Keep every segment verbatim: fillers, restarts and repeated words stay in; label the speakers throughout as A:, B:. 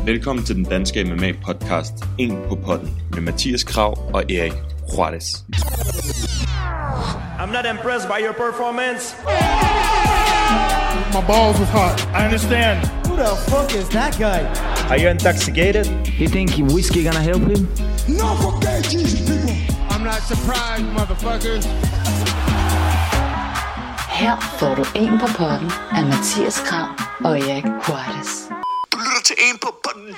A: Velkommen til den danske M M A podcast, En på potten, med Mathias Krav og Erik Juarez.
B: I'm not impressed by your performance.
C: My balls was hot.
B: I understand.
D: Who the fuck is that guy?
B: Are you intoxicated?
E: You think whiskey gonna help him?
C: No for gay Jesus people. I'm not surprised, motherfuckers.
F: Her får du En på potten af Mathias Krav og Erik Juarez.
A: Du lytter til En på potten.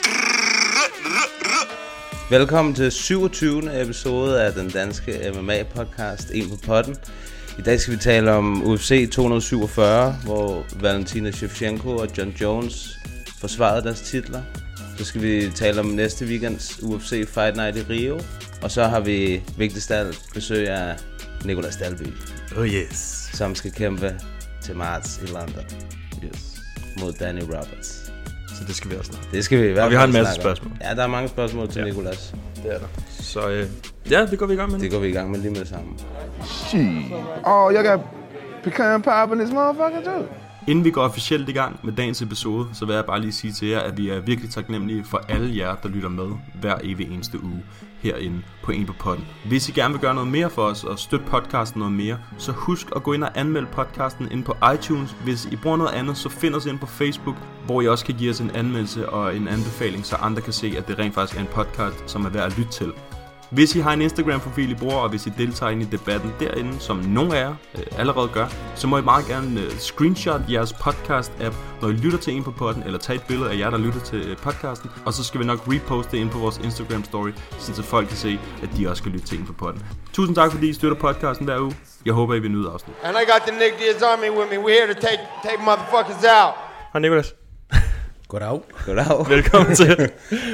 G: Velkommen til syvogtyvende episode af den danske M M A podcast En på potten. I dag skal vi tale om U F C to hundrede syvogfyrre, hvor Valentina Shevchenko og Jon Jones forsvarede deres titler. Så skal vi tale om næste weekends U F C Fight Night i Rio. Og så har vi vigtigst af alt besøg af Nicolas Dalby.
H: Oh yes.
G: Som skal kæmpe til marts i London.
H: Yes.
G: Mod Danny Roberts.
H: Så det skal vi også snakke.
G: Det skal vi i hvert fald.
H: Og vi har en masse
G: snakke.
H: spørgsmål.
G: Ja, der er mange spørgsmål til ja. Nicolas.
H: Det er der. Så øh, ja, det går vi i gang med.
G: Det går vi i gang med lige med det samme.
C: Shit. Oh, y'all got pecan pop in this motherfucker too.
H: Inden vi går officielt i gang med dagens episode, så vil jeg bare lige sige til jer, at vi er virkelig taknemmelige for alle jer, der lytter med hver evig eneste uge herinde på En på potten. Hvis I gerne vil gøre noget mere for os og støtte podcasten noget mere, så husk at gå ind og anmelde podcasten ind på iTunes. Hvis I bruger noget andet, så find os ind på Facebook, hvor I også kan give os en anmeldelse og en anbefaling, så andre kan se, at det rent faktisk er en podcast, som er værd at lytte til. Hvis I har en Instagram-profil, I bruger, og hvis I deltager ind i debatten derinde, som nogle af jer øh, allerede gør, så må I meget gerne øh, screenshot jeres podcast-app, når I lytter til En på potten, eller tage et billede af jer, der lytter til øh, podcasten, og så skal vi nok reposte det ind på vores Instagram-story, så folk kan se, at de også skal lytte til En på potten. Tusind tak, fordi I støtter podcasten hver uge. Jeg håber, I vil nyde afsnit.
B: And I got the Nick Diaz Army with me. We're here to take, take motherfuckers out.
H: Hej Nicolas.
I: Goddag.
G: Goddag.
H: Velkommen til.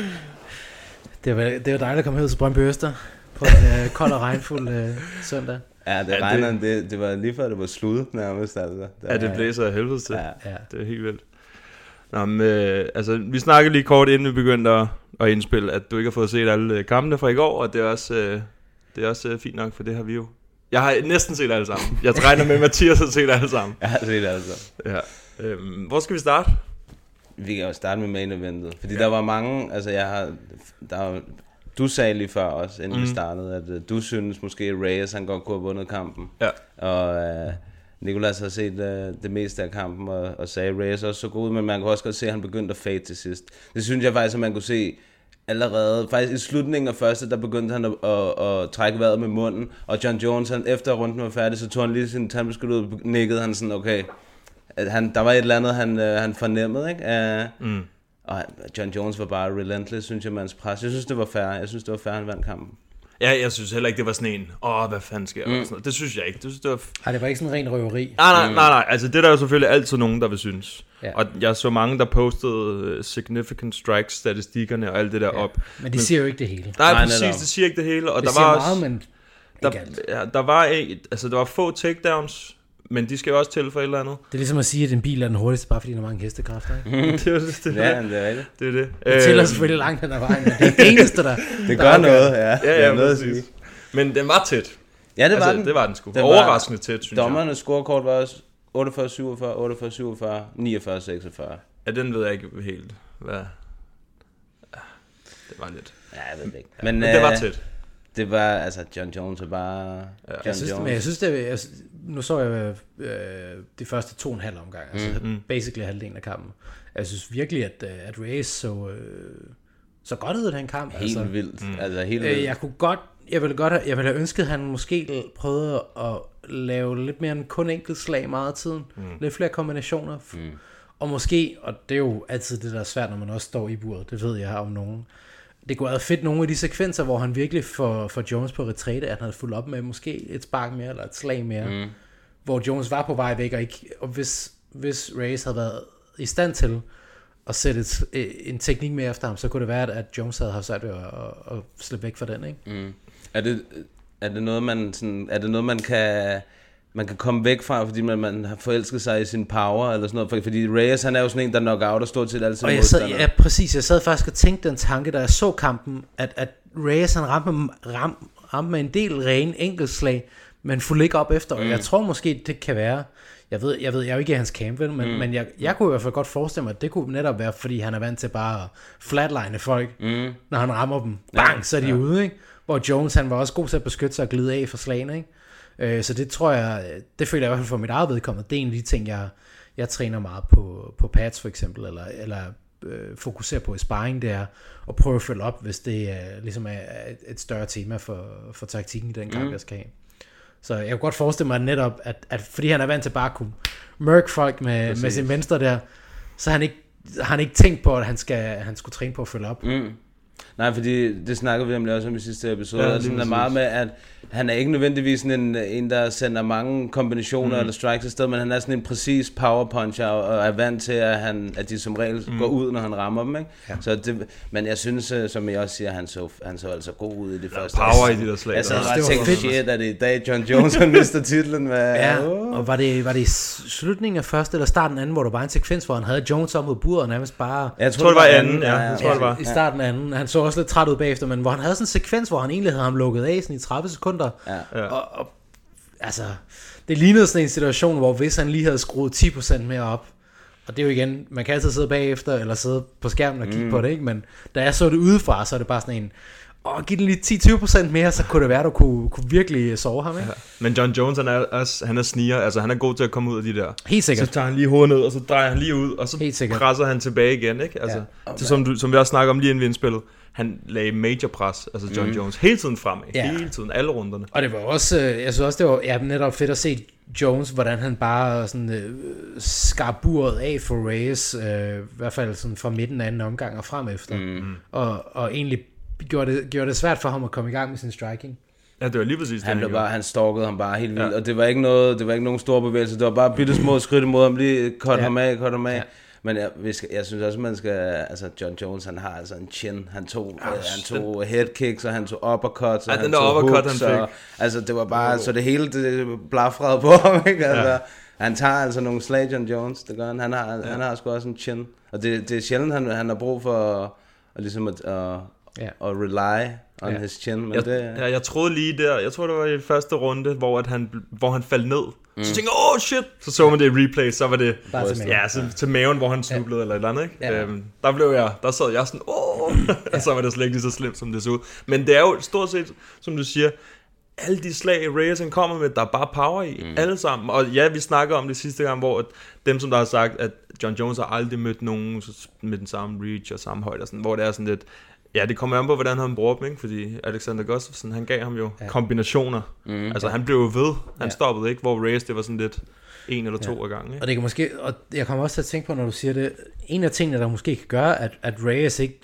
I: Det var, det var dejligt at komme her til Brøndby Øster på en øh, kold og regnfuld øh, søndag.
G: Ja, det
H: ja,
G: regner,
H: det...
G: Det, det var lige før det var slut nærmest. Altså. Det
H: Ja, det blæser af helvede til.
G: Ja.
I: Ja.
H: Det er helt vildt. Nå, men, øh, altså, vi snakkede lige kort, inden vi begyndte at, at indspille, at du ikke har fået set alle kampene fra i går, og det er også, øh, det er også øh, fint nok, for det har vi jo. Jeg har næsten set alle sammen. Jeg regner med, at Mathias har set alle sammen.
G: Jeg har set det altså.
H: Ja. Øhm, hvor skal vi starte?
G: Vi kan jo starte med main eventet, fordi
H: ja.
G: der var mange, altså jeg har, der var, du sagde lige før også, inden mm. vi startede, at uh, du synes måske, at Reyes han godt kunne have vundet kampen.
H: Ja.
G: Og uh, Nicolas har set uh, det meste af kampen, og, og sagde, at Reyes også så god, men man kunne også godt se, at han begyndte at fade til sidst. Det synes jeg faktisk, at man kunne se allerede, faktisk i slutningen af første, der begyndte han at, at, at trække vejret med munden, og Jon Jones, han, efter runden var færdig, så tog han lige sin tandbeskyt ud, og nikkede han sådan, okay, at han, der var et eller andet, han, uh, han fornemmede, ikke? Uh, mm. Og Jon Jones var bare relentless, synes jeg, med hans pres. Jeg synes, det var fair. Jeg synes, det var fair, han vandt kampen.
H: Ja, jeg synes heller ikke, det var sådan en, åh, hvad fanden sker der? Mm. Sådan noget. Det synes jeg ikke. Det, synes, det var...
I: Ej, det var ikke sådan en ren røveri.
H: Nej, nej, nej, nej. Altså, det er der jo selvfølgelig altid nogen, der vil synes.
I: Ja.
H: Og jeg så mange, der postede significant strikes, statistikkerne og alt det der
I: Ja.
H: op.
I: Men de siger jo ikke det hele.
H: Nej,
G: Nej,
H: præcis,
G: netop.
H: det siger ikke det hele. Og
I: Det
H: der
I: siger
H: var
I: meget,
H: også,
I: men
H: der,
I: ikke alt.
H: ja, der var et, altså, der var få takedowns, men de skal jo også til for et eller andet.
I: Det er ligesom at sige, at en bil er den hurtigste, bare fordi der er mange hestekræfter. Ikke?
H: det er jo det, det,
G: Ja, det er rigtigt.
H: det er det.
I: Det tæller
H: Øhm,
I: selvfølgelig langt hen ad vejen, men det er det eneste, der...
G: Det
I: der
G: gør
I: afgør.
G: noget, ja.
H: Ja,
G: Det er
H: ja,
G: noget at
H: præcis.
G: sige.
H: Men den var tæt.
G: Ja, det var
H: altså,
G: den.
H: det var den sgu.
G: Den var-
H: Overraskende tæt, synes jeg.
G: Dommernes scorekort var også otteogfyrre syvogfyrre, otteogfyrre syvogfyrre, niogfyrre seksogfyrre.
H: Ja, den ved jeg ikke helt, hvad... Ja, det var lidt...
G: Ja, jeg ved det ikke.
H: Men, men det var
G: øh,
H: tæt.
G: Det var, altså, Jon Jones er bare...
H: Ja.
G: Jon
I: Jeg synes,
G: Jones.
I: men jeg synes, det er, jeg, nu så jeg øh, de første to og en halv omgang, altså
H: Mm.
I: basically halvdelen af kampen. Jeg synes virkelig, at, øh, at Reyes så, øh, så godt ud af den kamp.
G: Helt
I: altså.
G: vildt. Mm. Altså, helt
I: Øh,
G: vildt.
I: jeg kunne godt, jeg ville godt have, jeg ville have ønsket, at han måske prøvede at lave lidt mere end kun enkelt slag meget af tiden. Mm. Lidt flere kombinationer. Mm. Og måske, og det er jo altid det, der er svært, når man også står i buret, det ved jeg om nogen. Det kunne have været fedt nogle af de sekvenser, hvor han virkelig får, får Jones på retræte, at han havde fulgt op med måske et spark mere, eller et slag mere. Mm. Hvor Jones var på vej væk, og, ikke, og hvis, hvis Reyes havde været i stand til at sætte et, en teknik mere efter ham, så kunne det være, at Jones havde haft svært ved at, at, at slippe væk fra den, ikke?
G: Mm. Er det, er det noget, man, sådan, er det noget, man kan... man kan komme væk fra, fordi man, man har forelsket sig i sin power, eller sådan noget. Fordi Reyes, han er jo sådan en, der knock-out og stort set altid
I: og jeg sad, ja, præcis. Jeg sad faktisk og tænkte den tanke, da jeg så kampen, at, at Reyes, han ramte, ram, ramte med en del rene enkeltslag, men fulgte ikke op efter. Mm. Og jeg tror måske, det kan være, jeg ved, jeg ved, jeg er jo ikke i hans camp, men, mm. men jeg, jeg kunne i hvert fald godt forestille mig, at det kunne netop være, fordi han er vant til bare at flatline folk, mm. når han rammer dem. Bang, ja, så er de ja. ude, ikke? Hvor Jones, han var også god til at beskytte sig og glide af for slagene, ikke? Øh, så det tror jeg, det føler jeg i hvert fald for mit eget vedkommende. Det er en af de ting, jeg, jeg træner meget på, på pads for eksempel, eller, eller øh, fokuserer på i sparring, det er at prøve at følge op, hvis det er, ligesom er et, et større tema for, for taktikken i den kamp, mm. jeg skal have. Så jeg kunne godt forestille mig netop, at, at fordi han er vant til bare at kunne mørke folk med, med sin venstre der, så har han ikke, har han ikke tænkt på, at han, skal, han skulle træne på at følge op.
G: Mm. Nej, fordi det snakkede vi om også om i sidste episode, ja, og sådan er meget med, at han er ikke nødvendigvis en, en der sender mange kombinationer mm. eller strikes i stedet, men han er sådan en præcis power puncher, og er vant til, at, han, at de som regel mm. går ud, når han rammer dem, ikke? Ja. Så det, men jeg synes, som jeg også siger, han så, han så altså god ud i det første.
H: Power i de der slag.
G: Altså, jeg tænkte, shit, at det i dag John Jones, han mister titlen med...
I: Ja, oh. og var det, var det i slutningen af første eller starten af anden, hvor der var en sekvens, hvor han havde Jones op mod buret, og nærmest bare...
H: Jeg tror, det var anden, ja. Jeg tror, det var.
I: I starten af anden. Han så også lidt træt ud bagefter, men hvor han havde sådan en sekvens, hvor han egentlig havde ham lukket af sådan i tredive sekunder. Ja. Og, og altså, det lignede sådan en situation, hvor hvis han lige havde skruet ti procent mere op, og det er jo igen, man kan altid sidde bagefter, eller sidde på skærmen og kigge mm. på det, ikke? Men da jeg så det udefra, så er det bare sådan en, åh, giv den lige ti til tyve procent mere, så kunne det være, at du kunne, kunne virkelig sove ham, ikke? Ja.
H: Men John Jones, han er, også, han er sniger, altså han er god til at komme ud af de der.
I: Helt sikkert.
H: Så tager han lige hovedet ned, og så drejer han lige ud, og så presser han tilbage igen, ikke? Altså, ja. Okay. Som, du, som vi også snakker om lige inden vi indspillet, han lagde major pres, altså John mm. Jones, hele tiden fremad, ja. hele tiden, alle runderne.
I: Og det var også, jeg synes også, det var ja, netop fedt at se Jones, hvordan han bare sådan øh, skar buret af for Reyes, øh, i hvert fald sådan fra midten af anden omgang og frem efter, mm. og, og egentlig gjorde det, gjorde det svært for ham at komme i gang med sin striking.
H: Ja, det var lige præcis det,
G: han, han, bare, han stalkede ham bare helt vildt, ja. Og det var ikke noget, det var ikke nogen store bevægelse, det var bare bitte små skridt imod ham, lige cut ja. ham af, cut ham af. Ja. Men jeg, vi skal, jeg synes også, man skal, altså John Jones, han har altså en chin, han tog, ja, øh, han tog head kicks, og han tog uppercuts, og ja, han tog hooks, han og, altså det var bare, oh. så det hele, det blafrede på ham, ikke? Altså, ja. Han tager altså nogle slag, John Jones, det gør han, han har, ja. han har sgu også en chin, og det, det er sjældent, han, han har brug for at, at ligesom at, at, yeah. at rely on yeah. his chin, men
H: jeg,
G: det...
H: Ja, jeg troede lige der, jeg tror det var i første runde, hvor, at han, hvor han faldt ned, mm. så tænkte jeg, oh shit, så så man det i replay, så var det til ja, så, til maven, hvor han snublede, ja. eller et eller andet, ikke? Ja. Øhm, der blev jeg, der sad jeg sådan, åh, oh! og så var det slet ikke lige så slemt, som det så ud. Men det er jo stort set, som du siger, alle de slag, Reyes kommer med, der er bare power i, mm. alle sammen. Og ja, vi snakker om det sidste gang, hvor at dem, som der har sagt, at John Jones har aldrig mødt nogen med den samme reach og samme højde, og sådan, hvor det er sådan lidt, ja, det kommer an på, hvordan han bruger dem, ikke? Fordi Alexander Gustafsson, han gav ham jo ja. kombinationer. Mm, altså, ja. han blev jo ved. Han ja. stoppede ikke, hvor Reyes, det var sådan lidt en eller to ja. gange. Ikke?
I: Og det kan måske, og jeg kommer også til at tænke på, når du siger det, en af tingene, der måske kan gøre, at, at Reyes ikke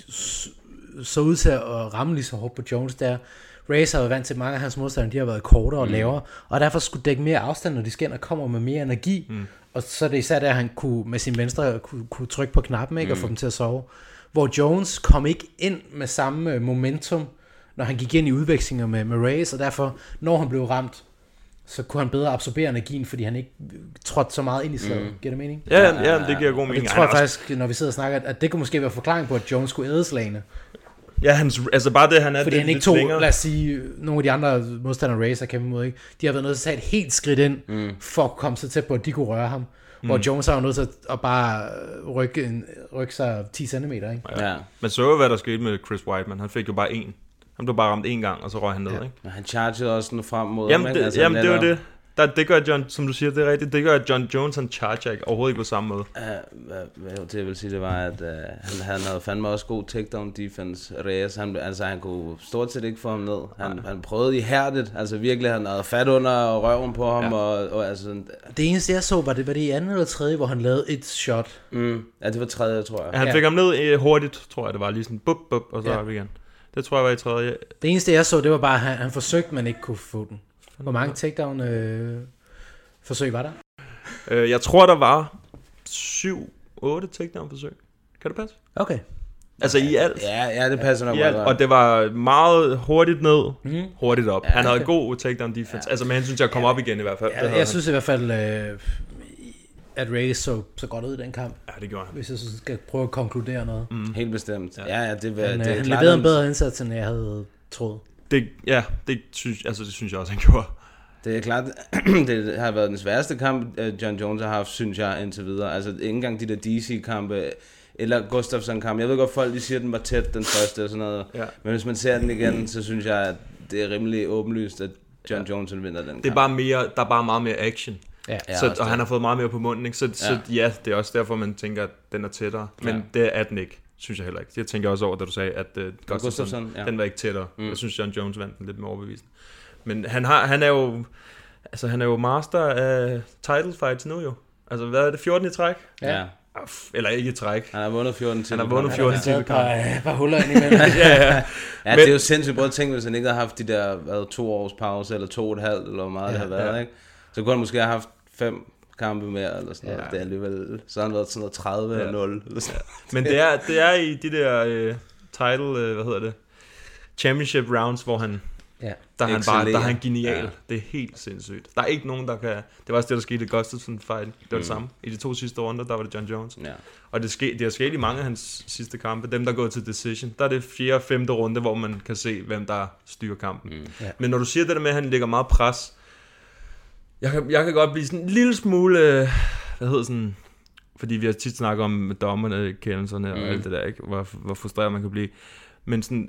I: så ud til at ramme lige så hårdt på Jones, der Reyes har været vant til, mange af hans modstandere, de har været kortere og mm. lavere, og derfor skulle dække mere afstand, når de skal ind og kommer med mere energi. Mm. Og så er det især der, at han kunne med sin venstre kunne, kunne trykke på knappen, ikke, mm. og få dem til at sove. Hvor Jones kom ikke ind med samme momentum, når han gik ind i udvekslinger med, med Reyes, og derfor, når han blev ramt, så kunne han bedre absorbere energien, fordi han ikke trådte så meget ind i slaget. Mm. Giver det mening?
H: Ja, ja, ja, det giver god mening.
I: Det tror jeg faktisk, når vi sidder og snakker, at det kunne måske være forklaring på, at Jones skulle æde slagene.
H: Ja, hans, altså bare det, han er...
I: Fordi han ikke tog, lad os sige, nogle af de andre modstandere, Reyes har kæmpet mod, ikke? De har været nødt til at tage et helt skridt ind, mm. for at komme så tæt på, at de kunne røre ham. Mm. Hvor Jones har jo nødt til at bare rykke, en, rykke sig ti centimeter, ikke?
H: Ja. Ja. Men så jo, hvad der skete med Chris Weidman. Han fik jo bare en. Han blev bare ramt en gang, og så røg han ned, ja. ikke?
G: Men han chargede også sådan frem mod
H: jamen,
G: ham,
H: det,
G: altså,
H: jamen, det var det. Der, det gør John, som du siger, det er rigtigt. Det gør, at John Jones, han charger ikke overhovedet ikke på samme måde.
G: Uh, hvad det jeg vil sige, det var, at uh, han, han havde fandme også god takedown defense. Reyes, han, altså han kunne stort set ikke få ham ned. Han, han prøvede ihærdigt, altså virkelig, han havde fat under røven på ham. Ja. Og, og, altså,
I: det eneste jeg så, var det, var det i anden eller tredje, hvor han lavede et shot?
G: Mm, ja, det var tredje, tror jeg.
H: Ja, han fik ja. ham ned hurtigt, tror jeg, det var lige sådan, bup, bup, og så ja. op igen. Det tror jeg var i tredje.
I: Det eneste jeg så, det var bare, at han, han forsøgte, men ikke kunne få den. Hvor mange takedown øh, forsøg var der?
H: Øh, jeg tror, der var syv otte takedown forsøg. Kan det passe?
I: Okay.
H: Altså i alt.
G: Ja, ja, det passer nok
H: meget. Og det var meget hurtigt ned, mm. hurtigt op. Ja, han havde okay. god takedown defense. Ja. Altså med hensyn til at komme ja. op igen i hvert fald.
I: Ja, jeg han. synes i hvert fald, øh, at Reyes så, så godt ud i den kamp.
H: Ja, det gjorde han.
I: Hvis jeg skal prøve at konkludere noget.
G: Mm. Helt bestemt. Ja, ja, det, var,
I: han,
G: det er
I: han
G: klart.
I: leverede en bedre indsats, end jeg havde troet.
H: Det, ja, det synes, altså, det synes jeg også, han gjorde.
G: Det er klart, det har været den sværeste kamp, John Jones har haft, synes jeg, indtil videre. Altså ikke engang de der D C-kampe, eller Gustafsson-kampe. Jeg ved godt, folk de siger, at den var tæt, den første og sådan noget. Ja. Men hvis man ser den igen, så synes jeg, at det er rimelig åbenlyst, at John ja. Jones vinder den kamp.
H: Det er bare mere, der er bare meget mere action.
G: Ja.
H: Så, og han har fået meget mere på munden, ikke? Så, ja. så ja, det er også derfor, man tænker, at den er tættere. Men ja. det er den ikke, synes jeg heller ikke. Jeg tænker også over, da du sagde, at uh, Gustafsson, ja. den var ikke tættere. Mm. Jeg synes, John Jones vandt den lidt mere overbevisende. Men han, har, han er jo altså han er jo master af title fights nu jo. Altså hvad er det, fjorten i træk?
G: Ja.
H: Eller ikke i træk.
G: Han har vundet fjorten til.
H: Han har vundet fjorten til.
I: Han har et par, par huller ind imellem.
G: ja, ja. ja, det er jo sindssygt både ting, hvis han ikke havde haft de der hvad, to års pause, eller to og et halvt, eller hvor meget ja, det har været, ja. ikke? Så kunne han måske have haft fem kampe mere, eller sådan noget. Ja. Det er alligevel, så har han været sådan noget tredive ja. nul. Eller sådan.
H: Men det er, det er i de der uh, title, uh, hvad hedder det, championship rounds, hvor han, ja. der, han bare, der er han genial. Ja. Det er helt sindssygt. Der er ikke nogen, der kan, det var også det, der skete i Gustafsson fight. Det var mm. det samme. I de to sidste runder, der var det John Jones. Ja. Og det, ske, det har sket i mange af hans sidste kampe. Dem, der går til decision, der er det fjerde og femte runde, hvor man kan se, hvem der styrer kampen. Mm. Ja. Men når du siger det der med, at han lægger meget pres, jeg kan, jeg kan godt blive sådan en lille smule, hvad hedder sådan, fordi vi har tit snakket om dommerne, kendelserne og mm. alt det der, ikke? Hvor, hvor frustreret man kan blive. Men sådan,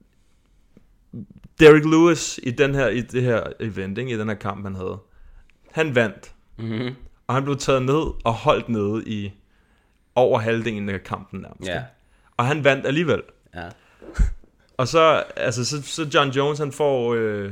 H: Derrick Lewis i, den her, i det her event, ikke? I den her kamp, han havde, han vandt. Mm-hmm. Og han blev taget ned og holdt nede i over halvdelen af kampen nærmest. Yeah. Og han vandt alligevel. Yeah. Og så, altså, så, så John Jones, han får øh,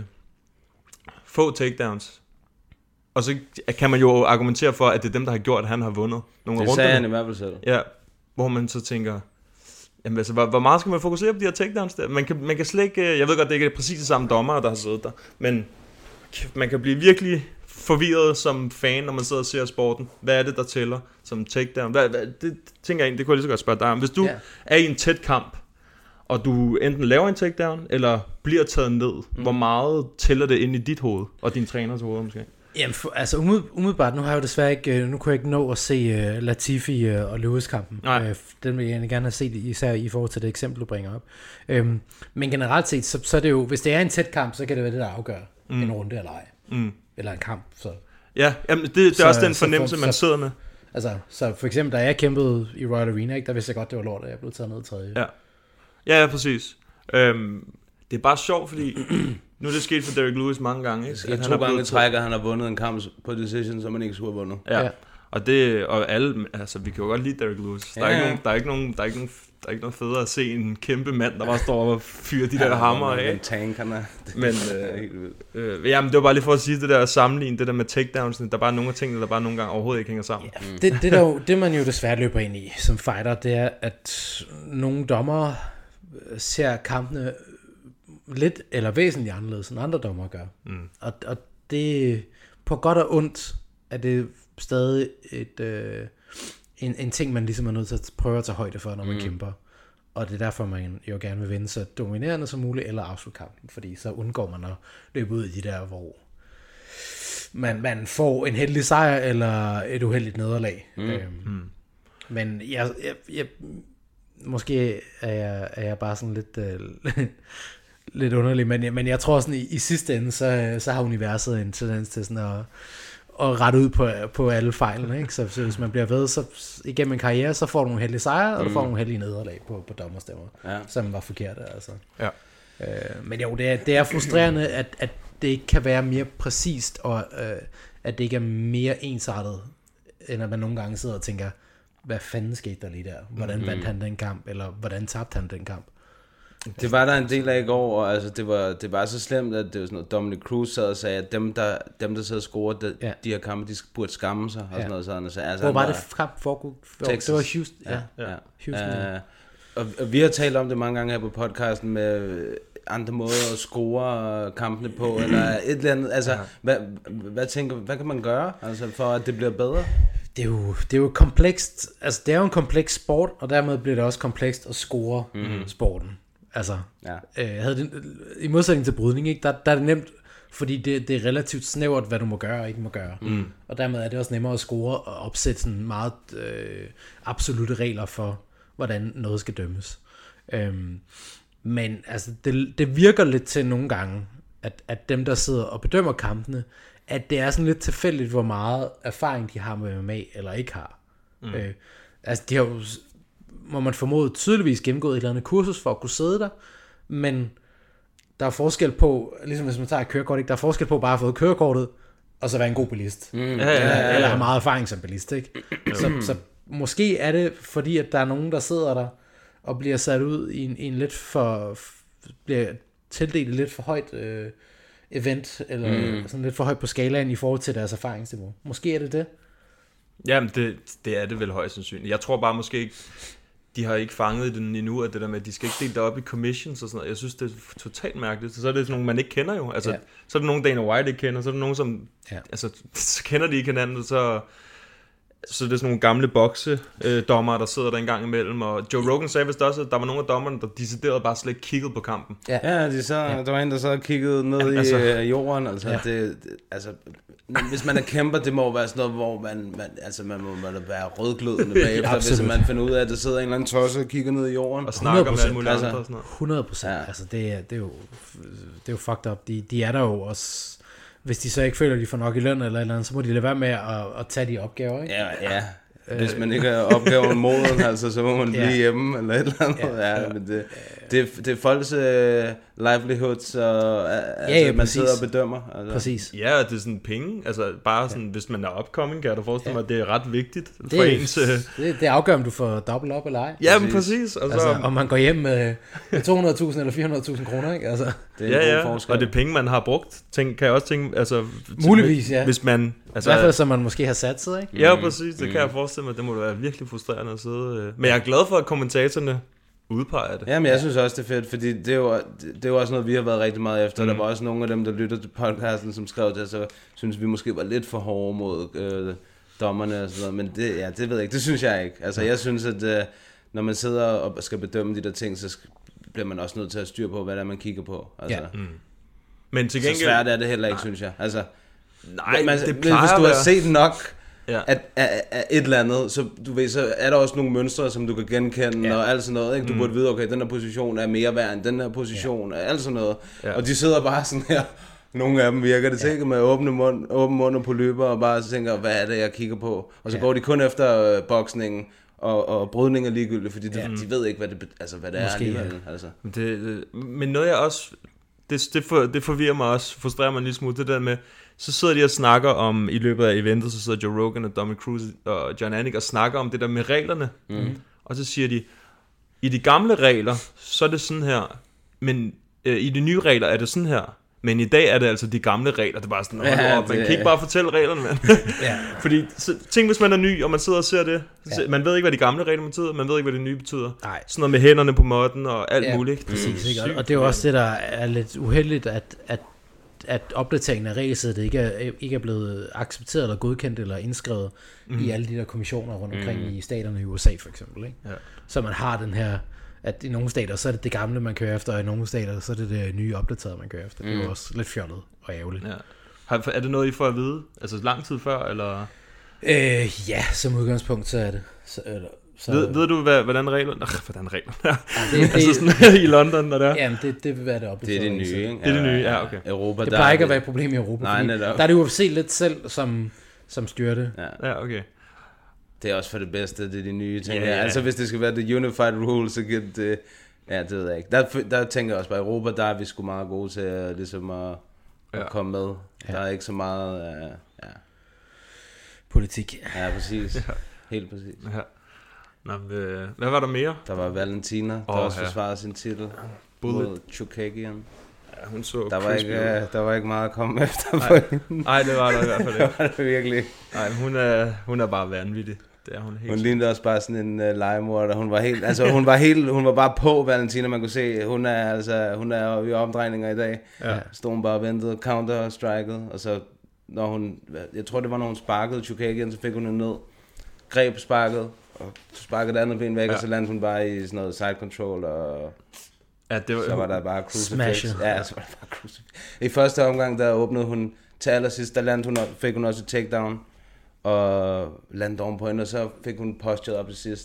H: få takedowns. Og så kan man jo argumentere for, at det er dem, der har gjort, at han har vundet nogle
G: runder. Det sagde han i hvert fald selv.
H: Ja, hvor man så tænker, jamen altså, hvor, hvor meget skal man fokusere på de her takedowns der? Man kan, man kan slet ikke, jeg ved godt, det ikke er præcis de samme dommere, der har siddet der, men man kan blive virkelig forvirret som fan, når man sidder og ser sporten. Hvad er det, der tæller som takedown? Hvad, hvad, det tænker jeg egentlig, det kunne jeg lige så godt spørge dig om. Hvis du yeah. er i en tæt kamp, og du enten laver en takedown, eller bliver taget ned, mm. hvor meget tæller det ind i dit hoved, og din træners hoved måske?
I: Jamen, for, altså umiddelbart, nu har jeg jo desværre ikke, nu kunne jeg ikke nå at se uh, Latifi uh, og Lewis-kampen. Uh, den vil jeg gerne have set, især i forhold til det eksempel, du bringer op. Um, men generelt set, så, så er det jo, hvis det er en tæt kamp, så kan det være det, der afgør mm. en runde eller ej. Mm. Eller en kamp. Så.
H: Ja, jamen, det, det er så, også den fornemmelse, for, man sidder med.
I: Altså, så for eksempel, da jeg kæmpede i Royal Arena, ikke, der vidste jeg godt, det var lort, at jeg blev taget ned i tredje.
H: Ja, ja, ja præcis. Um, det er bare sjovt, fordi nu er det sket for Derrick Lewis mange gange. Ikke?
G: At to gange trækker, han har vundet en kamp på decision, som man ikke skulle have vundet.
H: Ja, ja. Og det, og alle, altså vi kan jo godt lide Derrick Lewis. Der er ja, ikke nogen, der er ikke nogen, der er ikke nogen, der er ikke noget federe at se en kæmpe mand, der bare står og fyrer de ja, der hammer af.
G: En tank, han er.
H: Men, øh, øh, jamen det var bare lige for at sige det der sammenligne, det der med takedowns, der er bare nogle af tingene, der bare nogle gange overhovedet ikke hænger sammen.
I: Ja, det, det, der jo, det man jo desværre løber ind i som fighter, det er, at nogle dommere ser kampene lidt eller væsentligt anderledes, end andre dommer gør. Mm. Og, og det på godt og ondt er det stadig et, øh, en, en ting, man ligesom er nødt til at prøve at tage højde for, når man mm. kæmper. Og det er derfor, man jo gerne vil vinde så dominerende som muligt, eller afslutte kampen, fordi så undgår man at løbe ud i de der, hvor man, man får en heldig sejr, eller et uheldigt nederlag. Mm. Øhm, mm. Men jeg, jeg, jeg, måske er jeg, er jeg bare sådan lidt... Øh, lidt underligt, men jeg, men jeg tror sådan i, i sidste ende, så, så har universet en tendens til sådan at, at rette ud på, på alle fejlene, ikke? Så, så hvis man bliver ved, så igennem en karriere, så får du nogle heldige sejre, og du får nogle heldige nederlag på, på dommerstemmer, ja. Som var forkerte, altså. Ja. Øh, men jo, det er, det er frustrerende, at, at det ikke kan være mere præcist, og øh, at det ikke er mere ensartet, end at man nogle gange sidder og tænker, hvad fanden skete der lige der? Hvordan mm-hmm. vandt han den kamp, eller hvordan tabte han den kamp?
G: Det var der en del af i går, og altså det var det var så slemt, at det var sådan noget, Dominic Cruz sad og sagde, at dem der dem der sad og scorede de, ja. de her kampe, de burde skamme sig og sådan ja. noget sådan. Så, altså,
I: hvor var det kamp foregået?
G: Texas.
I: Det var Houston. Ja,
G: ja. ja. Houston. Uh, og, og vi har talt om det mange gange her på podcasten med andre måder at score kampene på eller et eller andet. Altså, ja. hvad, hvad tænker, hvad kan man gøre, altså for at det bliver bedre?
I: Det er jo det er jo komplekst. Altså det er jo en kompleks sport, og dermed bliver det også komplekst at score mm-hmm. sporten. Altså, ja. øh, havde det, i modsætning til brydning, ikke, der, der er det nemt, fordi det, det er relativt snævert, hvad du må gøre og ikke må gøre. Mm. Og dermed er det også nemmere at score og opsætte sådan meget øh, absolutte regler for, hvordan noget skal dømmes. Øhm, men altså, det, det virker lidt til nogle gange, at, at dem, der sidder og bedømmer kampene, at det er sådan lidt tilfældigt, hvor meget erfaring de har med M M A, eller ikke har. Mm. Øh, altså, de har jo, må man formode, tydeligvis gennemgået et eller andet kursus for at kunne sidde der, men der er forskel på, ligesom hvis man tager et kørekort, ikke? Der er forskel på bare at have fået kørekortet, og så være en god bilist. Mm. Ja, ja, ja, ja. Eller have meget erfaring som bilist, ikke? så, så måske er det, fordi at der er nogen, der sidder der, og bliver sat ud i en, i en lidt for, bliver tildelt et lidt for højt øh, event, eller mm. sådan lidt for højt på skalaen i forhold til deres erfaringsniveau. Måske er det det?
H: Jamen, det, det er det vel højst sandsynligt. Jeg tror bare måske ikke, de har ikke fanget den endnu, at det der med, at de skal ikke dele det op i commissions og sådan noget. Jeg synes, det er totalt mærkeligt. Så er det sådan nogle, man ikke kender jo. Altså, ja. Så er det nogen, Dana White ikke kender, så er det nogen, som, ja. altså, så kender de ikke hinanden, så... Så det er sådan nogle gamle boksedommere, der sidder der en gang imellem. Og Joe Rogan sagde vist også, at der var nogle af dommerne, der decideret bare slet ikke kiggede på kampen.
G: Ja, ja, de så, ja. Der var en, der så og kiggede ned Jamen, altså, i jorden. Altså, ja. det, det, altså, hvis man er kæmper, det må være sådan noget, hvor man, man, altså, man må man være rødglødende bagefter. ja, hvis man finder ud af, at der sidder en eller anden tosse og kigger ned i jorden.
H: Og snakker med alle mulige
I: altså,
H: andre og sådan noget.
I: hundrede procent. Ja. Altså, det, er, det, er jo, det er jo fucked up. De, de er der jo også... Hvis de så ikke føler, at de får nok i løn eller et eller andet, så må de lade være med at, at tage de opgaver, ikke?
G: Ja, ja. Hvis man ikke har opgaven moden, altså, så må man blive ja. hjemme, eller et eller andet. Ja, ja, men det, det, det er folks uh, livelihoods, og uh, ja, altså, ja, man sidder og bedømmer. Altså.
I: Præcis.
H: Ja, og det er sådan penge. Altså, bare sådan, ja. hvis man er upcoming, kan jeg da forestille ja. mig, at det er ret vigtigt
I: det,
H: for ens... Uh...
I: Det, det afgør, om du får dobbelt op eller ej.
H: Ja, men præcis. Og, så...
I: altså, om man går hjem med, med to hundrede tusind eller fire hundrede tusind kroner, ikke? Altså.
H: Det er ja, ja, og det er penge, man har brugt. Tænk, kan jeg også tænke, altså...
I: Muligvis, ja.
H: Hvis man...
I: Altså, I hvert fald, som man måske har sat sig, ikke?
H: Ja, præcis. Det kan jeg forestille mig. Det må da være virkelig frustrerende at sidde... Men jeg er glad for, at kommentatorerne udpeger det.
G: Jamen, jeg synes også, det er fedt, fordi det er jo, det er jo også noget, vi har været rigtig meget efter. Mm. Der var også nogle af dem, der lytter til podcasten, som skrev det, så synes vi måske var lidt for hårde mod øh, dommerne og sådan noget. Men det, ja, det ved jeg ikke. Det synes jeg ikke. Altså, jeg synes, at øh, når man sidder og skal bedømme de der ting, så bliver man også nødt til at styre på, hvad det er, man kigger på. Altså,
H: ja. mm. Men til gengæld...
G: Så svært er det heller ikke, synes jeg. Altså,
H: nej, man, det
G: plejer hvis du har set nok...
H: Ja.
G: At, at, at et eller andet, så du ved, så er der også nogle mønstre, som du kan genkende, ja. og alt sådan noget, ikke? Du mm. burde vide, okay, den her position er mere værd end den her position, ja. alt sådan noget. Ja. Og de sidder bare sådan her, nogle af dem virker det til, ja. med åbne mund, åbne mund og polypper, og bare tænker, hvad er det, jeg kigger på? Og så ja. går de kun efter øh, boksningen, og, og brydning er ligegyldigt, fordi de, ja. de ved ikke, hvad det, altså, hvad det er alligevel. Altså.
H: Det, men noget jeg også, det, det, for, det forvirrer mig også, frustrerer mig en lille smule, det der med, så sidder de og snakker om, i løbet af eventet, så sidder Joe Rogan og Dominic Cruz og John Anik og snakker om det der med reglerne. Mm. Og så siger de, i de gamle regler, så er det sådan her, men øh, i de nye regler er det sådan her. Men i dag er det altså de gamle regler. Det er bare sådan, ja, op. Man det, kan ikke bare fortælle reglerne, mand. ja. Fordi, så, tænk hvis man er ny, og man sidder og ser det. Ja. Man ved ikke, hvad de gamle regler betyder, man ved ikke, hvad de nye betyder. Nej. Sådan noget med hænderne på måtten og alt
I: ja,
H: muligt.
I: Præcis, ikke? Og det er jo også det, der er lidt uheldigt, at, at at opdateringen af regelsættet ikke er, ikke er blevet accepteret eller godkendt eller indskrevet mm. i alle de der kommissioner rundt omkring mm. i staterne i U S A for eksempel. Ikke? Ja. Så man har den her, at i nogle stater, så er det det gamle, man kører efter, og i nogle stater, så er det det nye opdaterede, man kører efter. Mm. Det er jo også lidt fjollet og ærgerligt.
H: Ja. Er det noget, I får at vide? Altså lang tid før, eller?
I: Øh, ja, som udgangspunkt, så er det. Så, eller, så,
H: ved, ved du, hvad, hvordan reglerne Ach, hvordan reglerne er? Ja, det, altså sådan i London, når det er?
I: Jamen, det, det vil være det opdateret.
G: Det er det nye, ikke?
H: Det er det nye, ja, okay.
G: Europa,
I: det plejer ikke at være et problem i Europa.
G: Nej,
I: der er det U F C lidt selv, som, som styrer det.
H: Ja. ja, okay.
G: Det er også for det bedste, det er de nye ting.
H: Ja, ja.
G: Altså, hvis det skal være the unified rule, så giver det... Ja, det ved jeg ikke. Der, der tænker jeg også, på Europa, der er vi sgu meget gode til at, ligesom at, at ja. komme med. Der er ikke så meget... Uh, ja.
I: Politik.
G: Ja, præcis. ja. Helt præcis.
H: Ja. Nå, hvad var der mere?
G: Der var Valentina, der oh, også ja. forsvarede sin titel mod Chookagian.
H: Ja, hun så
G: der var, ikke, uh, der var ikke meget at komme efter
H: for hende. Nej, det var der i hvert fald ikke.
G: det var det virkelig.
H: Nej, hun er, hun er bare vanvittig. Det er hun helt.
G: Hun lignede også bare sådan en uh, legemorder. Hun var helt, altså hun var helt, hun var bare på Valentina. Man kunne se, hun er altså, hun er i omdrejninger i dag. Ja. Stod hun bare og ventede, counter striket, og så når hun, jeg tror det var når hun sparkede Chookagian, så fik hun en ned, greb sparket og sparkede det andet ben væk, ja. og så landede hun bare i sådan noget side control og
H: ja, det var,
G: så var der bare crucifix. Ja, så var der bare crucifix. I første omgang der åbnede hun til allersidst, der landede hun, fik hun også et takedown og landede oven på hende, og så fik hun posturet op til sidst.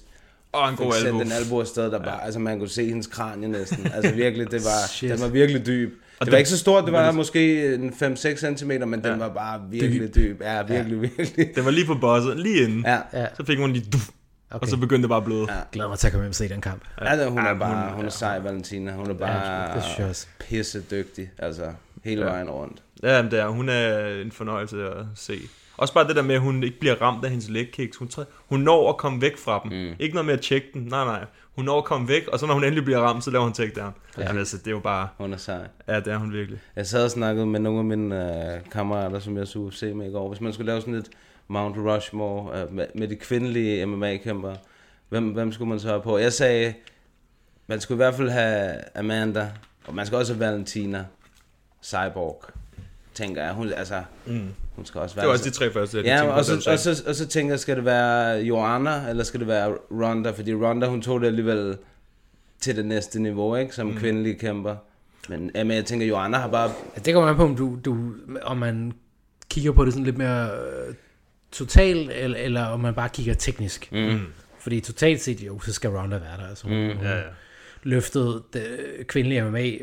H: Og en god
G: fik sendt
H: albu.
G: en albu afsted, der bare, ja. altså man kunne se hendes kranie næsten. Altså virkelig, det var,
I: Shit.
G: den var virkelig dyb. Og det var ikke så stort, det var måske en fem til seks centimeter, men den ja. var bare virkelig dyb. Ja, virkelig, ja. virkelig.
H: Den var lige på bosset, lige inden.
G: Ja.
I: Ja.
H: Så fik hun lige duf, okay. Og så begyndte det bare at bløde.
G: Ja.
I: Glæder mig til at komme hjem og se den kamp.
G: Ja, altså, hun
H: ja,
G: er bare,
H: hun,
G: hun er sej, Valentina. Hun er bare
I: ja,
G: pisse dygtig, altså hele
H: ja.
G: vejen rundt.
H: Ja, men det er, hun er en fornøjelse at se. Også bare det der med, at hun ikke bliver ramt af hendes leg kicks. Hun, træ, hun når at komme væk fra dem. Mm. Ikke noget med at tjekke den. Nej, nej. Hun når at komme væk, og så når hun endelig bliver ramt, så laver hun takedown. Ja. Jamen, altså, det er jo bare...
G: Hun er sej.
H: Ja, det er hun virkelig.
G: Jeg sad og snakkede med nogle af mine øh, kammerater, som jeg så U F C med i går. Hvis man skulle lave sådan et Mount Rushmore øh, med, med de kvindelige M M A-kæmpere, hvem, hvem skulle man så have på? Jeg sagde, man skulle i hvert fald have Amanda, og man skal også have Valentina, Cyborg, tænker jeg. Hun, altså, mm. hun skal også være...
H: Det var også de tre første, jeg
G: ja,
H: tænkte
G: og, så, og, så, og så tænker jeg, skal det være Joanna, eller skal det være Ronda? Fordi Ronda, hun tog det alligevel til det næste niveau, ikke? Som mm. kvindelige kæmper. Men, men jeg tænker, Joanna har bare...
I: Ja, det kommer an på, om, du, du, om man kigger på det sådan lidt mere øh, totalt, eller, eller om man bare kigger teknisk.
G: Mm.
I: Fordi totalt set, jo, så skal Ronda være der. Altså, hun,
G: Mm.
I: hun
H: Ja, ja.
I: løftede det kvindelige M M A øh,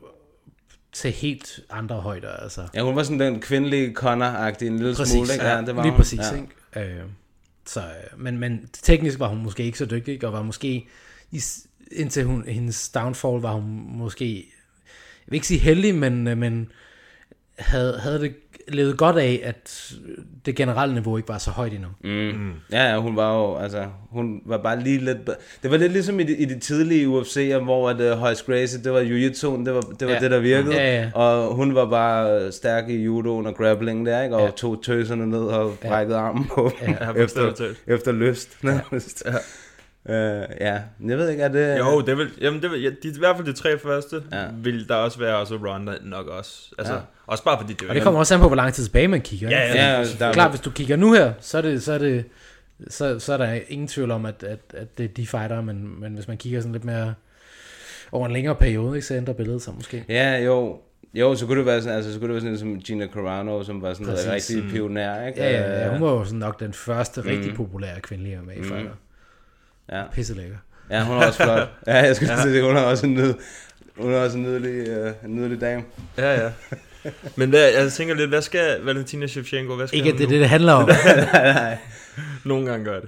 I: til helt andre højder. Altså.
G: Ja, hun var sådan den kvindelige Conor-agtige, en lille
I: Præcis,
G: smule, ikke?
I: ja,
G: Ja, det var
I: lige
G: hun.
I: præcis,
G: Ja.
I: ikke? Øh, så, øh, men, men teknisk var hun måske ikke så dygtig, ikke? Og var måske, indtil hun, hendes downfall, var hun måske, jeg vil ikke sige heldig, men, men havde, havde det levet godt af, at det generelle niveau ikke var så højt endnu.
G: Mm. Mm. Ja, ja, hun var jo, altså, hun var bare lige lidt... Det var lidt ligesom i de, i de tidlige U F C'er, hvor at, uh, Royce Gracie, det var jiu-jitsu'en, det var, det, var
I: Ja.
G: det, der virkede.
I: Ja, ja.
G: Og hun var bare stærk i judoen og grappling der, ikke? Og
I: Ja.
G: tog tøserne ned og brækkede armen på dem,
H: Ja,
G: efter,
H: bestemt.
G: efter lyst. Nærmest. Ja. Uh, ja, jeg ved ikke, er det...
H: Jo, det vil, jamen det vil, ja, de, i hvert fald de tre første,
G: Ja.
H: vil der også være, og så Ronda nok også. Altså,
G: Ja.
H: også bare fordi det
I: Og det kommer også an på, hvor lang tid tilbage man kigger.
H: Ja,
I: ikke?
H: ja,
I: Fordi-
G: ja, der-
I: Klart, hvis du kigger nu her, så er det, så er det, så, så er der ingen tvivl om, at, at, at det er de fighter, men, men hvis man kigger sådan lidt mere over en længere periode, ikke, så ændrer billedet sig måske.
G: Ja, jo. Jo, så kunne det være sådan, altså, så kunne det være sådan som Gina Carano, som var sådan en
I: Præcis.
G: rigtig pioner, ikke?
I: Ja, ja, ja, hun var jo sådan nok den første rigtig populære kvindelige M M A-fighter.
G: Ja.
I: Pisse lækker.
G: Ja, hun er også flot. Ja, jeg skulle ja. sige, hun er også en nyd, hun er også en nydelig, uh, en nydelig dame.
H: Ja, ja. Men hvad, jeg tænker lidt, hvad skal Valentina Shevchenko, hvad skal
I: Ikke
H: hun
I: at det er
H: nu?
I: det, det handler om.
G: nej, nej.
H: Nogle gange gør det.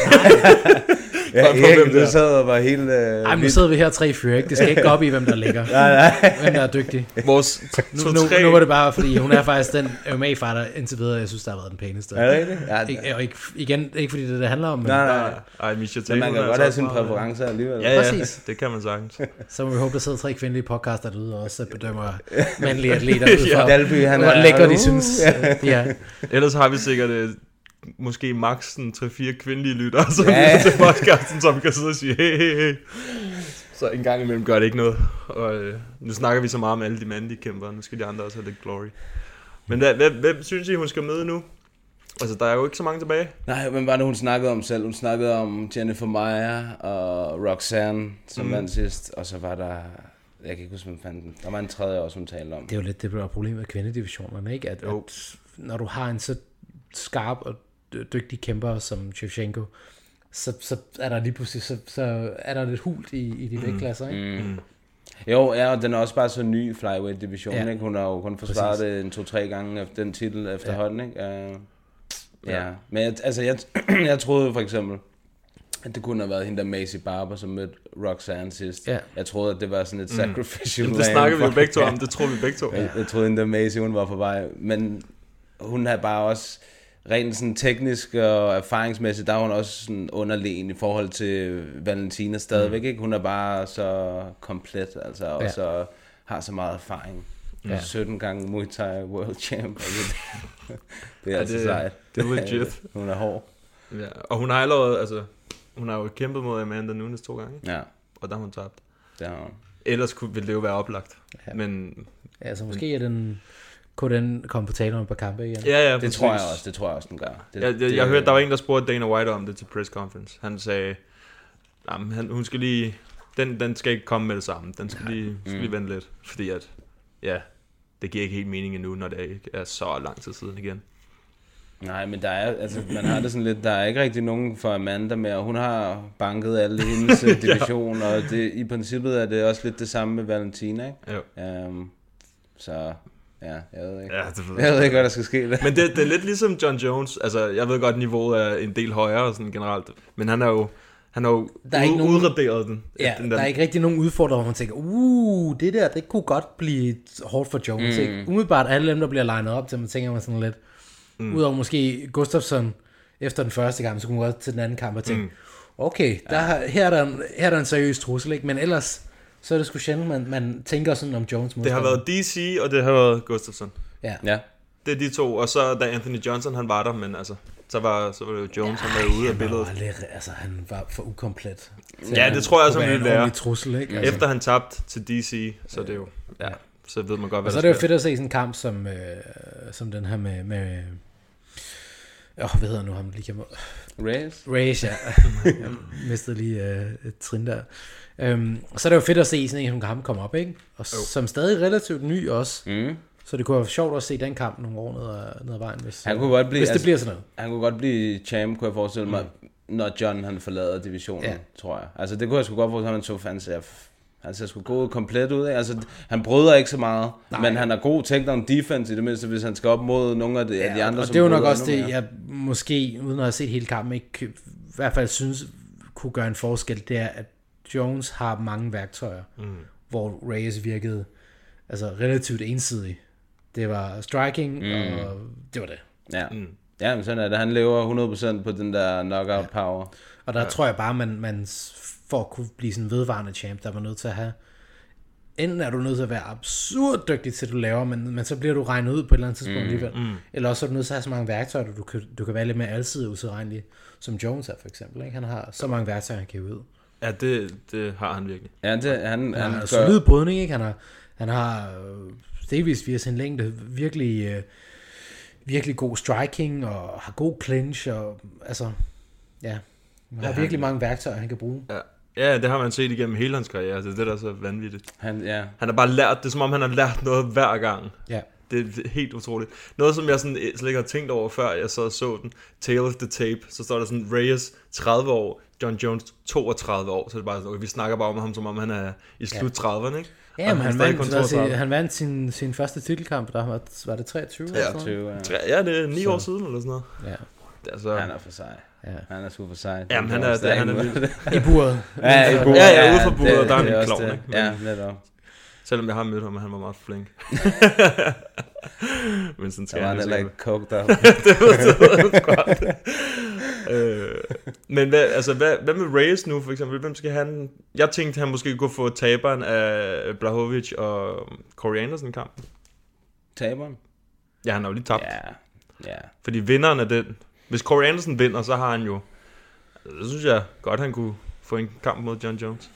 G: Ja,
H: Bare på,
G: Erik,
H: hvem
G: du
H: der-
G: sad og var helt... Uh,
I: Ej, men nu sidder vi her tre fyre, ikke? Det skal ikke gå op i, hvem der ligger.
G: Nej, nej.
I: Hvem der er dygtig.
H: Vores
I: Nu,
H: to,
I: nu,
H: tre...
I: nu var det bare, fordi hun er faktisk den M M A-fighter indtil videre, jeg synes, der har været den pæneste.
G: Er det rigtigt? Ja,
I: Ikke, og ikke, igen, ikke fordi det er det, det handler om, men
G: nej, nej.
H: Ej, Misha
G: Men man
H: Tate,
G: kan
H: hun er
G: godt have
H: altså
G: sine
H: også meget-
G: præferencer alligevel.
H: Ja, ja,
I: Præcis.
H: det kan man sagtens.
I: så må vi håbe, der sidder tre kvindelige podcaster derude og også bedømmer mandlige atleter ud fra,
G: Ja, Dalby, han
I: hvor
G: er-
I: lækker de
G: Uh,
I: synes. Ja.
H: Ellers har vi sikkert øh, måske maks tre fire kvindelige lyttere, som
G: Ja.
H: lytter til podcasten, som kan sidde og sige, hey, hey, hey. Så en gang imellem gør det ikke noget. Og øh, nu snakker vi så meget om alle de mandlige kæmper, nu skal de andre også have lidt glory. Men hvad, hvem, hvem synes I, hun skal møde nu? Altså, der er jo ikke så mange tilbage.
G: Nej, hvem var det, hun snakkede om selv? Hun snakkede om Jennifer Maia og Roxanne, som
H: Mm.
G: vandt sidst. Og så var der... Jeg kan ikke huske, hvem fanden den. Der var en tredje også, hun talte om.
I: Det er jo lidt det, der er problemet med kvindedivisionerne, ikke? At, at når du har en så skarp og dy- dygtig kæmper som Shevchenko, så, så er der lige pludselig så, så er der lidt hult i, i de vægtklasser, ikke?
G: Mm. Jo, ja, og den er også bare så ny i flyweight-division,
I: Ja.
G: ikke? Hun har jo kun forsvaret
I: Præcis.
G: det en to-tre gange efter den titel efterhånden, ikke? Uh, ja.
H: Ja.
G: Men jeg, altså, jeg, jeg troede for eksempel, at det kunne have været hende der Macy Barber, som mødte Roxanne sidst.
I: Ja.
G: Jeg troede, at det var sådan et sacrificial
H: Jamen,
G: lamb
H: det snakker vi jo
G: for-
H: begge to
G: Ja.
H: om, det tror vi begge to.
G: Jeg, jeg troede, at Macy, hun var på vej. Men hun er bare også rent sådan teknisk og erfaringsmæssigt, der er hun også sådan underlegen i forhold til Valentina stadigvæk. Mm. Ikke? Hun er bare så komplet, altså, og
I: Ja.
G: så har så meget erfaring. Ja. sytten gange Muay Thai World Champ. Altså, det, det er altså
H: det-
G: sejt.
H: det er legit.
G: Hun er hård.
H: Ja, og hun har allerede, altså, hun har jo kæmpet mod Amanda Nunes to gange,
G: Ja,
H: og der har hun tabt.
G: det har hun.
H: Ellers kunne, ville det jo være oplagt.
I: Ja.
H: Men
I: Altså måske er den, kunne den komme på tale om et par kampe igen.
H: ja, ja,
G: Det
H: præcis.
G: tror jeg også, det tror jeg også, den gør. Det,
H: Jeg, jeg, jeg hørte, der var en, der spurgte Dana White om det til press conference. Han sagde, jamen, han, hun skal lige, den, den skal ikke komme med det samme. Den skal lige, skal lige vente lidt. Fordi at, ja, det giver ikke helt mening endnu, når det ikke er så lang tid siden igen.
G: Nej, men der er, altså, man har det sådan lidt, der er ikke rigtig nogen for Amanda mere. Hun har banket alle hendes ja. division, og det, i princippet er det også lidt det samme med Valentina, ikke? Jo. Um, så, ja, jeg ved ikke. Ja, det ved jeg ved ikke, hvad der skal ske der.
H: Men det, det er lidt ligesom John Jones. Altså, jeg ved godt, niveauet er en del højere sådan generelt, men han er jo, han har jo
I: der er ikke nogen,
H: udraderet den.
I: Ja,
H: den
I: der er ikke rigtig nogen udfordring, hvor man tænker, uh, det der, det kunne godt blive hårdt for Jones, mm. ikke? Umiddelbart alle dem, der bliver legnet op til, man tænker man sådan lidt, mm. udover måske Gustafsson efter den første kamp, så kunne man godt til den anden kamp og tænke, mm. okay, der, ja. her, er der en, her er der en seriøs trussel, ikke? Men ellers, så er det sgu sjældent, man, man tænker sådan om Jones modstand.
H: Det har været D C, og det har været Gustafsson.
I: Ja.
G: ja.
H: Det er de to, og så da Anthony Johnson, han var der, men altså, så var, så var det jo Jones, ja, han var ude af billedet.
I: Lidt, altså, han var for ukomplet.
H: Ja, det tror jeg også, han ville være.
I: Trussel, ikke? Altså.
H: Efter han tabte til D C, så det er jo, ja, så ved man godt, hvad
I: og så er det jo fedt at se sådan en kamp, som, øh, som den her med, med åh, oh, hvad hedder nu ham lige kan
G: Reyes?
I: Reyes, ja. Jeg mistede lige øh, et trin der. Um, så er det jo fedt at se sådan en som ham komme op, ikke? Og oh. som stadig relativt ny også. Mm. Så det kunne være sjovt at se den kamp nogle år ned ad, ned ad vejen, hvis,
G: han kunne godt blive,
I: hvis det
G: altså,
I: bliver sådan noget.
G: Han kunne godt blive champ, kunne jeg forestille mig, mm. når John han forlader divisionen, ja. tror jeg. Altså det kunne jeg sgu godt forestille mig, at han så fans af. Han ser sgu gå komplet ud af. Altså, han bryder ikke så meget, nej. Men han har god takedown defense i det mindste, hvis han skal op mod nogle af de, ja, af de andre,
I: og
G: som
I: det er jo nok også det, mere. Jeg måske, uden at have set hele kampen, ikke, i hvert fald synes, kunne gøre en forskel, det er, at Jones har mange værktøjer, mm. hvor Reyes virkede altså, relativt ensidig. Det var striking, mm. og det var det.
G: Ja, mm. ja men sådan er det. Han lever hundrede procent på den der knockout ja. power.
I: Og der ja. tror jeg bare, man, man for at kunne blive sådan en vedvarende champ, der var nødt til at have, enten er du nødt til at være absurd dygtig til, at du laver, men, men så bliver du regnet ud på et eller andet tidspunkt mm. alligevel. Mm. Eller også er du nødt til at have så mange værktøjer, at du kan, du kan være lidt mere alsidig utilregnelig, som Jones er for eksempel. Ikke? Han har så mange værktøjer, han kan ud.
H: Ja, det, det har han virkelig.
G: Ja, det, han, han,
I: han har solid brydning, ikke? Han har, han har delvis via sin længde virkelig, øh, virkelig god striking, og har god clinch, og altså, ja, han har ja, virkelig han, mange værktøjer, han kan bruge.
H: Ja. Ja, det har man set igennem hele hans karriere. Det er det, der er så vanvittigt.
G: Han, ja.
H: han har bare lært, det er som om han har lært noget hver gang.
I: Ja.
H: Det er helt utroligt. Noget, som jeg sådan, slet ikke har tænkt over, før jeg så så den. Tale of the Tape. Så står der sådan, Reyes tredive år, John Jones toogtredive år. Så det er bare sådan, okay, vi snakker bare om ham, som om han er i slut trediverne, ikke?
I: Ja, men han, han, vandt, altså, han vandt sin, sin første titelkamp, der var, var det treogtyve?
G: treogtyve,
H: ja. Ja, det er ni så. år siden, eller sådan noget.
G: Ja. Det er så... Han er for sej. Ja. Han er super sej.
H: Jamen, han er, det, han er vild.
I: I buret.
G: Ja, i buret.
H: Ja, ja, ude for buret, det, der er en klovn, ikke?
G: Ja, netop.
H: Selvom jeg har mødt ham, og han var meget flink. Men sådan skal
G: der var
H: han
G: heller ikke kogt op.
H: Det var det godt. øh, men hvad, altså, hvad, hvad med Reyes nu, for eksempel? Hvem skal han... Jeg tænkte, han måske kunne få taberen af Blachowicz og Corey Anderson-kampen.
G: Taberen?
H: Ja, han har jo lige tabt.
G: Ja, ja.
H: Fordi vinderen er den... Hvis Corey Anderson vinder, så har han jo... Altså, det synes jeg godt, han kunne få en kamp mod John Jones.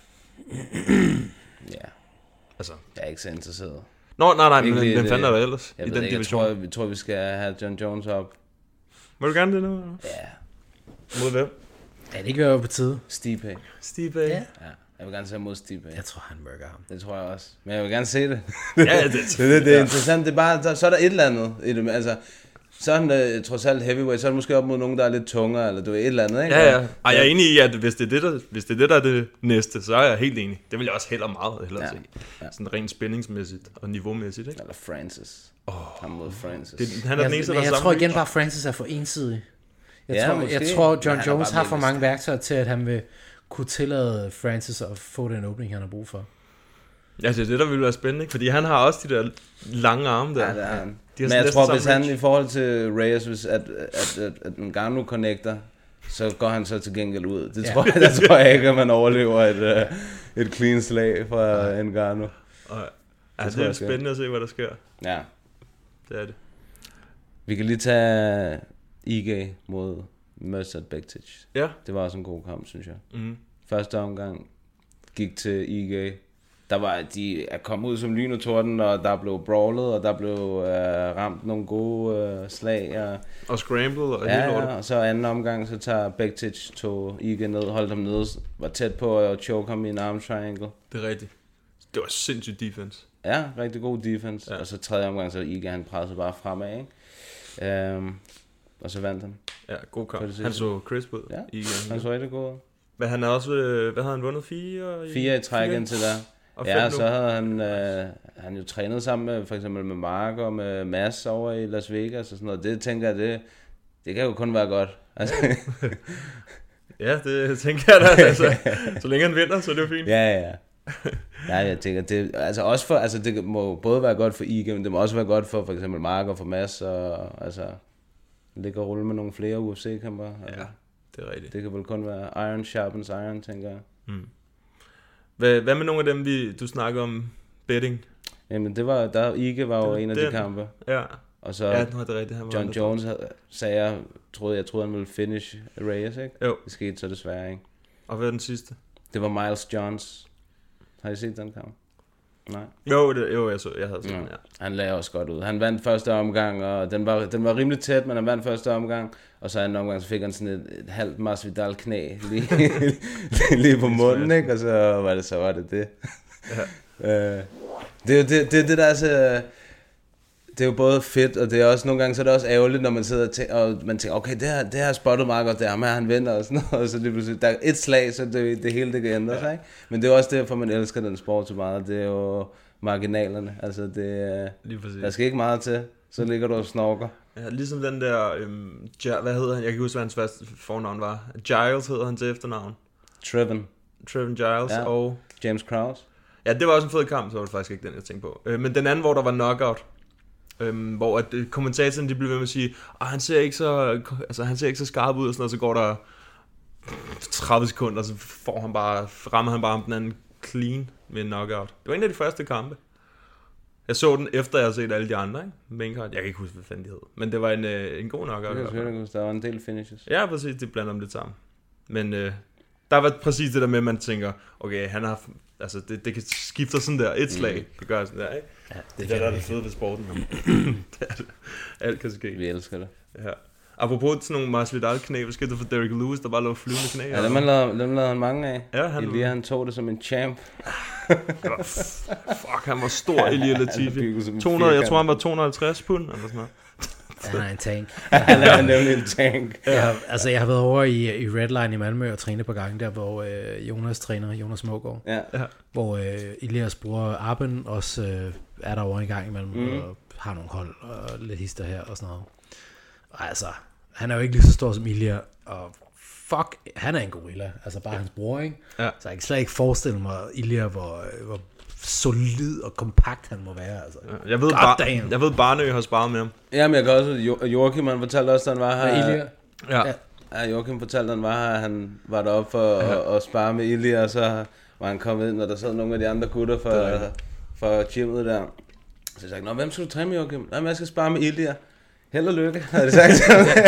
G: Ja.
H: Altså...
G: Jeg er ikke så interesseret.
H: Nå, nej, nej, men hvem fanden er der ellers
G: jeg
H: i den
G: ikke,
H: division?
G: Jeg tror, jeg tror, vi skal have John Jones op.
H: Må du gerne det nu?
G: Ja.
H: Mod hvem?
I: Ja, det ikke være på tide.
G: Stipe.
H: Stipe?
I: Ja.
G: Ja. Jeg vil gerne se mod Stipe.
I: Jeg tror, han mørker ham.
G: Det tror jeg også. Men jeg vil gerne se det.
H: Ja, det,
G: det, det, det er interessant. Det er bare, der, så er der et eller andet i det. Altså, så er han uh, trods alt heavyweight, så er det måske op mod nogen, der er lidt tungere, eller du er et eller andet, ikke?
H: Ja, ja. Og jeg er enig i, at hvis det er det, der, hvis det er, det, der er det næste, så er jeg helt enig. Det vil jeg også hellere meget hellere ja. se. Ja. Sådan rent spændingsmæssigt og niveaumæssigt, ikke?
G: Eller Francis. Oh, ham mod Francis.
H: Det, han er
I: jeg,
H: den eneste,
I: men
H: der
I: jeg tror igen bare, Francis er for ensidig. Jeg, ja, tror, jeg tror, John Jones har for mange værktøjer til, at han vil kunne tillade Francis at få den åbning, han har brug for.
H: Ja, det er det, der vil være spændende, ikke? Fordi han har også de der lange arme der.
G: Ja, det er han. Men jeg tror, hvis han i forhold til Reyes, hvis at, at, at, at Ngannou connecter, så går han så til gengæld ud. Det ja. tror jeg, der tror jeg ikke, at man overlever et, uh, et clean slag fra ja. Ngannou.
H: Ja, det, det er spændende at se, hvad der sker.
G: Ja.
H: Det er det.
G: Vi kan lige tage I G mod Mirsad Bektic.
H: Ja.
G: Det var også en god kamp, synes jeg.
H: Mm.
G: Første omgang gik til I G. Der var, de er kommet ud som lyn og torden, og der blev brawlet, og der blev øh, ramt nogle gode øh, slag. Og,
H: og scrambled og
G: ja,
H: hele lortet.
G: Ja, og så anden omgang, så tager Bektic, tog I G ned, holdt ham nede, var tæt på at choke ham i en arm triangle.
H: Det er rigtigt. Det var sindssygt defense.
G: Ja, rigtig god defense. Ja. Og så tredje omgang, så I G han pressede bare fremad, ikke? Um, Og så vandt han.
H: Ja, god kamp.
G: Så
H: Han så crisp ud.
G: Ja,
H: i,
G: han så rigtig god ud.
H: Men han har også, hvad havde han vundet? Fire? I,
G: fire i træk indtil der.
H: Og
G: ja, så havde han, øh, han jo trænet sammen med, for eksempel med Mark og med Mads over i Las Vegas og sådan noget. Det tænker jeg, det, det kan jo kun være godt. Altså.
H: Ja, det tænker jeg da. Altså, så længe han vinder, så er det jo fint.
G: Ja, ja. Ja, jeg tænker, det, altså også for, altså det må både være godt for Ige, men det må også være godt for for eksempel Mark og for Mads, og altså, ligge og rulle med nogle flere U F C-kamper. Altså,
H: ja, det er rigtigt.
G: Det kan vel kun være iron sharpens iron, tænker jeg.
H: Mm. Hvad, hvad med nogle af dem, vi, du snakker om betting?
G: Jamen, det var, der Ige var jo
H: den,
G: en af
H: den,
G: de kampe.
H: Ja.
G: Og så
H: ja, det rigtigt, han var
G: John Jones havde, sagde, jeg troede, jeg troede, han ville finish Reyes, ikke?
H: Jo.
G: Det skete så desværre, ikke?
H: Og hvad er den sidste?
G: Det var Miles Johns. Har I set den kamp? Nej.
H: Jo, det, jo jeg, så, jeg havde set ja. den, ja.
G: Han lagde også godt ud. Han vandt første omgang, og den var, den var rimelig tæt, men han vandt første omgang. Og så anden omgang, så fik han sådan et, et halvt Masvidal knæ lige, lige på munden, ikke? Og så var det så var det det. Ja. øh, det er jo det, det, det der er så... Det er jo både fedt, og det er også nogle gange, så er det også ærgerligt, når man sidder og, tæ- og man tænker, okay, det her, det her spottet meget godt, det er ham her, han vinder og sådan noget, og så det pludselig, der er et slag, så det, det hele det kan ændre sig, ikke? Men det er også derfor, man elsker den sport så meget, det er jo marginalerne, altså det,
H: lige præcis.
G: Der skal ikke meget til, så ligger du og snorker.
H: Ja, ligesom den der, øhm, hvad hedder han, jeg kan ikke huske, hvad hans første fornavn var, Giles hedder han til efternavn.
G: Trevin.
H: Trevin Giles
G: ja.
H: og...
G: James Krause.
H: Ja, det var også en fed kamp, så var det faktisk ikke den, jeg tænkte på. Øh, men den anden, hvor der var knockout, Øhm, hvor at kommentatorerne de blev ved med at sige, at han ser ikke så, altså han ser ikke så skarp ud og sådan noget, så går der tredive sekunder, og så får han bare, rammer han bare den anden clean med en knockout. Det var en af de første kampe. Jeg så den efter jeg havde set alle de andre, ikke? Maincard. Jeg kan ikke huske hvad fanden de hed, men det var en øh, en god knockout.
G: Det kan jeg huske, der var en del finishes.
H: Ja, præcis, det blander dem lidt sammen. Men øh, der var præcis det der med at man tænker, okay, han har altså det, det kan skifte sådan der et slag, mm. kan gøre sådan der, ikke?
I: Ja, det,
H: det, det er der det fede ved sporten. Det er det. Alt kan ske.
G: Vi elsker det.
H: Ja. Apropos sådan nogle Masvidal-knæ, hvad skete der for Derrick Lewis, der bare lå flyvende knæ?
G: Ja, dem lavede, dem lavede han mange af.
H: Ja, han
G: Elia, han tog det som en champ.
H: Fuck, han var stor, Elia Latifi. to hundrede, jeg tror, han var to hundrede og halvtreds pund, eller sådan noget.
I: Han er en tank.
G: Han er nemlig en tank.
I: Jeg har, altså, jeg har været over i, i Redline i Malmø og trænet på gangen der, hvor øh, Jonas træner, Jonas Smågaard.
G: Ja.
I: Hvor øh, Elias bror Arben også øh, er der over en gang imellem, mm. og har nogle hold og lidt hister her og sådan noget. Og altså, han er jo ikke lige så stor som Elia, og fuck, han er en gorilla. Altså bare hans bror, ikke?
H: Ja.
I: Så jeg kan slet ikke forestille mig, Elia, hvor, hvor solid og kompakt han må være. Altså.
H: Ja, jeg ved, bar- jeg ved Barnø har sparet med ham.
G: Jamen, jeg kan også, jo- Joachim, han fortalte også, at han var her.
I: Ja, Elia.
H: Ja.
G: Ja. Ja, Joachim fortalte, at han var her, han var deroppe for ja. at, at spare med Elia, og så var han kommet ind, og der sad nogle af de andre gutter fra, fra gymmet der. Så jeg sagde, nå, hvem skal du træne med, Joachim? Jamen, jeg skal spare med Elia. Held og lykke, havde det sagt.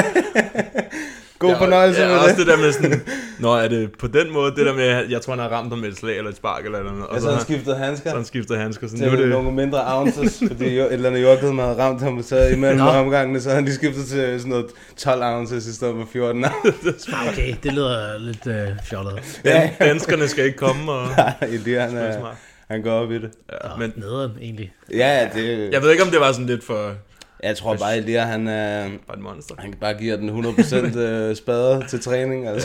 G: God fornøjelse
H: ja,
G: med
H: det.
G: det.
H: Også det der med sådan, nå, er det på den måde, det der med, jeg tror, han har ramt ham med et slag eller et spark eller noget. Og
G: ja, så, så han skiftede handsker.
H: Så han skiftede handsker.
G: Sådan, til nu det nogle mindre ounces, fordi et eller andet Joachim havde ramt ham, og så imellem omgangene, så havde han lige skiftet til sådan noget tolv ounces i stedet for fjorten ounces.
I: Okay, det lyder lidt øh, fjollet.
H: Ja. Danskerne skal ikke komme og...
G: Nej, det han, er, han går op i det.
H: Ja, men
I: nederen egentlig.
G: Ja, det...
H: Jeg ved ikke, om det var sådan lidt for...
G: Jeg tror bare, at Elia, han, øh,
H: bare et monster.
G: Han bare giver den hundrede procent øh, spader til træning. Altså.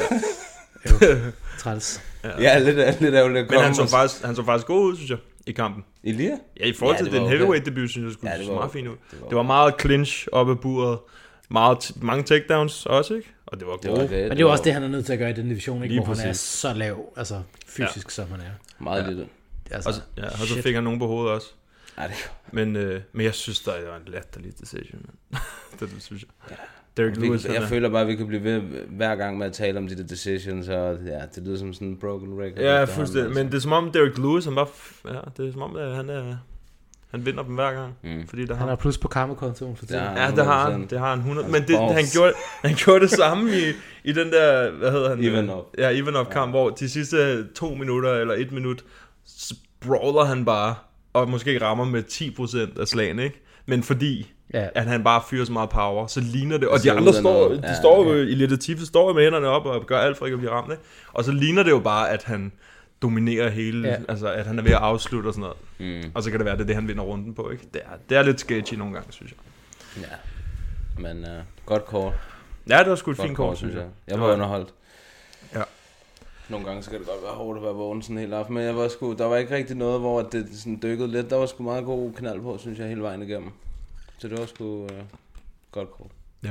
I: Træls.
G: Ja, ja lidt, lidt ærgerligt.
H: Men han så, faktisk, han så faktisk god ud, synes jeg, i kampen.
G: Elia?
H: Ja, i forhold til ja, den okay. heavyweight debut, synes jeg, skulle ja, det var meget fint ud. Det var, det var meget clinch op ad buret. Meget t- mange takedowns også, ikke? Og det var
G: det var
H: gode.
G: det,
I: Men det er jo også det, han er nødt til at gøre i den division, ikke? Hvor
H: præcis.
I: han er så lav, altså fysisk, ja. Som han er.
G: Meget
H: ja.
G: lidt.
H: Altså, og, så, ja, og så fik han nogen på hovedet også.
G: Ja, det
H: men, øh, men jeg synes, der var en latterlig decision. det, det synes jeg. Ja. Derrick
G: Lewis,
H: kan,
G: jeg er... føler bare, at vi kan blive ved hver gang med at tale om de der decisions, og ja, det lyder som sådan en broken record.
H: Ja, fuldstændig. Men det er som om Derrick Lewis, han bare, ja, det er som om, at han er... Han vinder dem hver gang,
G: mm.
H: fordi der
I: han har plus på karmakontoen for tiden.
H: Ja, det har han, det har han hundrede. Men det, han gjorde, han gjorde det samme i, i den der, hvad hedder han?
G: Ivanov.
H: Ja, Ivanov kamp, ja. Hvor de sidste to minutter eller et minut brawler han bare og måske rammer med ti procent af slagene, ikke? Men fordi ja. At han bare fyrer så meget power, så ligner det. Og de andre står, de ja, står jo ja. I lidt tiffe, står med hænderne op og gør alt for ikke at blive ramt, ikke? Og så ligner det jo bare, at han dominerer hele, ja. Altså at han er ved at afslutte og sådan noget. Mm. Og så kan det være, det er det, han vinder runden på, ikke? Det er, det er lidt sketchy nogle gange, synes jeg.
G: Ja, men uh, godt call.
H: Ja, det var sgu et
G: Godt
H: fint
G: kort,
H: kort, synes jeg. Jeg var Ja.
G: underholdt.
H: Ja.
G: Nogle gange så kan det godt være hårdt at være vågen sådan helt aften, men jeg var sgu, der var ikke rigtig noget, hvor det sådan dykkede lidt. Der var sgu meget god knald på, synes jeg, hele vejen igennem. Så det var sgu øh, godt kort.
H: Ja.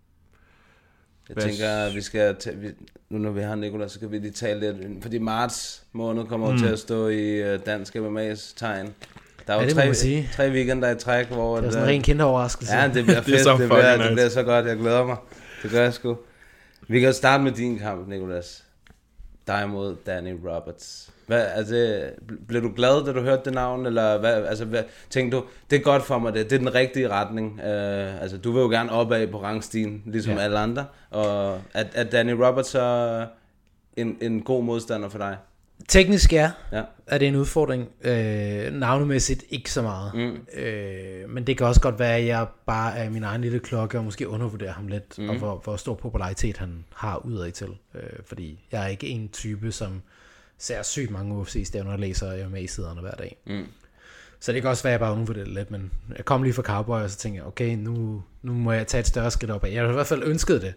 G: Jeg
H: Hvad
G: tænker, at vi skal tage, vi, nu når vi har Nicolas, så kan vi lige tale lidt, fordi marts måned kommer mm. til at stå i uh, dansk M M A's tegn. Der er jo
I: Ja, det må man sige.
G: tre, tre weekender i træk, hvor...
I: Det er sådan en ren kinderoverraskelse.
G: Ja, det bliver
H: Det er
G: fedt,
H: så
G: det, det,
H: fucking
G: bliver,
H: nice.
G: det bliver så godt, jeg glæder mig. Det gør jeg sgu. Vi kan jo starte med din kamp, Nicolas. Dig mod Danny Roberts. Hvad, altså, blev du glad, da du hørte det navn, eller hvad, altså, hvad, tænkte du, det er godt for mig, det, det er den rigtige retning. Uh, altså, du vil jo gerne opad på rangstigen, ligesom ja. alle andre. Og er, er Danny Roberts så en, en god modstander for dig?
I: Teknisk ja,
G: Ja.
I: er det en udfordring. Øh, navnemæssigt ikke så meget.
G: Mm.
I: Øh, men det kan også godt være, at jeg bare er min egen lille klokke, og måske undervurderer ham lidt, mm. og hvor, hvor stor popularitet han har udad til. Øh, fordi jeg er ikke en type, som ser sygt mange U F C-stævner og læser M M A-siderne hver dag. Mm. Så det kan også være, at jeg bare undervurderer lidt, men jeg kom lige fra Cowboy, og så tænkte jeg, okay, nu, nu må jeg tage et større skridt opad. Jeg har i hvert fald ønsket det.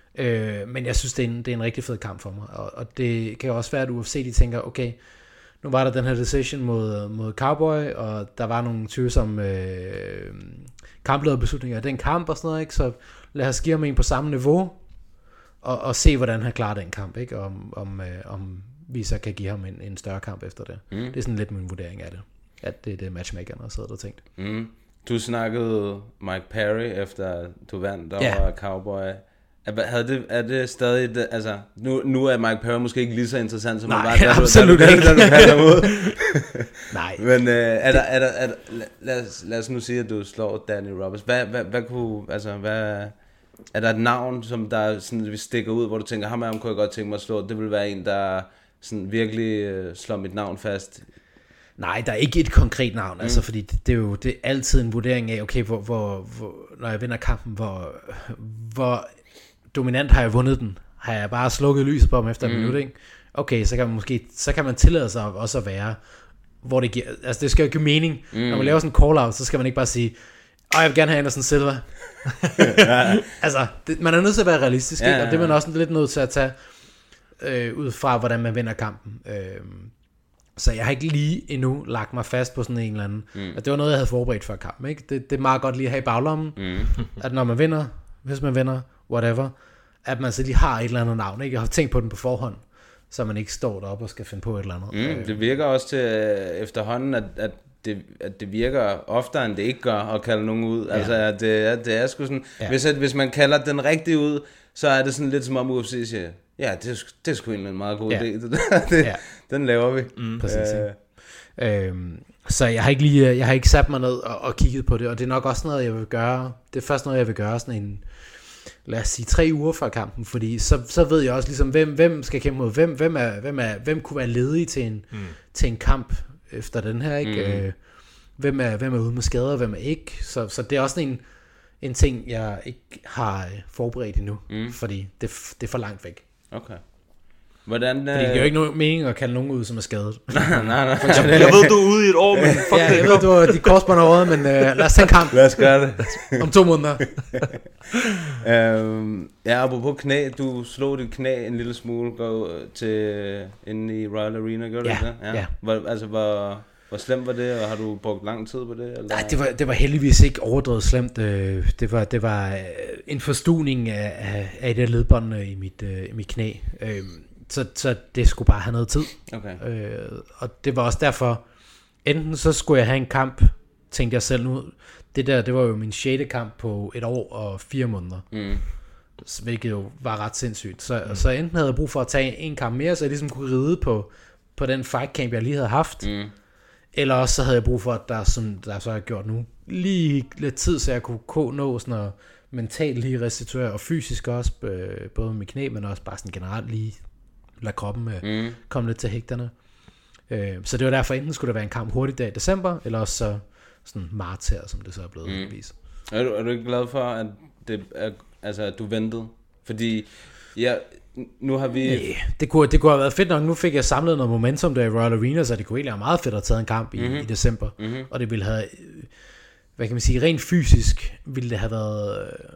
I: Øh, men jeg synes, det er, en, det er en rigtig fed kamp for mig. Og, og det kan også være, at U F C de tænker, okay, nu var der den her decision mod, mod Cowboy, og der var nogle tvivlsomme øh, kamplederbeslutninger af den kamp og sådan noget, ikke? Så lad os give ham en på samme niveau, og, og se, hvordan han klarer den kamp, ikke? Om, om, øh, om vi så kan give ham en, en større kamp efter det. Mm. Det er sådan lidt min vurdering af det. At det er det, matchmakerne har siddet og tænkt.
G: Mm. Du snakkede Mike Perry, efter du vandt over
I: Ja.
G: Cowboy. Er, havde det, er det stadig det, altså nu, nu er Mike Perry måske ikke lige så interessant som
I: Nej,
G: han var, da du,
I: absolut
G: da du,
I: ikke.
G: da du kalder ham ud.
I: Nej.
G: Men øh, er der, er der, er der, lad, os, lad os nu sige, at du slår Danny Roberts. Hvad, hvad, hvad kunne, altså hvad, er der et navn, som der sådan, vi stikker ud, hvor du tænker, ham, ham kunne jeg godt tænke mig at slå. Det vil være en, der sådan virkelig øh, slår mit navn fast.
I: Nej, der er ikke et konkret navn, mm. altså, fordi det, det er jo det er altid en vurdering af, okay, hvor, hvor, hvor, når jeg vinder kampen, hvor, hvor dominant har jeg vundet den? Har jeg bare slukket lyset på ham efter mm. en minut, ikke? Okay, så kan man måske, så kan man tillade sig også at være, hvor det giver, altså det skal jo give mening. Mm. Når man laver sådan en call-out, så skal man ikke bare sige, åh, jeg vil gerne have Anderson Silva. ja. Altså, det, man er nødt til at være realistisk, ja, ikke? Og det er man også lidt nødt til at tage øh, ud fra, hvordan man vinder kampen. Øh, Så jeg har ikke lige endnu lagt mig fast på sådan en eller anden. Mm. Og det var noget, jeg havde forberedt før kampen, ikke? Det, det er meget godt lige at have i baglommen, mm. at når man vinder, hvis man vinder, whatever, at man så lige har et eller andet navn, ikke? Jeg har tænkt på den på forhånd, så man ikke står deroppe og skal finde på et eller andet.
G: Mm, det virker også til efterhånden, at, at, det, at det virker oftere, end det ikke gør, at kalde nogen ud. Ja. Altså, at det, at det er sgu sådan, ja. hvis, at, hvis man kalder den rigtige ud, så er det sådan lidt som om U F C siger, ja, det er, det er sgu egentlig en meget god ja. idé. det, ja. Den laver vi.
I: Mm. Præcis. Øh. Øhm, så jeg har ikke lige, jeg har ikke sat mig ned og, og kigget på det, og det er nok også noget, jeg vil gøre. Det er først noget, jeg vil gøre sådan en, lad os sige, tre uger før kampen, fordi så, så ved jeg også ligesom, hvem, hvem skal kæmpe mod hvem, hvem, er, hvem, er, hvem kunne være ledig til en, mm. til en kamp efter den her, ikke? Mm. Øh, hvem, er, hvem er ude med skader, hvem er ikke. Så, så det er også en, en ting, jeg ikke har forberedt endnu, mm. fordi det, det er for langt væk.
G: Okay. Hvordan,
I: fordi det giver jo ikke nogen mening at kalde nogen ud, som er skadet.
G: nej, nej.
H: Jeg, jeg ved, du er ude i et år, men fuck
I: ja,
H: det.
I: Jeg ved, du er de korsbånd over, men uh, lad os tage en kamp.
G: Lad os gøre det.
I: Om to måneder.
G: øhm, ja, apropos knæ, du slog dit knæ en lille smule gå til inde i Royal Arena, gjorde
I: ja,
G: du det? Ja.
I: ja.
G: Hvor, altså, hvor, hvor slemt var det, og har du brugt lang tid på det? Eller?
I: Nej, det var, det var heldigvis ikke overdrevet slemt. Det var, det var en forstuning af, af, af et af ledbåndene i mit, i mit knæ. Så, så det skulle bare have noget tid.
G: Okay.
I: Øh, og det var også derfor, enten så skulle jeg have en kamp, tænkte jeg selv nu. Det der, det var jo min sjette kamp på et år og fire måneder. Mm. Hvilket jo var ret sindssygt. Så, mm. så enten havde jeg brug for at tage en kamp mere, så jeg ligesom kunne ride på, på den fight camp, jeg lige havde haft. Mm. Eller også så havde jeg brug for, at der, sådan, der så har gjort nu lige lidt tid, så jeg kunne nå sådan at mentalt lige restituere, og fysisk også, øh, både med knæ, men også bare sådan generelt lige lade kroppen øh, mm. komme lidt til hægterne. Øh, så det var derfor, enten skulle det være en kamp hurtigt der i december, eller også så sådan marts her, som det så er blevet. Mm.
G: Er, du, er du ikke glad for, at, det er, altså, at du ventede? Fordi ja, nu har vi...
I: Nej, det kunne, det kunne have været fedt nok. Nu fik jeg samlet noget momentum der i Royal Arena, så det kunne egentlig have meget fedt at tage en kamp i, mm-hmm. i december. Mm-hmm. Og det ville have, hvad kan man sige, rent fysisk ville det have været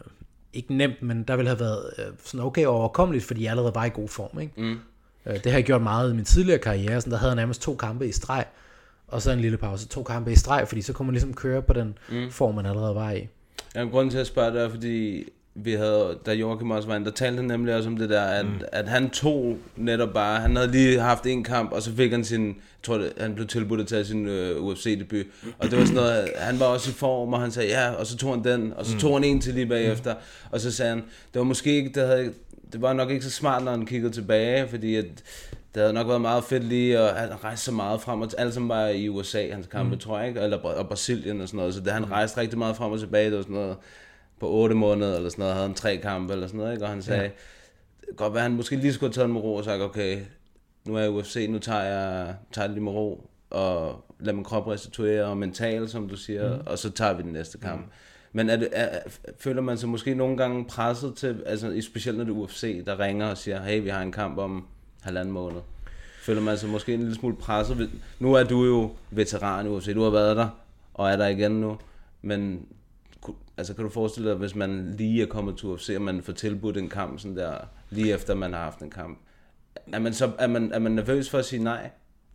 I: ikke nemt, men der ville have været øh, sådan okay overkommeligt, fordi jeg allerede var i god form, ikke? Mm. Øh, det har jeg gjort meget i min tidligere karriere, sådan der havde jeg nærmest to kampe i streg, og så en lille pause, to kampe i streg, fordi så kunne man ligesom køre på den mm. form, man allerede var i.
G: Ja, grunden til at spørge det er, fordi vi havde, da Joachim også var inde, der talte han nemlig også om det der, at, mm. at han tog netop bare, han havde lige haft en kamp, og så fik han sin, jeg tror det, han blev tilbudt til sin uh, U F C-debut, og det var sådan noget, han var også i form, og han sagde ja, og så tog han den, og så tog han en til lige bagefter, mm. og så sagde han, det var måske ikke, det, havde, det var nok ikke så smart, når han kiggede tilbage, fordi at, det havde nok været meget fedt lige, og han rejste så meget frem, og alle som var i U S A, hans kampe, mm. tror jeg ikke, eller og Brasilien og sådan noget, så det, han rejste rigtig meget frem og tilbage, det var sådan noget, på otte måneder eller sådan noget, havde han tre kampe eller sådan noget, ikke? Og han sagde, ja. godt være han måske lige skulle have taget med ro og sagt, okay, nu er jeg i U F C, nu tager jeg, tager jeg lige med ro, og lader min krop restituere, og mental, som du siger, mm. og så tager vi den næste kamp. Mm. Men er det, er, føler man sig måske nogle gange presset til, altså specielt når det er U F C, der ringer og siger, hey, vi har en kamp om halvanden måned. Føler man sig måske en lille smule presset? Nu er du jo veteran i U F C, du har været der, og er der igen nu, men altså kan du forestille dig, hvis man lige er kommet til U F C, og man får tilbudt en kamp sådan der, lige efter man har haft en kamp, er man så er man, er man nervøs for at sige nej?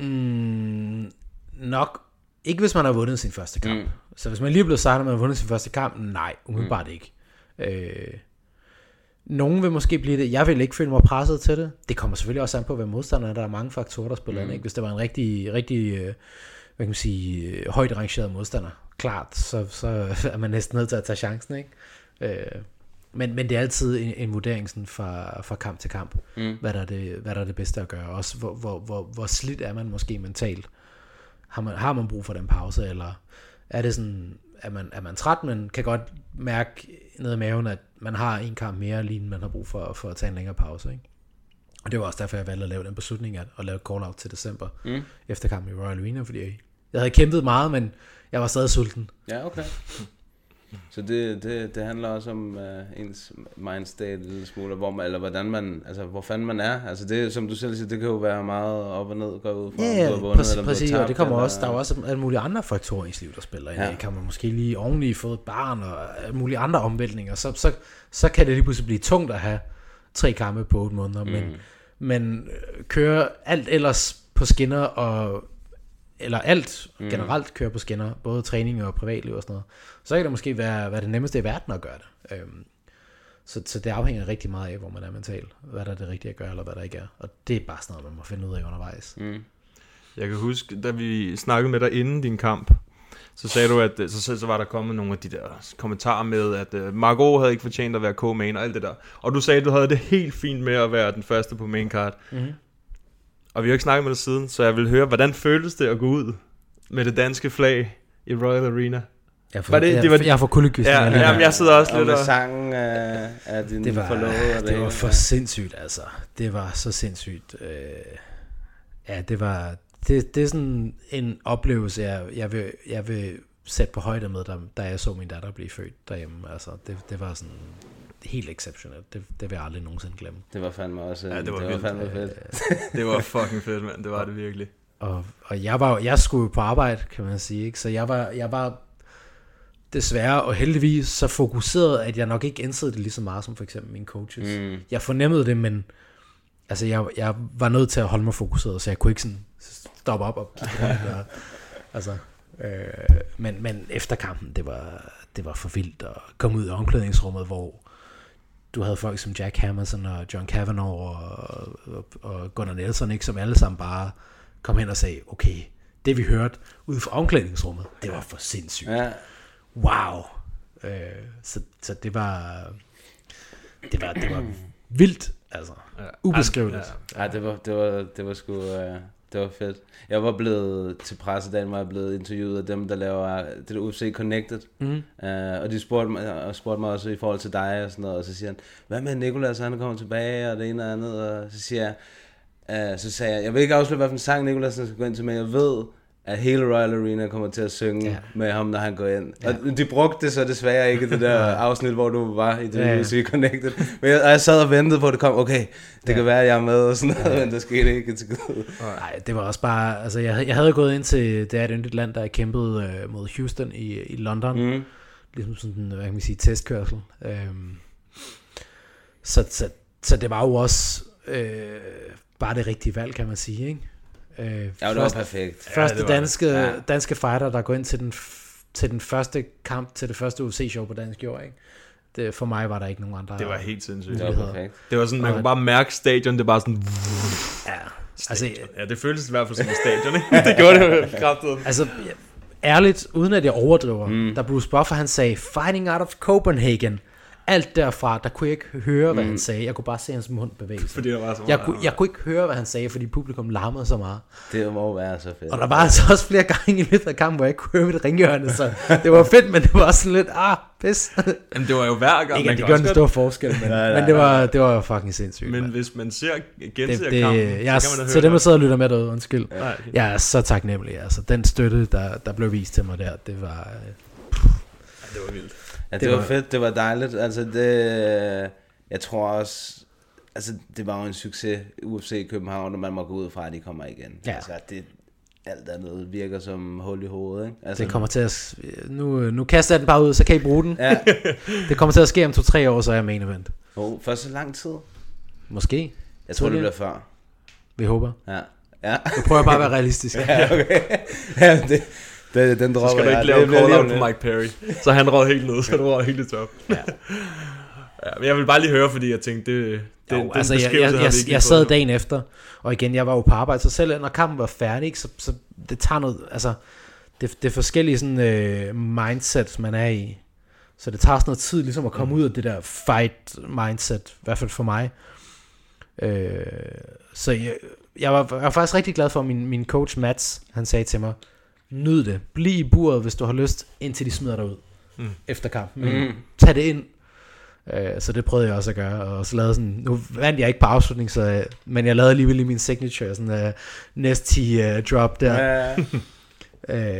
I: Mm, nok ikke, hvis man har vundet sin første kamp. Mm. Så hvis man lige er blevet sejret, og man har vundet sin første kamp, nej, umiddelbart mm. ikke. Øh, nogen vil måske blive det. Jeg vil ikke føle mig presset til det. Det kommer selvfølgelig også an på, hvad modstanderne er. Der er mange faktorer, der spiller mm. ind, ikke? Hvis det var en rigtig, rigtig hvad kan man sige, højt rangeret modstander, klart, så, så er man næsten nødt til at tage chancen, ikke? Øh, men, men det er altid en, en vurdering sådan fra, fra kamp til kamp, mm. hvad, der er det, hvad der er det bedste at gøre. Også hvor, hvor, hvor, hvor slidt er man måske mentalt. Har man, har man brug for den pause, eller er det sådan, at man, er man træt, men kan godt mærke ned i maven, at man har en kamp mere, lige man har brug for, for at tage en længere pause, ikke? Og det var også derfor, jeg valgte at lave den beslutning, at, at lave call-out til december, mm. efter kampen i Royal Arena, fordi jeg, jeg havde kæmpet meget, men jeg var stadig sulten.
G: Ja, okay. Så det, det, det handler også om uh, ens mindstate en lille smule, hvor man, eller hvordan man, altså hvor fanden man er. Altså det, som du selv siger, det kan jo være meget op og ned, går ud fra,
I: ja,
G: om du har vundet,
I: præcis,
G: eller
I: præcis,
G: tabt,
I: og det kommer
G: eller...
I: også, der er også alle mulige andre faktorer i livet, der spiller ind. Ja. Kan man måske lige oveni få et barn, og alle mulige andre omvæltninger, så, så, så kan det lige pludselig blive tungt at have tre kampe på otte måneder, mm. men, men køre alt ellers på skinner, og eller alt mm. generelt kører på skinner, både træning og privatliv og sådan noget, så kan det måske være, være det nemmeste i verden at gøre det. Øhm, så, så det afhænger rigtig meget af, hvor man er mentalt, hvad der er det rigtige at gøre, eller hvad der ikke er. Og det er bare sådan noget, man må finde ud af undervejs.
H: Mm. Jeg kan huske, da vi snakkede med dig inden din kamp, så sagde du, at så, så var der kommet nogle af de der kommentarer med, at uh, Margot havde ikke fortjent at være co-main og alt det der. Og du sagde, at du havde det helt fint med at være den første på main card. Mm-hmm. Og vi har ikke snakket med dig siden, så jeg vil høre, hvordan føltes det at gå ud med det danske flag i Royal Arena?
I: Jeg får, var det, jeg, det var, jeg får kuldegysning.
H: Ja, ja, jeg sidder også
G: og
H: lidt
G: og... med sangen af, af din det var, forlovede.
I: Det, det var for sindssygt, altså. Det var så sindssygt. Øh, ja, det var... Det, det er sådan en oplevelse, jeg, jeg, vil, jeg vil sætte på højde med, da, da jeg så min datter blive født derhjemme. Altså, det, det var sådan... helt exceptionelt. Det, det vil jeg aldrig nogensinde glemme.
G: Det var fandme også...
H: Ja, det var,
G: det var fandme fedt.
H: Det var fucking fedt, mand. Det var det virkelig.
I: Og, og jeg var jeg skulle jo på arbejde, kan man sige, ikke? Så jeg var, jeg var desværre og heldigvis så fokuseret, at jeg nok ikke indsede det lige så meget som for eksempel mine coaches. Mm. Jeg fornemmede det, men altså jeg, jeg var nødt til at holde mig fokuseret, så jeg kunne ikke sådan stoppe op og kigge der. Altså, øh, men, men efter kampen, det var, det var for vildt at komme ud i omklædningsrummet, hvor du havde folk som Jack Hammerson og John Kavanagh og, og, og Gunnar Nelson, ikke, som alle sammen bare kom hen og sagde, okay, det vi hørte ude fra omklædningsrummet, det var for sindssygt. Ja. Wow. Øh, så, så det var det var, det var vildt, altså. Ja. Ubeskriveligt.
G: Ja, ja det, var, det, var, det var sgu... Uh... Det var fedt. Jeg var blevet til pressedagen, var jeg blevet interviewet af dem, der laver det der U F C Connected. Mm. Uh, og de spurgte mig, og spurgte mig også i forhold til dig og sådan noget. Og så siger han, hvad med Nicolas, han er kommet tilbage, og det ene og andet. Og så siger jeg, uh, så sagde jeg, jeg vil ikke afsløre, hvad for en sang Nicolas skal gå ind til, men jeg ved, at hele Royal Arena kommer til at synge ja. med ham, når han går ind. Ja. Og de brugte det så desværre ikke, det der afsnit, hvor du var i det ja. U F C Connected. Men jeg, og jeg sad og ventede på, at det kom, okay, det ja. kan være, at jeg er med, og sådan noget, ja. men der skete ikke til Gud.
I: Nej, det var også bare, altså jeg, jeg havde gået ind til, det er et yndigt land, der er kæmpet øh, mod Houston i, i London. Mm. Ligesom sådan, hvad kan man sige, testkørsel. Øhm, så, så, så det var jo også øh, bare det rigtige valg, kan man sige, ikke? Øh,
G: ja, det
I: først,
G: var perfekt.
I: Første
H: ja, var,
I: danske,
G: ja.
I: danske fighter, der går ind til den, til den første kamp, til det første U F C-show på dansk jord, ikke? Det, for mig var der ikke nogen andre.
H: Det var helt sindssygt.
G: Det var perfekt.
H: Det var sådan, man kunne bare mærke stadion, det var bare sådan...
I: Ja, altså,
H: ja, det føltes i hvert fald som en stadion, ikke? Det gjorde det jo kraftigt.
I: Altså, ærligt, uden at jeg overdriver, mm. da Bruce Buffer, han sagde, fighting out of Copenhagen, alt derfra, der kunne jeg ikke høre, hvad mm. han sagde. Jeg kunne bare se hans mund bevæge sig.
H: Fordi der var så meget.
I: Jeg kunne, jeg kunne ikke høre, hvad han sagde, fordi publikum larmede så meget.
G: Det må være så fedt.
I: Og der var altså også flere gange i løbet af kampen, hvor jeg ikke kunne høre mit ringhjørne, så det var fedt, men det var også sådan lidt, ah, pis.
H: Jamen, det var jo hver gang.
I: Ikke, at det gør en stor forskel, men, nej, nej, men det, var, det var fucking sindssygt.
H: Men
I: man.
H: hvis man ser, genser
I: det, det,
H: kampen,
I: jeg,
H: så kan man da
I: til
H: høre
I: dem, der sidder og lytter med derude, undskyld.
H: Ja.
I: Jeg er så taknemmelig, altså. Den støtte, der, der blev vist til mig der, det var...
H: Ja, det var vildt.
G: Ja, det, det var, var fedt, det var dejligt. Altså det, jeg tror også, altså det var jo en succes U F C i København, og man må gå ud fra, at de kommer igen.
I: Ja.
G: Altså det, alt andet virker som hul i hovedet, ikke? Altså,
I: det kommer til at, nu, nu kaster jeg den bare ud, så kan I bruge den.
G: Ja.
I: Det kommer til at ske om to-tre år, så er jeg main event.
G: Oh, først så lang tid?
I: Måske.
G: Jeg tror, det bliver før.
I: Vi håber.
G: Ja. Ja.
I: Nu prøver jeg bare at være realistisk.
G: Ja, okay. Ja, det... Det, den
H: så skal du ikke lave call-out på Mike Perry. Så han råd helt ned, så du råd helt i top. Ja. Ja, men jeg vil bare lige høre, fordi jeg tænkte, det, det,
I: jo,
H: den
I: altså, jeg, jeg, jeg, jeg sad dagen efter, og igen, jeg var jo på arbejde, så selv når kampen var færdig, så, så det tager noget, altså, det, det er forskellige sådan, øh, mindset, man er i. Så det tager sådan noget tid, ligesom at komme mm. ud af det der fight mindset, i hvert fald for mig. Øh, så jeg, jeg, var, jeg var faktisk rigtig glad for, at min, min coach Mats, han sagde til mig, nyd det. Bliv i buret, hvis du har lyst, indtil de smider dig ud mm. efter kampen. Mm. Tag det ind. Uh, så det prøvede jeg også at gøre. Og så lavede sådan, nu vandt jeg ikke på afslutning, så, uh, men jeg lavede alligevel i min signature, sådan uh, næste uh, drop der. uh,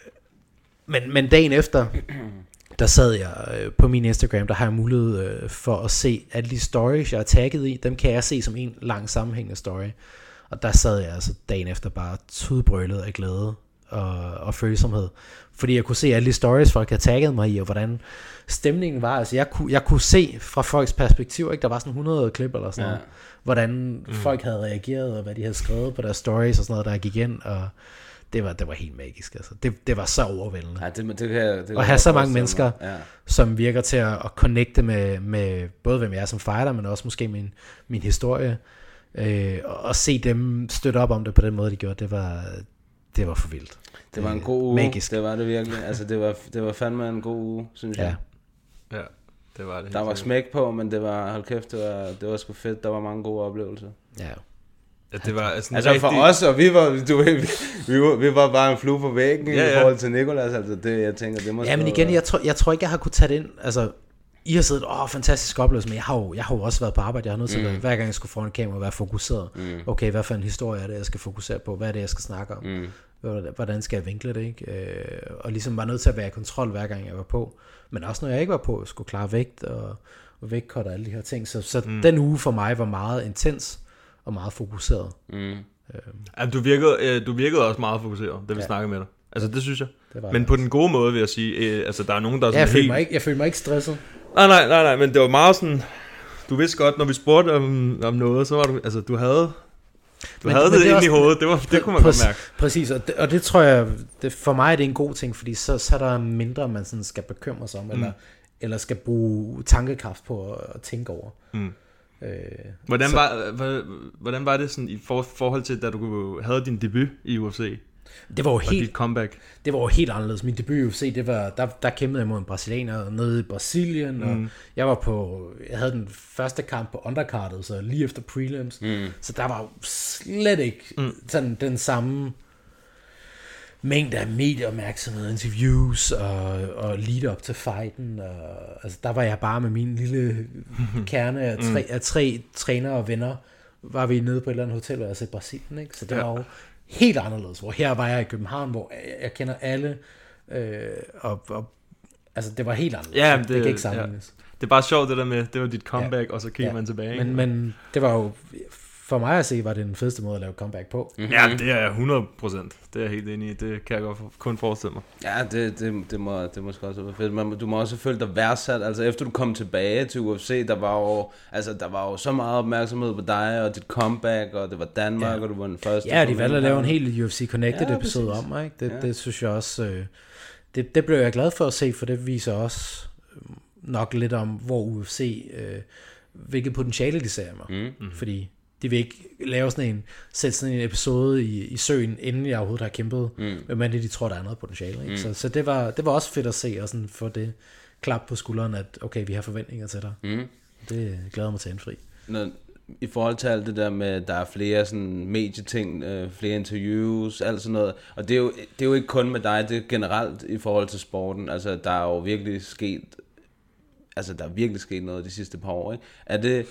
I: men, men dagen efter, der sad jeg uh, på min Instagram, der har jeg mulighed uh, for at se alle de stories, jeg er tagget i. Dem kan jeg se som en lang sammenhængende story. Og der sad jeg altså dagen efter bare tudbrølet af glæde og, og følsomhed, fordi jeg kunne se alle de stories folk havde tagget mig i, og hvordan stemningen var. Altså jeg kunne, jeg kunne se fra folks perspektiv, ikke? Der var sådan hundrede klip eller sådan ja. noget, hvordan mm. folk havde reageret, og hvad de havde skrevet på deres stories og sådan noget, der gik ind, og det var, det var helt magisk. Altså. Det, det var så overvældende.
G: Ja, det, det kan jeg, det kan
I: at have så mange mennesker,
G: ja.
I: som virker til at, at connecte med, med både hvem jeg er som fighter, men også måske min, min historie, øh, og se dem støtte op om det på den måde, de gjorde, det var, det var for vildt.
G: Det var en god uge.
I: Magisk.
G: Det var det virkelig. Altså det var, det var fandme en god uge, synes
I: ja.
G: jeg.
H: Ja, det var det.
G: Der var smæk på, men det var, hold kæft, det var, det var sgu fedt. Der var mange gode oplevelser.
I: Ja.
H: Ja, det var altså,
G: altså
H: rigtig...
G: for os, og vi var, du ved, vi, vi, var, vi var bare en flue på væggen ja, ja. i forhold til Nicolas. Altså det, jeg tænker, det må.
I: Ja, men igen, jeg tror, jeg tror ikke, jeg har kunne tage det ind. Altså, I har siddet, åh, fantastisk oplevelse, men jeg har jo, jeg har jo også været på arbejde. Jeg har nødt til, mm. hver gang jeg skulle foran et kamera, være fokuseret. Mm. Okay, hvad for en historie er det, jeg skal fokusere på? Hvad er det, jeg skal snakke om? Mm. Hvordan skal jeg vinkle det, ikke? Øh, og ligesom var nødt til at være i kontrol, hver gang jeg var på. Men også når jeg ikke var på, jeg skulle klare vægt og, og vægtkort og alle de her ting. Så, så mm. den uge for mig var meget intens og meget fokuseret. Mm. Øhm.
H: Ja, du, virkede, du virkede også meget fokuseret, da vi ja. snakkede med dig. Altså det synes jeg. Det men på den gode måde vil jeg sige, øh, altså der er nogen, der er
I: ja,
H: sådan
I: jeg
H: helt...
I: Mig ikke, jeg følte mig ikke stresset.
H: Nej, nej, nej, nej, men det var meget sådan... Du vidste godt, når vi spurgte om, om noget, så var du... Altså du havde... Du men, havde men det, det inde også, i hovedet, det, var, det kunne man præ- godt mærke.
I: Præcis, og det, og det tror jeg, det, for mig er det en god ting, fordi så, så er der mindre, man sådan skal bekymre sig om, mm. eller, eller skal bruge tankekraft på at, at tænke over. Mm. Øh,
H: hvordan, var, hvordan var det sådan i for, forhold til, da du havde din debut i U F C?
I: Det var jo helt,
H: dit comeback.
I: Det var jo helt anderledes. Min debut i U F C, det var, der, der kæmpede jeg mod en brasilianer nede i Brasilien, mm. og jeg var på, jeg havde den første kamp på undercardet, så lige efter prelims, mm. så der var jo slet ikke mm. sådan den samme mængde af medieopmærksomhed, interviews og, og lead up til fighten, og, altså der var jeg bare med min lille kerne af tre, mm. af tre trænere og venner, var vi nede på et eller andet hotel, altså i Brasilien, ikke? Så det ja. var jo helt anderledes, hvor her var jeg i København, hvor jeg, jeg kender alle, øh, og, og altså det var helt anderledes,
H: ja,
I: det, det kan ikke sammenlignes.
H: Ja. Det er bare sjovt det der med, det var dit comeback, ja. og så kigger ja. man tilbage.
I: Men, men det var jo for mig at se, var det den fedeste måde at lave comeback på.
H: Mm-hmm. Ja, det er hundrede procent. Det er jeg helt enig i. Det kan jeg godt kun forestille mig.
G: Ja, det, det, det, må, det må også være fedt. Men du må også føle dig værdsat. Altså efter du kom tilbage til U F C, der var jo, altså, der var jo så meget opmærksomhed på dig og dit comeback, og det var Danmark, ja. Og du var den første.
I: Ja, de valgte at lave en helt U F C Connected ja, episode om mig. Ikke? Det, ja. det synes jeg også, øh, det, det blev jeg glad for at se, for det viser også nok lidt om, hvor U F C, øh, hvilket potentiale de ser mig. Mm. Mm. Fordi de vil ikke lave sådan en, sætte sådan en episode i, i søen, inden jeg overhovedet har kæmpet, mm. men det de tror, der er noget potentiale. Ikke? Mm. Så, så det, var, det var også fedt at se, og sådan få det klap på skulderen, at okay, vi har forventninger til dig. Mm. Det glæder mig til at indfri.
G: Når, i forhold til alt det der med, der er flere sådan medieting, øh, flere interviews, alt sådan noget, og det er, jo, det er jo ikke kun med dig, det er generelt i forhold til sporten, altså der er jo virkelig sket, altså der er virkelig sket noget de sidste par år, ikke? Er det...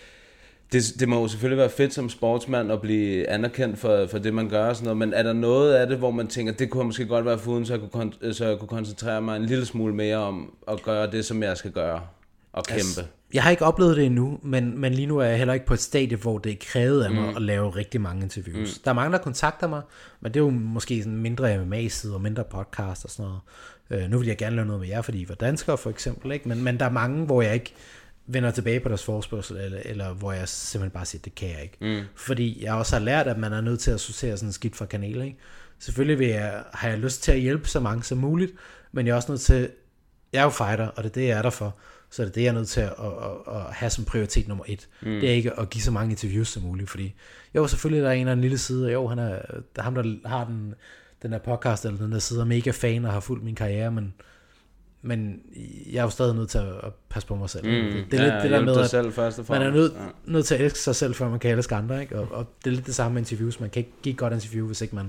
G: Det, det må jo selvfølgelig være fedt som sportsmand at blive anerkendt for, for det, man gør og sådan noget, men er der noget af det, hvor man tænker, det kunne måske godt være foruden, så jeg kunne, så jeg kunne koncentrere mig en lille smule mere om at gøre det, som jeg skal gøre, og kæmpe? Altså,
I: jeg har ikke oplevet det endnu, men, men lige nu er jeg heller ikke på et stadie, hvor det er krævet af mig mm. at lave rigtig mange interviews. Mm. Der er mange, der kontakter mig, men det er jo måske sådan mindre M M A-side og mindre podcast og sådan noget. Uh, nu vil jeg gerne lave noget med jer, fordi I var danskere for eksempel, ikke? Men, men der er mange, hvor jeg ikke vender tilbage på deres forespørgsel, eller, eller hvor jeg simpelthen bare siger, det kan jeg ikke. Mm. Fordi jeg også har lært, at man er nødt til at sortere sådan skidt fra kanaler, ikke? Selvfølgelig vil jeg, har jeg lyst til at hjælpe så mange som muligt, men jeg er også nødt til, jeg er jo fighter, og det er det, jeg er der for, så det er det, jeg er nødt til at, at, at, at have som prioritet nummer et. Mm. Det er ikke at give så mange interviews som muligt, fordi jo, selvfølgelig der er en af en lille side, og jo, han er, der er ham, der har den, den der podcast, eller den der side, er mega fan og har fulgt min karriere, men men jeg er jo stadig nødt til at passe på mig selv. Mm, det, det er
G: ja,
I: lidt det der med, at
G: selv først og
I: man er nødt, ja. nødt til at elske sig selv, før man kan elske andre. Ikke? Og, og det er lidt det samme med interviews. Man kan ikke give et godt interview, hvis ikke man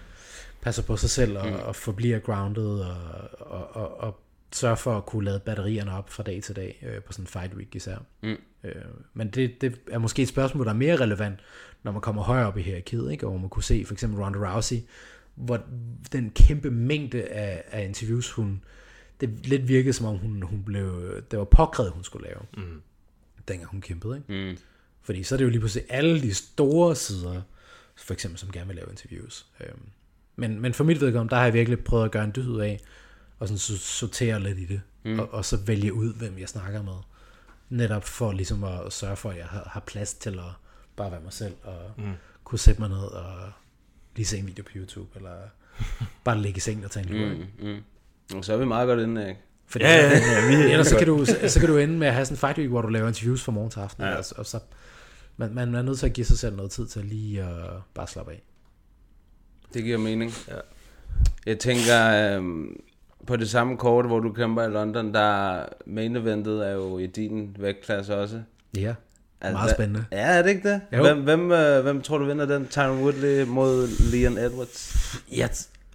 I: passer på sig selv og, mm. og forbliver grounded og, og, og, og sørger for at kunne lade batterierne op fra dag til dag øh, på sådan en fight week især. Mm. Øh, men det, det er måske et spørgsmål, der er mere relevant, når man kommer højere op i hierarkiet, ikke? Og hvor man kunne se for eksempel Ronda Rousey, hvor den kæmpe mængde af, af interviews, hun det lidt virkede som om hun, hun blev, det var påkrævet hun skulle lave, mm. dengang hun kæmpede, ikke? Mm. Fordi så er det jo lige pludselig alle de store sider, for eksempel som gerne vil lave interviews. Øhm, men, men for mit vedkommende, der har jeg virkelig prøvet at gøre en dyd ud af, og sådan sortere lidt i det, mm. og, og så vælge ud, hvem jeg snakker med. Netop for ligesom at sørge for, at jeg har, har plads til at bare være mig selv, og mm. kunne sætte mig ned og lige se en video på YouTube, eller bare ligge i sengen og tage en lur, ikke?
G: Mm. Mm. Så er vi meget godt inde, ikke?
I: Fordi, ja, ja, ja, vi ellers så kan, du, så, så kan du ende med at have sådan en fight week, hvor du laver interviews fra morgen til aften. Ja. Og, og så, man, man er nødt til at give sig selv noget tid til lige at bare slappe af.
G: Det giver mening. Ja. Jeg tænker, øhm, på det samme kort, hvor du kæmper i London, der main eventet er jo i din vægtklasse også.
I: Ja, altså, meget spændende.
G: Ja, er det ikke det? Hvem, hvem, øh, hvem tror du vinder den? Tyron Woodley mod Leon Edwards?
I: Ja,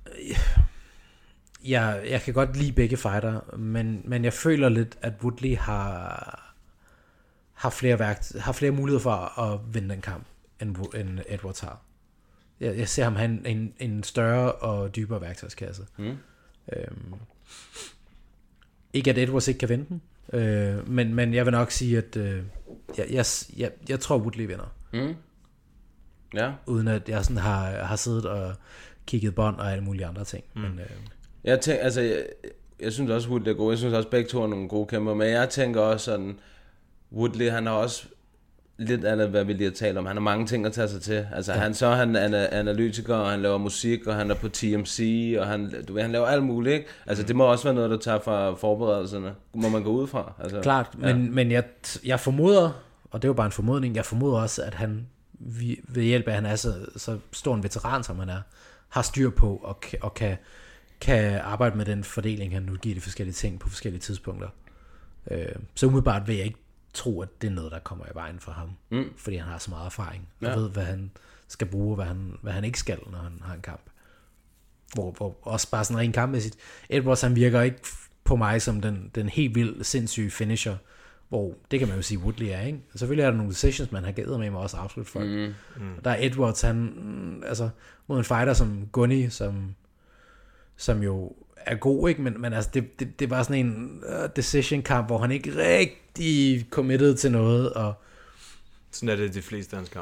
I: Jeg, jeg kan godt lide begge fighter, men, men jeg føler lidt, at Woodley har, har, flere værkt, har flere muligheder for at vinde den kamp, end, end Edwards har. Jeg, jeg ser ham have en, en, en større og dybere værktøjskasse. Mm. Øhm, ikke at Edwards ikke kan vinde den, øh, men, men jeg vil nok sige, at øh, jeg, jeg, jeg, jeg tror, Woodley vinder. Mm.
G: Ja.
I: Uden at jeg sådan har, har siddet og kigget bånd og alle mulige andre ting. Mm. Men, øh,
G: Jeg tænker, altså, jeg, jeg synes også, Woodley er god. Jeg synes også, begge to er nogle gode kæmper. Men jeg tænker også sådan, Woodley, han har også lidt andet, hvad vi lige har talt om. Han har mange ting at tage sig til. Altså, ja. han så han er analytiker, og han laver musik, og han er på T M C, og han, du ved, han laver alt muligt, ikke? Altså, det må også være noget, der tager fra forberedelserne. Må man gå ud fra. Altså,
I: klart, ja. men, men jeg, jeg formoder, og det er jo bare en formodning, jeg formoder også, at han ved hjælp af, at han er så, så stor en veteran, som han er, har styr på, og, og kan kan arbejde med den fordeling, han nu giver de forskellige ting på forskellige tidspunkter. Øh, så umiddelbart vil jeg ikke tro, at det er noget, der kommer i vejen for ham, mm. fordi han har så meget erfaring, og ja. ved, hvad han skal bruge, hvad han, hvad han ikke skal, når han har en kamp. Hvor, hvor også bare sådan rent kampmæssigt, Edwards, han virker ikke på mig som den, den helt vildt sindssyge finisher, hvor det kan man jo sige, Woodley er, ikke? Og selvfølgelig er der nogle decisions, man har givet med mig også afslutte folk. Mm. Mm. Der er Edwards, han, altså, mod en fighter som Gunny, som som jo er god, ikke? Men, men altså, det, det, det var sådan en uh, decision-kamp, hvor han ikke rigtig committed til noget, og
H: sådan er det de fleste af hans kampe.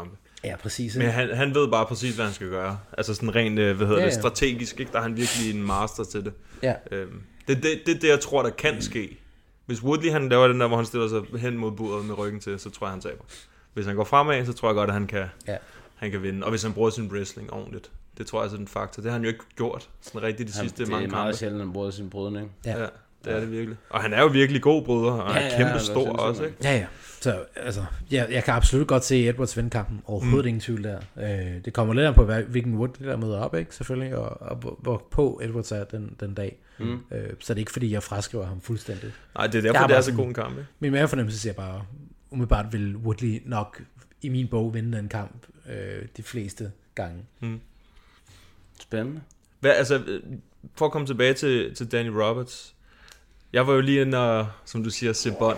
I: Ja, præcis.
H: Men han, han ved bare præcis, hvad han skal gøre. Altså sådan rent, hvad hedder
I: ja,
H: det,
I: ja.
H: strategisk, ikke? Der er han virkelig en master til det.
I: Ja.
H: Øhm, det er det, det, det, jeg tror, der kan ske. Hvis Woodley han laver den der, hvor han stiller sig hen mod bordet med ryggen til, så tror jeg, han taber. Hvis han går fremad, så tror jeg godt, at han kan,
I: ja.
H: han kan vinde. Og hvis han bruger sin wrestling ordentligt. Det tror jeg altså er en faktor. Det har han jo ikke gjort sådan rigtigt de
G: han,
H: sidste
G: det
H: mange
G: kampe. Det er meget sjældent, at han bruger sin brydning.
I: Ja.
H: ja, det er det virkelig. Og han er jo virkelig god bryder, og ja, er kæmpe ja, stor også, ikke?
I: Ja, ja. Så altså, jeg, jeg kan absolut godt se Edwards vinde kampen. Overhovedet mm. ingen tvivl der. Øh, det kommer lidt an på, hvilken Woodley der møder op, ikke? Selvfølgelig, og, og hvor på Edwards er den, den dag. Mm. Øh, så det er ikke, fordi jeg fraskriver ham fuldstændig.
H: Nej, det er derfor, det er så god en kamp, ikke?
I: Min mavefornemmelse siger bare, umiddelbart vil Woodley nok i min bog vinde den kamp øh, de fleste gange. Mm.
G: Spændende.
H: Hvad, altså, for at komme tilbage til, til Danny Roberts. Jeg var jo lige inde og, som du siger, se bånd.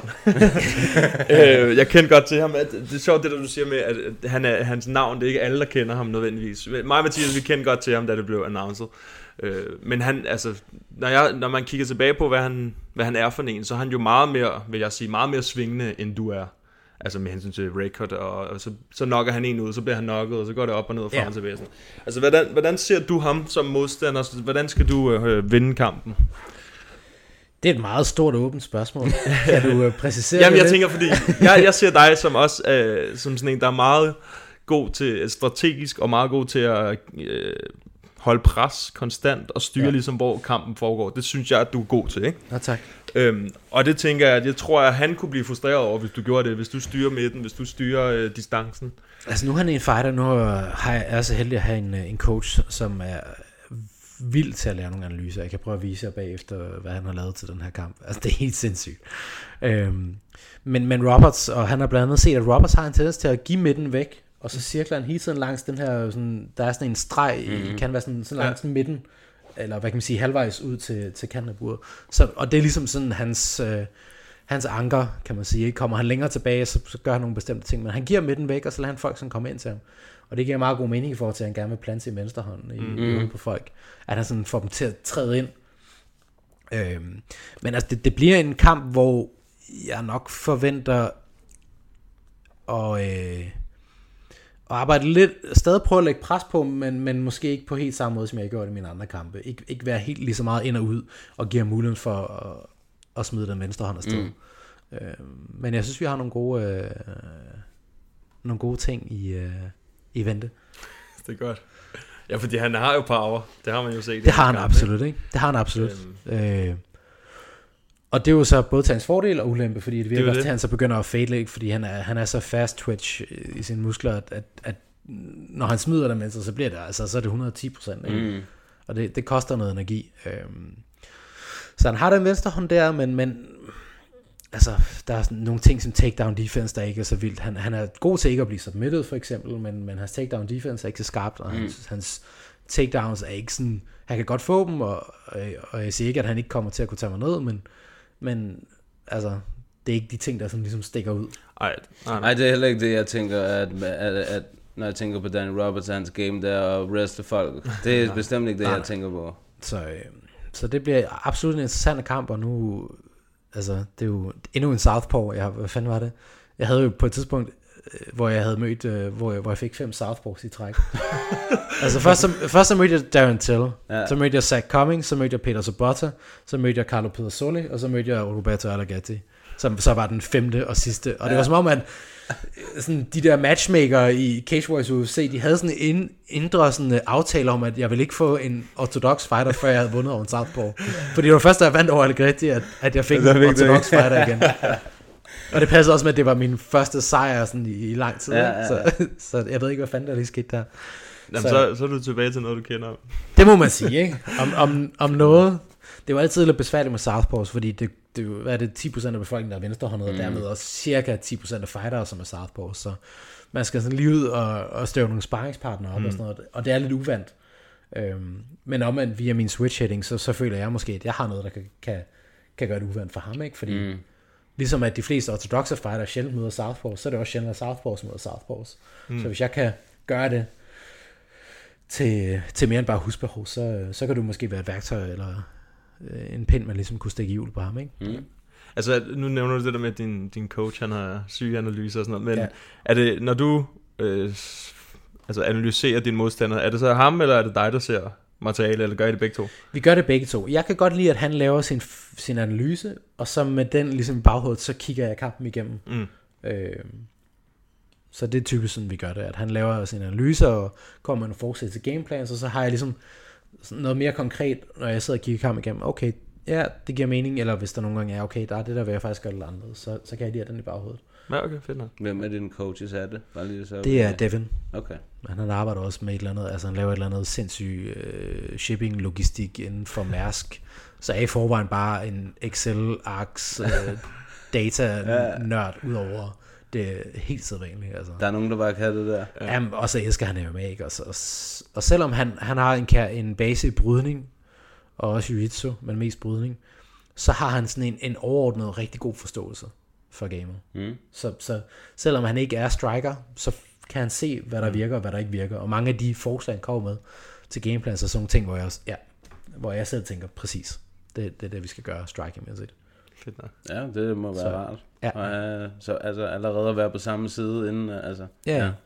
H: øh, jeg kendte godt til ham. At, det er sjovt det, der du siger med, at han er, hans navn, det er ikke alle, der kender ham nødvendigvis. Mig og Mathias, vi kendte godt til ham, da det blev announced. Øh, men han, altså, når, jeg, når man kigger tilbage på, hvad han, hvad han er for en, så er han jo meget mere, vil jeg sige, meget mere svingende, end du er. Altså med hensyn til record, og, og så, så knocker han en ud, så bliver han knocket, og så går det op og ned og frem yeah. og tilbage. Altså, hvordan, hvordan ser du ham som modstander? Hvordan skal du øh, vinde kampen?
I: Det er et meget stort og åbent spørgsmål. Kan du øh, præcisere
H: Jamen,
I: det?
H: jeg tænker, fordi jeg, jeg ser dig som også øh, som sådan en, der er meget god til strategisk, og meget god til at øh, holde pres konstant, og styre ja. ligesom, hvor kampen foregår. Det synes jeg, at du er god til, ikke?
I: Ja, tak.
H: Øhm, og det tænker jeg, at jeg tror, at han kunne blive frustreret over, hvis du gjorde det, hvis du styrer midten, hvis du styrer øh, distancen.
I: Altså nu er han en fighter, nu har jeg, er så heldig at have en, en coach, som er vildt til at lave nogle analyser. Jeg kan prøve at vise jer bagefter, hvad han har lavet til den her kamp. Altså det er helt sindssygt. Øhm, men, men Roberts, og han har blandt andet set, at Roberts har en tendens til at give midten væk, og så cirkler han hele tiden langs den her, sådan, der er sådan en streg, mm-hmm. kan være sådan, sådan langs ja. midten, eller hvad kan man sige, halvvejs ud til, til kanten af buret. Så, og det er ligesom sådan hans, øh, hans anker, kan man sige. Kommer han længere tilbage, så, så gør han nogle bestemte ting, men han giver midten væk, og så lader han folk sådan komme ind til ham. Og det giver meget god mening i forhold til, at han gerne vil plante sin venstre hånd i, mm-hmm. i på folk. At han sådan får dem til at træde ind. Øhm, men altså, det, det bliver en kamp, hvor jeg nok forventer at, øh, at arbejde lidt, stadig prøve at lægge pres på, men, men måske ikke på helt samme måde, som jeg gjorde i mine andre kampe. Ik- ikke være helt lige så meget ind og ud, og give ham muligheden for at, at smide den venstre hånd afsted. Mm. Øhm, men jeg synes, vi har nogle gode, øh, nogle gode ting i... Øh, i vente.
H: Det er godt. Ja, fordi han har jo power. Det har man jo set.
I: Det har han kamp, absolut, ikke? ikke? Det har han absolut. Øhm. Øh, og det er jo så både til hans fordel og ulempe, fordi det virker også til, at han så begynder at fade lidt, fordi han er, han er så fast twitch i sine muskler, at, at, at når han smider dem, så bliver det altså, så er det et hundrede og ti procent, ikke? Mm. Og det, det koster noget energi. Øhm, så han har den venstre hånd der, men, men altså, der er nogle ting som takedown defense, der ikke er så vildt. Han, han er god til ikke at blive submitted, for eksempel, men, men hans takedown defense er ikke så skarpt, og mm. hans, hans takedowns er ikke sådan... Han kan godt få dem, og, og jeg siger ikke, at han ikke kommer til at kunne tage mig ned, men, men altså, det er ikke de ting, der sådan ligesom stikker ud.
H: Ej, nej,
G: nej, det er heller ikke det, jeg tænker, at, at, at når jeg tænker på Danny Roberts, hans game der, og wrestle folk. Det er nej, bestemt ikke det, nej, jeg tænker på. Så,
I: så det bliver absolut en interessant kamp, og nu... Altså, det er jo endnu en southpaw. Jeg, hvad fanden var det? Jeg havde jo på et tidspunkt, hvor jeg havde mødt, hvor jeg, hvor jeg fik fem southpaws i træk. altså, først så, først så mødte jeg Darren Till, ja. Så mødte jeg Zach Cummings, så mødte jeg Peter Sobotta, så mødte jeg Carlo Pedersoli, og så mødte jeg Roberto Allegretti, som så var den femte og sidste. Og det ja. var som om, at sådan, de der matchmaker i Cage Warriors U F C, de havde sådan en indre sådan, aftale om, at jeg ville ikke få en ortodox fighter, før jeg havde vundet over en southpaw. Fordi det var først, da jeg vandt over Allegretti, at, at jeg fik en ortodox fighter igen. Og det passede også med, at det var min første sejr sådan, i, i lang tid. Ja, ja, ja. Så, så jeg ved ikke, hvad fanden der lige skete der.
H: Jamen, så, så, så er du tilbage til noget, du kender.
I: Det må man sige, ikke? Om, om, om noget. Det var altid lidt besværligt med southpaws, fordi det, det, hvad er det, ti procent af befolkningen, der er venstrehåndet, mm. og dermed også cirka ti procent af fightere, som er southpaws. Så man skal sådan lige ud og, og støve nogle sparringspartnere op mm. og sådan noget. Og det er lidt uvandt. Øhm, men omvendt via min switch hitting, så, så føler jeg måske, at jeg har noget, der kan, kan, kan gøre det uvandt for ham, ikke? Fordi mm. ligesom at de fleste ortodoxe fighter sjældent møder southpaws, så er det også sjældent, at southpaws møder southpaws. Mm. Så hvis jeg kan gøre det til, til mere end bare husbehov, så, så kan du måske være et værktøj, eller en pind, man ligesom kunne stikke i hjul på ham, ikke? Mm.
H: Altså, nu nævner du det der med, at din, din coach, han har syge analyser og sådan noget, men ja. er det, når du øh, altså analyserer din modstander, er det så ham, eller er det dig, der ser materiale, eller gør I det begge to?
I: Vi gør det begge to. Jeg kan godt lide, at han laver sin, sin analyse, og så med den ligesom i baghovedet, så kigger jeg kampen igennem. Mm. Øh, så det er typisk sådan, vi gør det, at han laver sin analyse, og kommer med en forsæt til gameplan, så så har jeg ligesom noget mere konkret, når jeg sidder og kigger kampen igennem. Okay, ja, det giver mening, eller hvis der nogle gange er, okay, der er det der, vil jeg faktisk gøre lidt anderledes, så, så kan jeg lige have den i baghovedet.
H: Ja, okay, fedt nok.
G: Hvem er dine coaches af det? Bare lige så
I: det er Devin.
G: Okay.
I: Han arbejder også med et eller andet, altså han laver et eller andet sindssyg uh, shipping logistik inden for Mærsk, så er i forvejen bare en Excel-arks uh, data-nørd udover det helt sædvanligt. Altså.
G: Der er nogen, der bare kan det der.
I: Ja. Jamen, og så elsker han M M A, ikke? Og, så, og, og selvom han, han har en, en base i brydning, og også jiu-jitsu, men mest brydning, så har han sådan en, en overordnet rigtig god forståelse for gamet. Mm. Så, så selvom han ikke er striker, så kan han se, hvad der virker og hvad der ikke virker. Og mange af de forslag, han kommer med til gameplans, er sådan nogle ting, hvor jeg, også, ja, hvor jeg selv tænker, præcis, det, det er det, vi skal gøre striking-mæssigt.
H: Fedt nok.
G: Ja, det må være så, rart.
I: Ja.
G: Og, uh, så altså, allerede at være på samme side inden, uh, altså.
I: Ja. ja.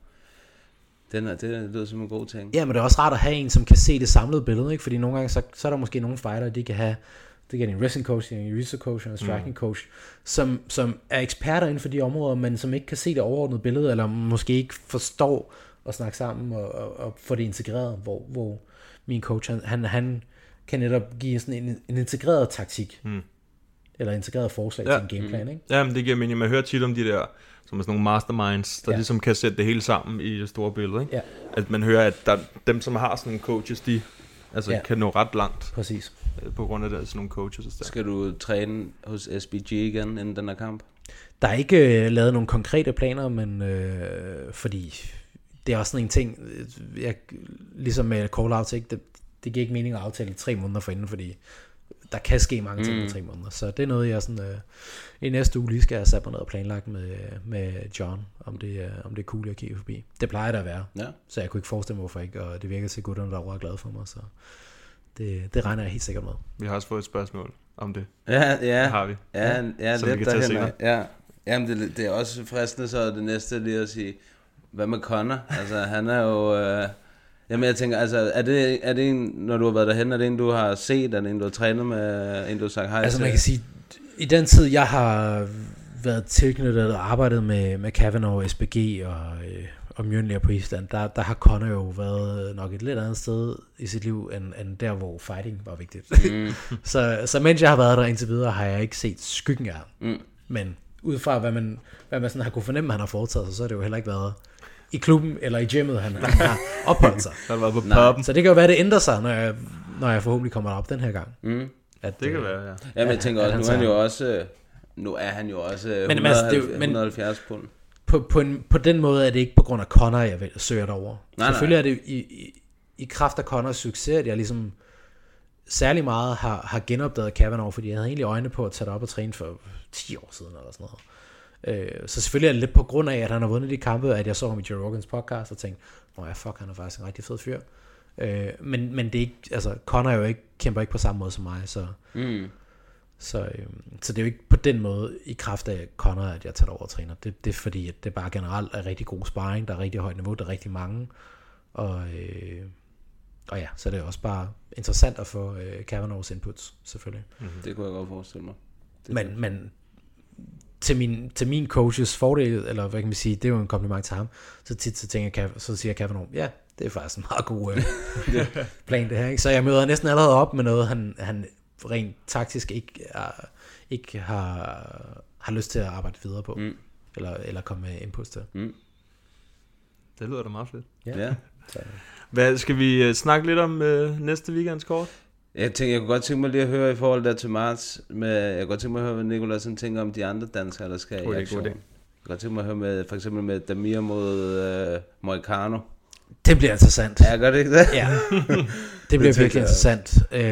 G: Den er, det lyder som en god ting.
I: Ja, men det er også rart at have en, som kan se det samlede billede, ikke? Fordi nogle gange, så, så er der måske nogle fighter, de kan have, det kan en wrestling coach, en jiu-jitsu coach, en striking mm. coach, som, som er eksperter inden for de områder, men som ikke kan se det overordnede billede, eller måske ikke forstår at snakke sammen og, og, og få det integreret, hvor, hvor min coach, han, han, han kan netop give sådan en, en integreret taktik, mm. eller integreret forslag ja. til en gameplan, ikke?
H: Ja, men det giver mening. Man hører tit om de der, som er sådan nogle masterminds, der ja. ligesom kan sætte det hele sammen i det store billede, ikke?
I: Ja.
H: At man hører, at der, dem, som har sådan nogle coaches, de altså, ja. kan nå ret langt.
I: Præcis.
H: På grund af det, sådan nogle coaches. Der.
G: Skal du træne hos S B G igen inden den her kamp?
I: Der er ikke øh, lavet nogle konkrete planer, men øh, fordi det er også sådan en ting, jeg, ligesom med call-outs, ikke? Det, det giver ikke mening at aftale i tre måneder forinden, fordi der kan ske mange ting mm. på tre måneder. Så det er noget, jeg sådan, øh, i næste uge lige skal have sat mig ned og planlagt med, med John, om det, øh, om det er cool at kigge forbi. Det plejer det at være,
G: ja. Så
I: jeg kunne ikke forestille mig, hvorfor ikke, og det virker til gutterne, der var glade for mig, så det, det regner jeg helt sikkert med.
H: Vi har også fået et spørgsmål om det.
G: Ja, ja.
H: Det har vi.
G: Ja, ja,
H: som
G: lidt
H: vi kan tage
G: derhen. Ja. Jamen, det, det er også fristende så det næste lige at sige, hvad med Conor? Altså, han er jo... Øh, jamen, jeg tænker, altså, er det, er det en, når du har været derhen, er det en, du har set, er det en, du har trænet med, en, du har sagt hej
I: altså,
G: til?
I: Man kan sige, i den tid, jeg har været tilknyttet og arbejdet med, med Kavanaugh, S B G og, øh, og Mjølnir på Island, der, der har Conor jo været nok et lidt andet sted i sit liv, end, end der, hvor fighting var vigtigt. Mm. så, så mens jeg har været der indtil videre, har jeg ikke set skyggen af ham. Mm. Men ud fra, hvad man, hvad man sådan har kunne fornemme, han har foretaget sig, så har det jo heller ikke været i klubben eller i gymmet, han, han har opholdt sig.
H: Han var på puben.
I: Så det kan jo være, det ændrer sig, når jeg, når jeg forhåbentlig kommer op den her gang.
G: Mm.
I: At,
H: det kan være, ja.
G: Ja, men jeg tænker også, nu er han jo også, nu er han jo også men, hundrede, altså, det, men, et hundrede og halvfjerds pund.
I: På, på, en, på den måde er det ikke på grund af Conor, jeg vil, søger derover.
G: Nej,
I: Selvfølgelig
G: nej.
I: er det i, i, i kraft af Conors succes, at jeg ligesom særlig meget har, har genopdaget Kavanaugh, fordi jeg havde egentlig øjne på at tage det op og træne for ti år siden eller sådan noget. Øh, så selvfølgelig er det lidt på grund af, at han har vundet de kampe, at jeg så ham i Joe Rogans podcast og tænkte, nå ja, fuck, han er faktisk en rigtig fed fyr. Øh, men, men det er ikke, altså Conor er jo ikke, kæmper ikke på samme måde som mig, så, mm. så, øh, så det er jo ikke på den måde i kraft af Conor, at jeg tager over og træner. Det, det er fordi, at det bare generelt er rigtig god sparring, der er rigtig højt niveau, der er rigtig mange, og, øh, og ja, så er det også bare interessant at få øh, Kavanaughs inputs, selvfølgelig.
G: Mm-hmm. Det kunne jeg godt forestille mig. Det
I: men, men til min, til min coaches fordel, eller hvad kan man sige, det er jo en kompliment til ham, så tit så, tænker jeg, så siger Kavanaugh, ja, det er faktisk en meget god øh, plan det her, ikke? Så jeg møder næsten allerede op med noget, han, han rent taktisk ikke, er, ikke har, har lyst til at arbejde videre på, mm. eller, eller komme med inputs til. Mm.
H: Det lyder da meget fedt.
I: Ja.
G: Ja.
H: Hvad, skal vi uh, snakke lidt om uh, næste weekends kort?
G: Jeg tænker, jeg kunne godt tænke mig lige at høre i forhold der til marts, med, jeg kunne godt tænke mig at høre, hvad Nicolas tænker om de andre danskere, der skal god i aktion. Jeg kunne godt tænke mig at høre med, for eksempel med Damir mod uh, Moicano.
I: Det bliver interessant.
G: Ja, gør det ikke det?
I: Ja, det bliver virkelig interessant. Øh,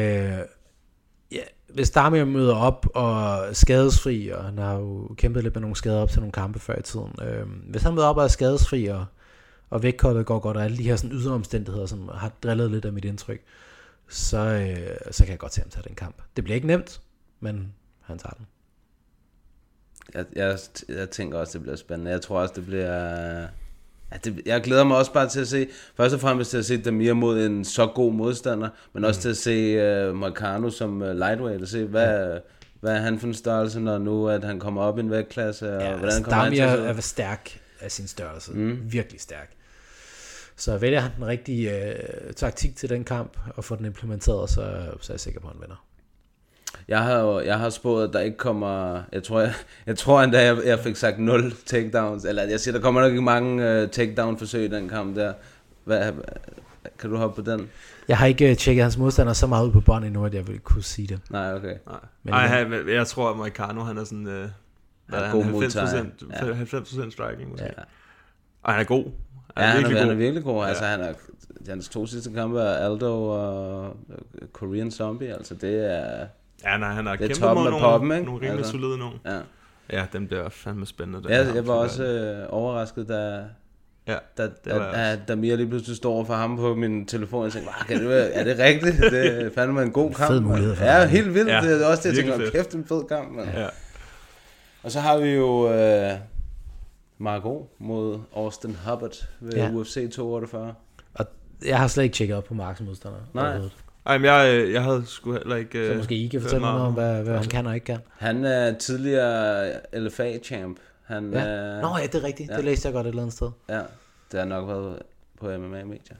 I: ja, hvis Damir møder op og skadesfri, og han har jo kæmpet lidt med nogle skader op til nogle kampe før i tiden. Øh, hvis han møder op og er skadesfri, og, og vægtkortet går godt, og alle de her sådan ydre omstændigheder, som har drillet lidt af mit indtryk, så, øh, så kan jeg godt se ham tage den kamp. Det bliver ikke nemt, men han tager den.
G: Jeg, jeg, jeg tænker også, det bliver spændende. Jeg tror også, det bliver... Ja, det, jeg glæder mig også bare til at se, først og fremmest til at se Damir mod en så god modstander, men også mm. til at se uh, Moicano som uh, lightweight, og se, hvad, ja. hvad er han for en størrelse, når nu at han kommer op i en vægtklasse, og
I: ja,
G: hvordan
I: altså,
G: kommer
I: Damir
G: han til at
I: er stærk af sin størrelse,
G: mm.
I: virkelig stærk. Så vælger han den rigtige øh, taktik til den kamp, og får den implementeret, så, så er jeg sikker på, at han vinder.
G: Jeg har jo, jeg har spået, at der ikke kommer, jeg tror, jeg, jeg tror endda, jeg, jeg fik sagt nul takedowns, eller jeg siger, der kommer nok ikke mange uh, takedown-forsøg i den kamp der. Hvad, kan du hoppe på den?
I: Jeg har ikke tjekket hans modstander så meget ud på bånd endnu, at jeg vil kunne sige det.
G: Nej, okay.
H: Nej, Ej, han, jeg tror, at Moicano, han er sådan, uh, hvad er han, halvfems procent, ja. halvfems procent striking måske. Ja. Og han er god.
G: Han er ja, virkelig han, er, han er virkelig god. Ja. Altså, han er, hans to sidste kampe er Aldo og Korean Zombie, altså det er...
H: Ja, nej, han har kæmpet mod nogle, poppen, nogle rimelig altså. solide nogen.
G: Ja.
H: Ja, den bliver fandme spændende. Den
G: ja, jeg var også øh, overrasket, da,
H: ja,
G: da, da, da, da Damir lige pludselig står for ham på min telefon og tænkte, kan det, er det rigtigt? Det er fandme en god kamp.
I: Fed mulighed for
G: ja, helt vildt. Ja, det er også det, jeg tænker,
H: fedt.
G: kæft, en fed kamp. Man.
H: Ja.
G: Og så har vi jo øh, Margot mod Austin Hubbard ved ja. U F C to otteogfyrre.
I: Og jeg har slet ikke tjekket op på Marks modstander.
G: Nej.
H: Ej, men jeg, jeg havde sgu heller ikke...
I: Så måske I kan fortælle mig om, hvad, hvad han kan og ikke kan.
G: Han er tidligere L F A-champ. Han,
I: ja.
G: øh,
I: Nå ja, det er rigtigt. Ja. Det læste jeg godt et eller andet sted.
G: Ja, det har nok været på M M A-medier.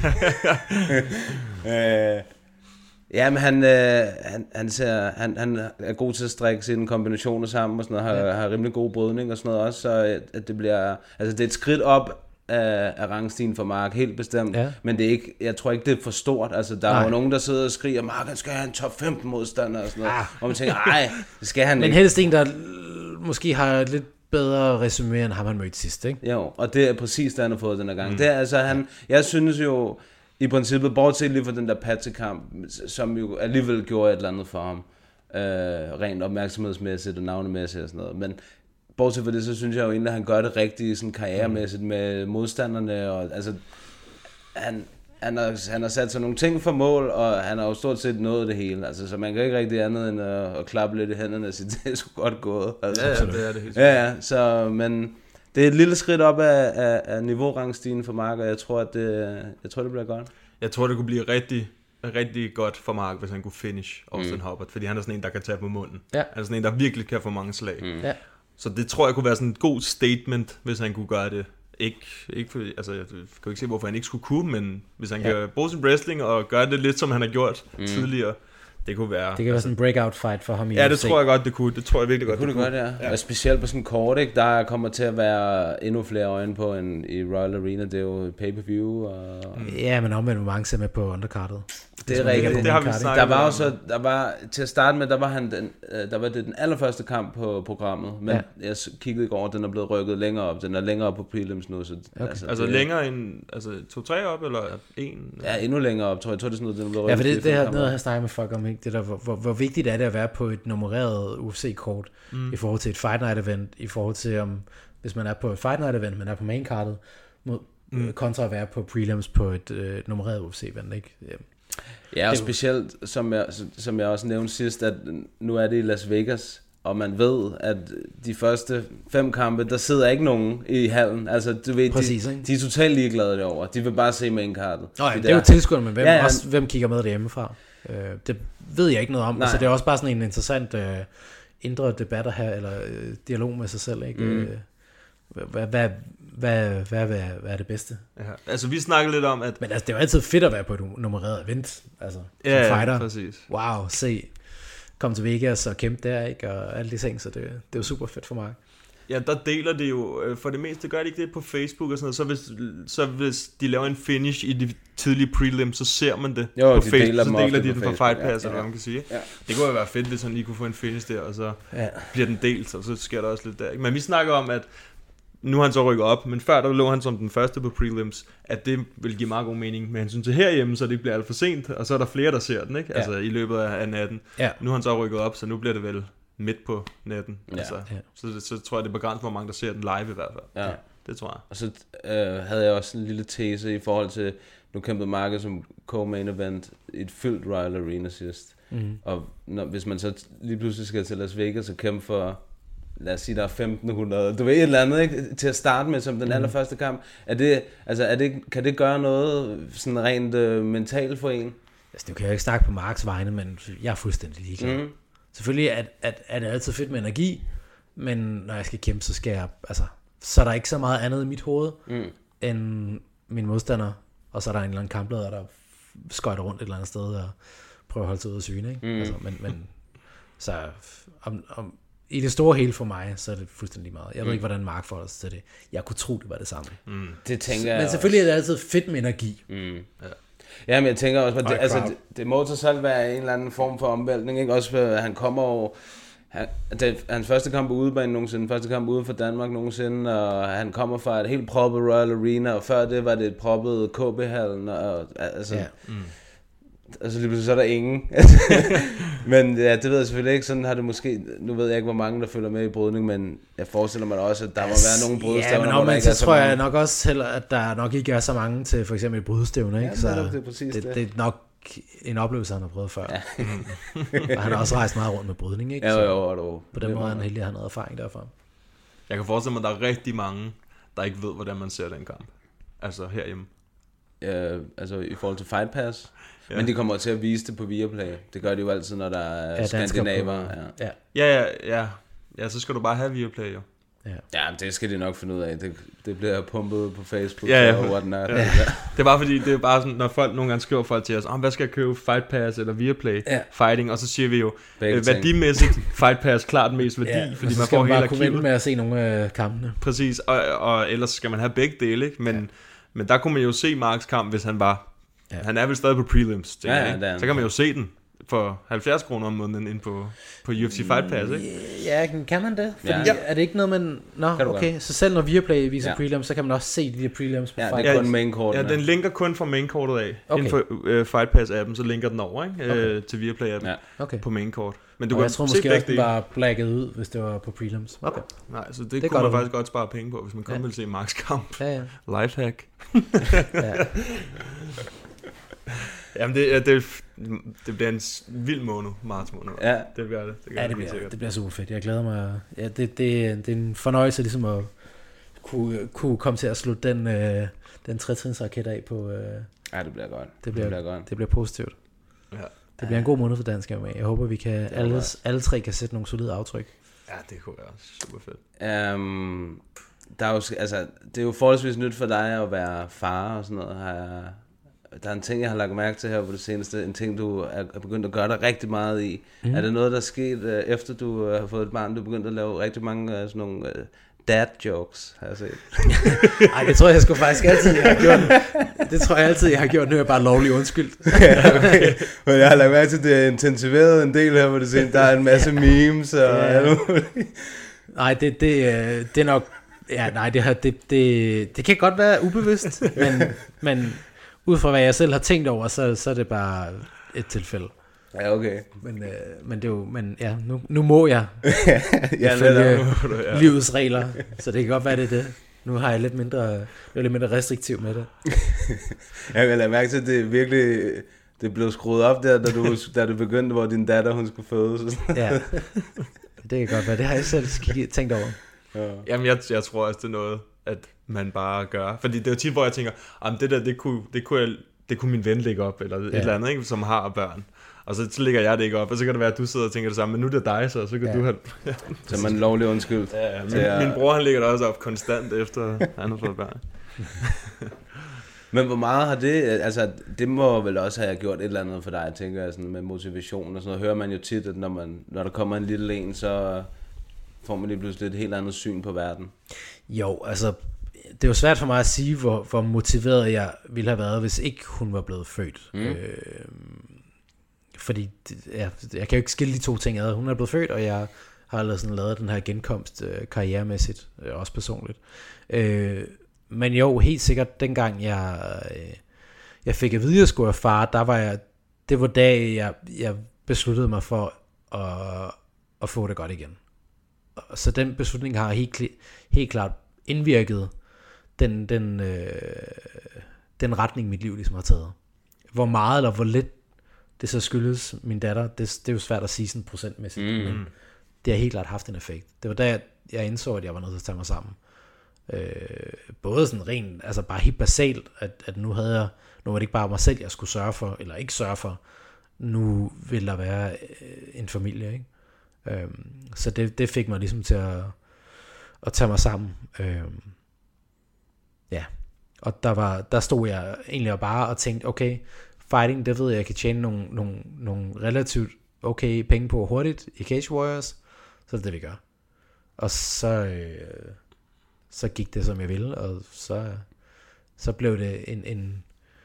G: øh, ja, men han, øh, han, han, ser, han, han er god til at strække sine kombinationer sammen og sådan noget. Har, ja. har rimelig god brydning og sådan noget også. Så at det bliver... Altså, det er et skridt op af, af rangstigen for Mark, helt bestemt. Ja. Men det er ikke, jeg tror ikke, det er for stort. Altså, der Nej. er jo nogen, der sidder og skriger, Mark, han skal have en top femten modstander og sådan noget. Ah. Og man tænker, nej, det skal han
I: Men
G: ikke.
I: Men helst en, der måske har lidt bedre resumé, end ham han mødte sidst, ikke?
G: Jo, og det er præcis det, han har fået den her gang. Mm. Det er altså, han, jeg synes jo, i princippet, bortset lige fra den der Patsy-kamp, som jo alligevel gjorde et eller andet for ham, øh, rent opmærksomhedsmæssigt og navnemæssigt og sådan noget. Men bortset fra det, så synes jeg jo egentlig, at han gør det rigtigt sådan karrieremæssigt med modstanderne, og altså, han, han, har, han har sat sig nogle ting for mål, og han har jo stort set nået det hele, altså, så man kan ikke rigtig andet end at, at klappe lidt i hænderne og sige, det er sgu godt gået. Altså,
H: ja, ja, det er det helt
G: ja, ja, så, men det er et lille skridt op af, af, af niveaurangstigen for Mark, og jeg tror, at det, jeg tror, det bliver godt.
H: Jeg tror, det kunne blive rigtig, rigtig godt for Mark, hvis han kunne finish Austin mm. Hubbard, fordi han er sådan en, der kan tage på munden.
I: Ja.
H: Han er sådan en, der virkelig kan få mange slag.
G: Mm.
I: Ja.
H: Så det tror jeg kunne være sådan et god statement, hvis han kunne gøre det. Ikke, ikke for, altså jeg kan jo ikke se, hvorfor han ikke skulle kunne, men hvis han ja. kan bruge sin wrestling og gøre det lidt, som han har gjort mm. tidligere, det kunne være...
I: Det kan være sådan en breakout fight for ham i
H: Ja, det
I: U F C.
H: tror jeg godt, det kunne. Det tror jeg virkelig
G: det
H: godt,
G: kunne
H: det
G: det
H: kunne.
G: Godt, ja. Ja. Specielt på sådan en kort, ikke? Der kommer til at være endnu flere øjne på end i Royal Arena. Det er jo pay-per-view. Og...
I: Mm. Ja, men omvendt, hvor mange ser med på undercardet.
G: Det er rigtigt.
H: Det har vi snakket
G: der var jo så, der var, til at starte med, der var, han den, der var det den allerførste kamp på programmet, men ja. jeg kiggede i går, den er blevet rykket længere op, den er længere op på prelims nu. Så,
H: okay. Altså, altså det, længere end, altså to-tre op, eller en?
G: Ja, endnu længere op, tror jeg. Jeg tror, det er sådan noget, den er blevet rykket.
I: Ja, for det, det er noget, jeg har snakket med folk om, ikke? Det der, hvor, hvor, hvor vigtigt er det at være på et nummereret U F C-kort, mm. i forhold til et Fight Night event, i forhold til, om, hvis man er på et Fight Night event, man er på maincardet, mod, mm. kontra at være på prelims på et øh, nummereret U F C-event, ikke? Ja.
G: Ja, og specielt, som jeg, som jeg også nævnte sidst, at nu er det i Las Vegas, og man ved, at de første fem kampe, der sidder ikke nogen i hallen. Altså, du ved,
I: Præcis,
G: de, de er totalt ligeglade derovre. De vil bare se maincardet.
I: Nå ja, det er jo tilskuerne, men hvem, ja, ja. Også, hvem kigger med derhjemmefra? Øh, det ved jeg ikke noget om. Altså, det er også bare sådan en interessant øh, indre debat at have, eller øh, dialog med sig selv, ikke? Mm. Øh, hvad, hvad, hvad, hvad, hvad, hvad er det bedste?
H: Ja, altså vi snakkede lidt om, at...
I: Men altså, det er jo altid fedt at være på et nummereret event, altså,
H: ja,
I: som fighter.
H: Ja, præcis.
I: Wow, se, kom til Vegas og kæmpe der, ikke? Og alle de ting, så det, det er jo super fedt for mig.
H: Ja, der deler det jo, for det meste gør de ikke det på Facebook og sådan noget, så hvis, så hvis de laver en finish i de tidlige prelims, så ser man det
G: jo,
H: på
G: de
H: Facebook,
G: deler
H: så deler de
G: det
H: den
G: på
H: fra Fight Pass,
G: ja,
H: eller
G: ja.
H: hvad man kan sige.
G: Ja.
H: Det kunne jo være fedt, hvis han lige kunne få en finish der, og så
I: ja.
H: bliver den delt, og så sker der også lidt der. Men vi snakker om, at nu har han så rykket op, men før der lå han som den første på prelims, at det vil give meget god mening med hensyn til herhjemme, så det ikke bliver alt for sent, og så er der flere, der ser den, ikke? Ja. Altså i løbet af natten.
I: Ja.
H: Nu har han så rykket op, så nu bliver det vel midt på natten.
G: Ja.
H: Altså,
I: ja.
H: så, så tror jeg, det er begrænset, hvor mange der ser den live i hvert fald.
G: Ja.
H: Det tror jeg.
G: Og så øh, havde jeg også en lille tese i forhold til, nu kæmpede Marcus som co-main event i et fyldt Royal Arena sidst.
I: Mm.
G: Og når, hvis man så lige pludselig skal til Las Vegas og kæmpe for lad os sige, der er femten hundrede, du ved et eller andet, ikke? Til at starte med som den allerførste kamp. Er det, altså, er det, kan det gøre noget sådan rent øh, mentalt for en?
I: Altså, du kan jo ikke snakke på Marks vegne, men jeg er fuldstændig ligeglad. Mm. Selvfølgelig er, at, er det altid fedt med energi, men når jeg skal kæmpe, så skal jeg, altså, så er der ikke så meget andet i mit hoved, mm. end min modstander, og så er der en eller anden kampleder, der skøjter rundt et eller andet sted, og prøver at holde sig ud af syne, ikke? Mm. Altså, men, men, så om, om, i det store hele for mig, så er det fuldstændig meget. Jeg ved mm. ikke, hvordan Mark forholder sig til det. Jeg kunne tro, det var det samme.
G: Mm. Det tænker jeg
I: Men selvfølgelig også. Er det altid fedt med energi.
G: Mm. Ja. Ja, men jeg tænker også, at det, altså, det, det må til selv være en eller anden form for omvæltning, ikke? Også at han kommer over, han, det er hans første kamp på udebane nogensinde, første kamp uden for Danmark nogensinde, og han kommer fra et helt proppet Royal Arena, og før det var det et proppet K B-hallen, og altså... Ja. Mm. Altså lige pludselig så er der ingen. Men ja, det ved jeg selvfølgelig ikke. Sådan har det måske... Nu ved jeg ikke, hvor mange der følger med i brydning, men jeg forestiller mig også, at der må være nogle brydestævner.
I: Ja, men omvendt så tror jeg nok også heller, at der nok ikke er så mange til for eksempel brydestævner, ikke?
G: Ja,
I: så
G: det, det, er præcis
I: det,
G: det.
I: det er nok en oplevelse, han har prøvet før. Ja. Og han har også rejst meget rundt med brydning, ikke?
G: Ja, jo, jo, jo.
I: På den måde er han heldig, at han har noget erfaring derfra.
H: Jeg kan forestille mig, at der er rigtig mange, der ikke ved, hvordan man ser den kamp. Altså herhjemme.
G: Ja, altså i forhold til Fight Pass. Ja. Men de kommer til at vise det på Viaplay. Det gør de jo altid, når der er ja, skandinaver.
H: På, ja. Ja. Ja, ja, ja. Ja, så skal du bare have Viaplay jo.
G: Ja, ja, det skal de nok finde ud af. Det, det bliver pumpet på Facebook
H: ja, ja.
G: og whatnot. Ja.
H: Ja. Det er bare fordi, det er bare sådan, når folk nogle gange skriver folk til os, oh, hvad skal jeg købe, Fight Pass eller Viaplay ja. Fighting, og så siger vi jo, øh, værdimæssigt Fight Pass klart mest værdi,
I: ja,
H: fordi
I: man
H: får hele
I: arkivet. Så skal man bare
H: kunne
I: vente med at se nogle af kampene.
H: Præcis, og, og ellers skal man have begge dele, ikke? Men, ja. men der kunne man jo se Marks kamp, hvis han var, ja. han er vel stadig på prelims, ja, ja, så kan man jo se den for halvfjerds kroner om måneden ind på, på U F C Fight Pass, ikke?
I: Ja, kan man det? Fordi ja. Er det ikke noget, man... Nå, okay, godt. Så selv når Viaplay viser ja. prelims, så kan man også se de der prelims på
G: ja,
I: Fight
G: Pass. Ja, det er kun main courten.
H: Ja, den linker kun fra main courtet af. Okay. Inden for uh, Fight Pass-appen, så linker den over, ikke? Okay. Uh, til Viaplay-appen ja. okay. på main court. Men du
I: og kan jeg tror måske også, den var blacket ud, hvis det var på prelims. Okay.
H: Nej, så det, det kunne man faktisk godt spare penge på, hvis man kun ja. ville se Marks kamp. Ja, ja. Lifehack. ja. Jamen det, det, det bliver en vild måned, marts måned.
G: Ja,
H: det bliver det. Det,
I: ja, det, bliver, det bliver super fedt. Jeg glæder mig. Ja, det, det, det er en fornøjelse ligesom at kunne, kunne komme til at slutte den, øh, den tretrinsraket af på. Øh,
G: ja, det bliver godt.
I: Det bliver,
G: det bliver godt.
I: Det bliver positivt. Ja. Det bliver en god måned for dansk M M A. Jeg håber vi kan alle, alle tre kan sætte nogle solide aftryk.
H: Ja, det kunne være super fedt.
G: Um, der er jo, altså, det er jo forholdsvis nyt for dig at være far og sådan noget. Har jeg, der er en ting, jeg har lagt mærke til her på det seneste. En ting, du er begyndt at gøre dig rigtig meget i. Mm. Er det noget, der er sket, efter du har fået et barn? Du er begyndt at lave rigtig mange sådan nogle dad jokes, har jeg set.
I: Ej, det tror jeg sgu faktisk altid, jeg har gjort. Det tror jeg altid, jeg har gjort. Nu er jeg bare lovlig undskyldt.
G: Ja, okay. Men jeg har lagt mærke til, at det er intensiveret en del her på det seneste. Der er en masse ja. memes og ja. alt muligt.
I: Nej, det, det, det er nok... Ja, nej, det, her, det, det, det kan godt være ubevidst, men, men ud fra hvad jeg selv har tænkt over, så, så er det bare et tilfælde.
G: Ja, okay.
I: Men, øh, men det er jo, men ja, nu, nu må jeg
G: ja,
I: følge ja. livets regler, så det kan godt være, det er det. Nu har jeg lidt mindre, jeg er lidt mindre restriktiv med det.
G: Jeg vil lade mærke til, at det virkelig, det blev skruet op der, da du, da du begyndte, hvor din datter, hun skulle fødes.
I: Ja, det kan godt være, det har jeg selv tænkt over.
H: Ja. Jamen, jeg, jeg tror også, det er noget, at man bare gør. Fordi det er jo tit, hvor jeg tænker, det der, det kunne, det kunne, jeg, det kunne min ven lægge op, eller et ja. eller andet, ikke, som har børn. Og så, så lægger jeg det ikke op, og så kan det være, at du sidder og tænker det samme, men nu er det dig, så, så kan ja. du have...
G: Så er man lovlig undskyldt.
H: Ja, ja. Min, ja. min bror, han lægger det også op konstant, efter han har fået børn.
G: Men hvor meget har det, altså det må vel også have gjort et eller andet for dig, tænker jeg, sådan med motivation og sådan noget. Hører man jo tit, at når, man, når der kommer en lille en, så får man lige pludselig et helt andet syn på verden.
I: Jo, altså det er jo svært for mig at sige, hvor, hvor motiveret jeg ville have været, hvis ikke hun var blevet født. Mm. Øh, fordi ja, jeg kan jo ikke skille de to ting ad. Hun er blevet født, og jeg har allerede sådan lavet den her genkomst øh, karrieremæssigt, øh, også personligt. Øh, men jo, helt sikkert, dengang jeg, øh, jeg fik at vide, at jeg skulle være far, der var jeg, det var dag, jeg, jeg besluttede mig for at, at få det godt igen. Så den beslutning har helt, helt klart indvirket den, den, øh, den retning, mit liv ligesom har taget. Hvor meget eller hvor lidt det så skyldes min datter, det, det er jo svært at sige sådan procentmæssigt, mm. men, det har helt klart haft en effekt. Det var da, jeg, jeg indså, at jeg var nødt til at tage mig sammen. Øh, både sådan rent, altså bare helt basalt, at, at nu havde jeg, nu var det ikke bare mig selv, jeg skulle sørge for, eller ikke sørge for, nu vil der være øh, en familie, ikke? Øh, så det, det fik mig ligesom til at, at tage mig sammen. Øh, ja, og der, var, der stod jeg egentlig bare og tænkte, okay, fighting, det ved jeg, jeg kan tjene nogle, nogle, nogle relativt okay penge på hurtigt i Cage Warriors, så det er det, vi gør. Og så, øh, så gik det, som jeg ville, og så, så blev det en, en,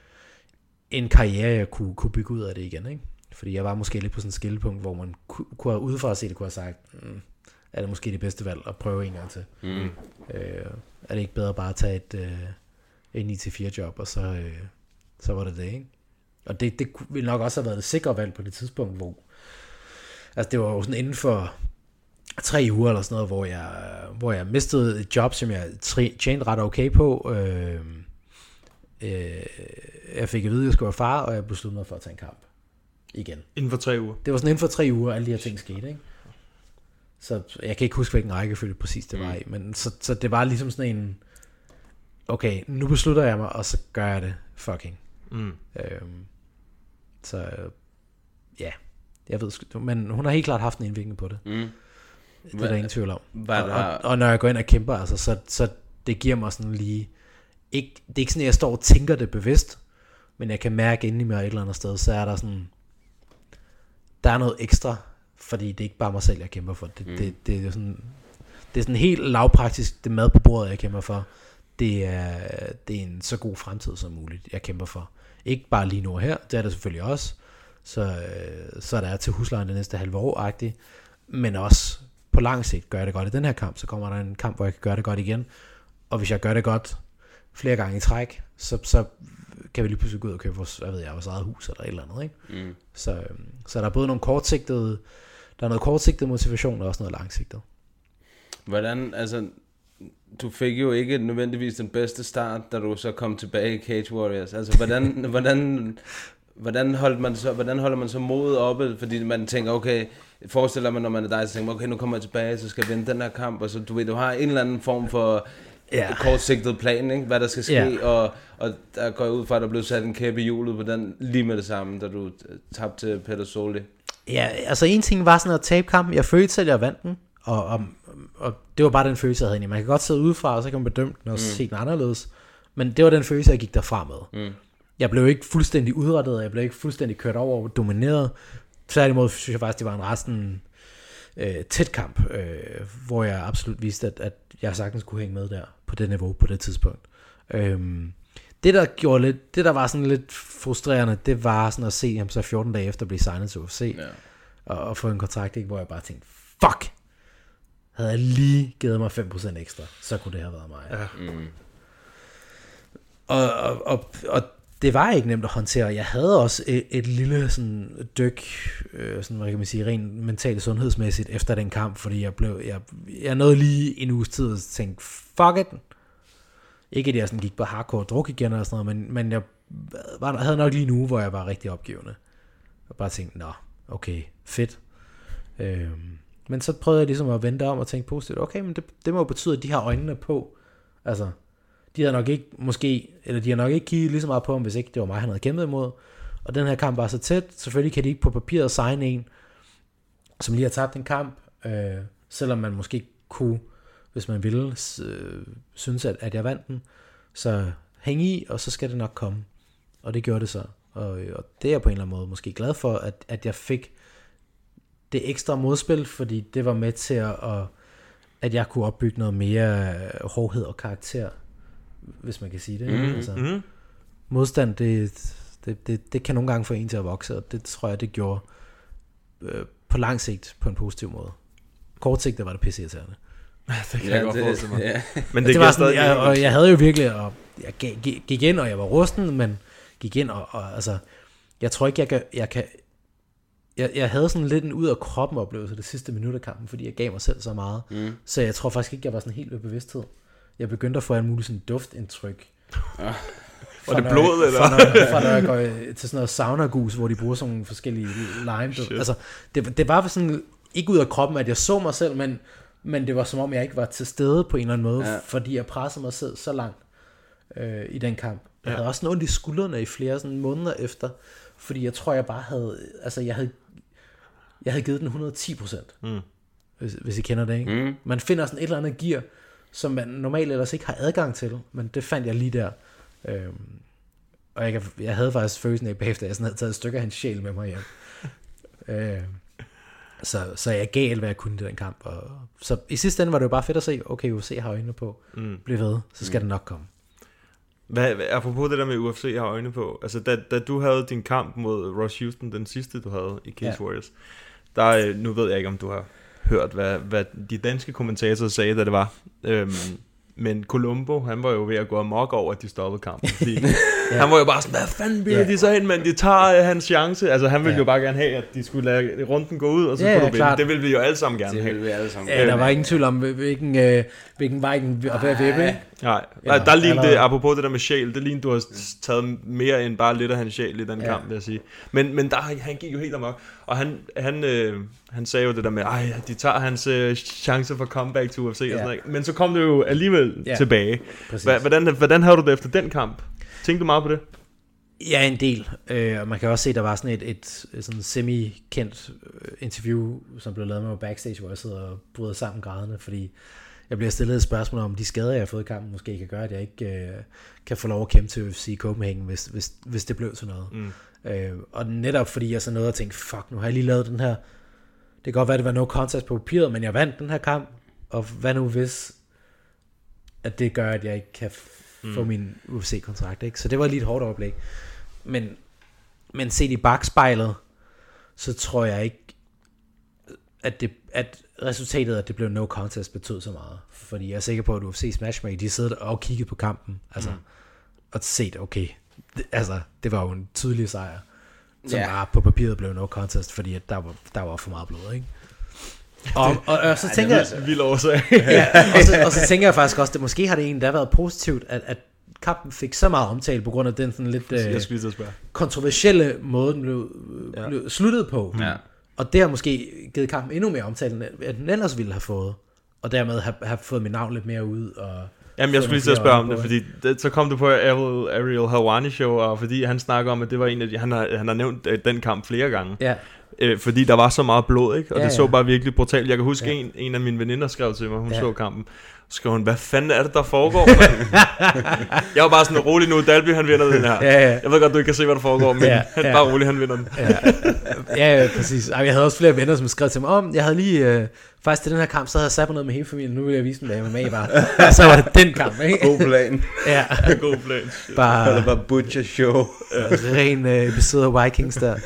I: en karriere, jeg kunne, kunne bygge ud af det igen, ikke? Fordi jeg var måske lidt på sådan et skillepunkt, hvor man kunne, kunne have udefra set det, kunne have sagt, mm, er det måske det bedste valg at prøve en gang til? Mm. Øh, er det ikke bedre bare at tage et, øh, et ni til fire job, og så, øh, så var det det, ikke? Og det, det ville nok også have været det sikre valg på det tidspunkt, hvor altså det var jo sådan inden for tre uger eller sådan noget, hvor jeg, hvor jeg mistede et job, som jeg tjente ret okay på. Øh, øh, jeg fik at vide, at jeg skulle være far, og jeg besluttede mig for at tage en kamp igen.
H: Inden for tre uger?
I: Det var sådan inden for tre uger, alle de her ting skete, ikke? Så jeg kan ikke huske, hvilken rækkefølge præcis det var i, men så, så det var ligesom sådan en, okay, nu beslutter jeg mig, og så gør jeg det fucking. Mm. Øhm, så ja, jeg ved sgu, men hun har helt klart haft en indvirkning på det. Mm. Det er der ingen tvivl om. Og, og, og når jeg går ind og kæmper, altså, så, så det giver mig sådan lige, ikke, det er ikke sådan, at jeg står og tænker det bevidst, men jeg kan mærke inde i mig et eller andet sted, så er der sådan, der er noget ekstra, fordi det er ikke bare mig selv, jeg kæmper for. Det, mm. det, det, er sådan, det er sådan helt lavpraktisk, det mad på bordet, jeg kæmper for. Det er, det er en så god fremtid som muligt, jeg kæmper for. Ikke bare lige nu og her, det er det selvfølgelig også, så, så der er til huslejen det næste halve år-agtigt, men også på lang sigt gør jeg det godt i den her kamp, så kommer der en kamp, hvor jeg kan gøre det godt igen, og hvis jeg gør det godt flere gange i træk, så, så kan vi lige pludselig gå ud og købe vores, hvad ved jeg, vores eget hus eller et eller andet, ikke? Mm. Så, så der er både nogle kortsigtede, der er noget kortsigtet motivation, og også noget langsigtet.
G: Hvordan, altså, du fik jo ikke nødvendigvis den bedste start, da du så kom tilbage i Cage Warriors. Altså, hvordan, hvordan, hvordan, holdt man så, hvordan holder man så modet oppe? Fordi man tænker, okay, forestiller man, når man er dig, så tænker man, okay, nu kommer jeg tilbage, så skal jeg vinde den her kamp, og så du ved, du har en eller anden form for ja. kortsigtet plan, ikke? Hvad der skal ske, ja. og, og der går jeg ud fra, at der blev sat en kæppe i hjulet på den lige med det samme, da du tabte til Peter Soli.
I: Ja, altså en ting var sådan at tabe kampen. Jeg følte selv, at jeg vandt den, og, og, og det var bare den følelse, jeg havde. Man kan godt sidde udefra, og så kan man bedømme den og mm. se den anderledes, men det var den følelse, jeg gik derfra med. Mm. Jeg blev ikke fuldstændig udrettet, jeg blev ikke fuldstændig kørt over og domineret. Tværtimod synes jeg faktisk, det var en resten øh, tæt kamp, øh, hvor jeg absolut vidste, at, at jeg sagtens kunne hænge med der på det niveau på det tidspunkt. Øhm, det der gjorde lidt, det der var sådan lidt frustrerende, det var sådan at se ham så fjorten dage efter blive signet til U F C, ja. og, og få en kontrakt, ikke, hvor jeg bare tænkte, fuck, havde jeg lige givet mig fem procent ekstra, så kunne det have været mig. Ja. Mm. Og, og, og, og det var ikke nemt at håndtere. Jeg havde også et, et lille sådan dyk, øh, sådan, hvad kan man sige, rent mentalt sundhedsmæssigt efter den kamp, fordi jeg blev, jeg, jeg nåede lige en uges tid og tænkte, fuck it. Ikke at jeg sådan gik på hardcore druk igen eller sådan noget, men, men jeg var, havde nok lige en uge, hvor jeg var rigtig opgivende. Og bare tænkte, nå, okay, fedt. Øhm, men så prøvede jeg ligesom at vente om og tænke positivt, okay, men det, det må jo betyde, at de har øjnene på. Altså, de havde nok ikke, måske, eller de har nok ikke kigget lige så meget på ham, hvis ikke det var mig, han havde kæmpet imod. Og den her kamp var så tæt. Selvfølgelig kan de ikke på papiret signe en, som lige har tabt en kamp, øh, selvom man måske kunne, hvis man ville, øh, synes, at, at jeg vandt den. Så hæng i, og så skal det nok komme. Og det gjorde det så. Og, og det er jeg på en eller anden måde måske glad for, at, at jeg fik det ekstra modspil, fordi det var med til at, at jeg kunne opbygge noget mere hårdhed og karakter, hvis man kan sige det. Mm, altså, mm. Modstand, det, det, det, det kan nogle gange få en til at vokse, og det tror jeg, det gjorde øh, på lang sigt på en positiv måde. Kort sigt, der var det pisseirriterende.
H: Det kan ja, jeg godt forestille mig. Ja.
I: Men det, det var sådan, jeg, og jeg havde jo virkelig, og jeg gik ind, og jeg var rusten, men gik ind, og, og altså, jeg tror ikke, jeg kan, jeg kan jeg, jeg havde sådan lidt en ud af kroppen oplevelse det sidste minut af kampen, fordi jeg gav mig selv så meget, mm. så jeg tror faktisk ikke, jeg var sådan helt ved bevidsthed. Jeg begyndte at få en mulig sådan duftindtryk.
H: Ja. Var det blod, eller?
I: Fra når, fra når jeg går til sådan noget sauna-gus, hvor de bruger sådan nogle forskellige lime. Altså, det, det var sådan ikke ud af kroppen, at jeg så mig selv, men, men det var som om, jeg ikke var til stede på en eller anden måde, ja. fordi jeg pressede mig selv så langt øh, i den kamp. Jeg ja. havde også ondt i skuldrene i flere sådan måneder efter, fordi jeg tror, jeg bare havde, altså jeg havde, jeg havde givet den et hundrede og ti procent, mm. hvis, hvis I kender det, ikke? Mm. Man finder sådan et eller andet gear, som man normalt ellers ikke har adgang til, men det fandt jeg lige der. Øhm, og jeg, jeg havde faktisk følelsen af bagefter, at jeg sådan havde taget et stykke af hans sjæl med mig hjem. øhm, så, så jeg gav alt, hvad jeg kunne i den kamp. Og, så i sidste ende var det jo bare fedt at se, okay, U F C har øjnene på, mm. bliv ved, så skal mm. det nok komme.
H: Hvad, apropos det der med U F C har øjne på, altså da, da du havde din kamp mod Ross Houston, den sidste du havde i Cage ja. Warriors, der, nu ved jeg ikke, om du har hørt, hvad, hvad de danske kommentatorer sagde, da det var. Øhm, men Colombo, han var jo ved at gå amok over, at de stoppede kampen. Fordi ja. Han var jo bare sådan, hvad fanden bliver ja. de så ind, men de tager uh, hans chance. Altså han ville ja. jo bare gerne have, at de skulle lade runden gå ud, og så ja, kunne du vinde. Det ville vi jo alle sammen gerne
G: det
H: have.
G: Vi alle sammen.
I: Ja, der var ingen tvivl om, hvilken, øh, hvilken vej den var ved at vippe.
H: Nej, ja, der lignede det, apropos det der med sjæl, det lignede, du har taget mere end bare lidt af hans sjæl i den ja. kamp, vil jeg sige. Men, men der, han gik jo helt amok, og han, han, øh, han sagde jo det der med, ej, de tager hans øh, chance for comeback til U F C, ja. og sådan noget. Men så kom det jo alligevel ja. tilbage. Hvordan, hvordan havde du det efter den kamp? Tænkte du meget på det?
I: Ja, en del. Øh, og man kan også se, at der var sådan et, et, et sådan semi-kendt interview, som blev lavet med mig backstage, hvor jeg sidder og bryder sammen grædende, fordi jeg bliver stillet et spørgsmål om de skader, jeg har fået i kampen, måske kan gøre, at jeg ikke øh, kan få lov at kæmpe til U F C Copenhagen, hvis, hvis, hvis det blev sådan noget. Mm. Øh, og netop fordi jeg så nåede at tænke, fuck, nu har jeg lige lavet den her, det kan godt være, det var no contest på papiret, men jeg vandt den her kamp, og hvad nu hvis, at det gør, at jeg ikke kan få mm. min U F C-kontrakt, ikke? Så det var lige et hårdt overblik. Men, men set i bagspejlet, så tror jeg ikke, at, det, at resultatet, at det blev no contest, betød så meget. Fordi jeg er sikker på, at U F C's matchmaker, de sidder og kigget på kampen, altså, mm. og set, okay, det, altså, det var jo en tydelig sejr, som yeah. bare på papiret blev no contest, fordi at der, var, der var for meget blod, ikke? Og, og, og, og så
H: Ej,
I: tænker jeg,
H: vild årsag.
I: ja, og, så, og så tænker jeg faktisk også, at måske har det egentlig da været positivt, at, at kampen fik så meget omtale på grund af den sådan lidt øh, kontroversielle måde, den blev, ja. blev sluttet på. Ja. Og det har måske givet kampen endnu mere omtale, end den ellers ville have fået. Og dermed have, have fået mit navn lidt mere ud. Og
H: Jamen jeg skulle lige til at spørge om det, fordi det, så kom du på Ariel, Ariel Helwani show, og fordi han snakker om, at det var en af de, han har, han har nævnt den kamp flere gange. Ja. Øh, fordi der var så meget blod, ikke? Og ja, det så ja. bare virkelig brutalt. Jeg kan huske, ja. en, en af mine veninder skrev til mig, hun ja. så kampen. Så skrev hun, hvad fanden er det, der foregår? Jeg var bare sådan, rolig nu, Dalby han vinder den her. Ja, ja. Jeg ved godt, du ikke kan se, hvad der foregår, men ja, ja. bare rolig, han vinder den.
I: ja, ja, ja, præcis. Jeg havde også flere venner, som skrev til mig, om oh, jeg havde lige, øh, faktisk til den her kamp, så havde jeg sat på noget med hele familien, nu vil jeg vise dem, hvad jeg var med i bare. Så var det den kamp, ikke?
G: God plan.
I: ja.
H: God plan.
G: Bare, det var Butcher Show.
I: Ren øh, episode af Vikings der.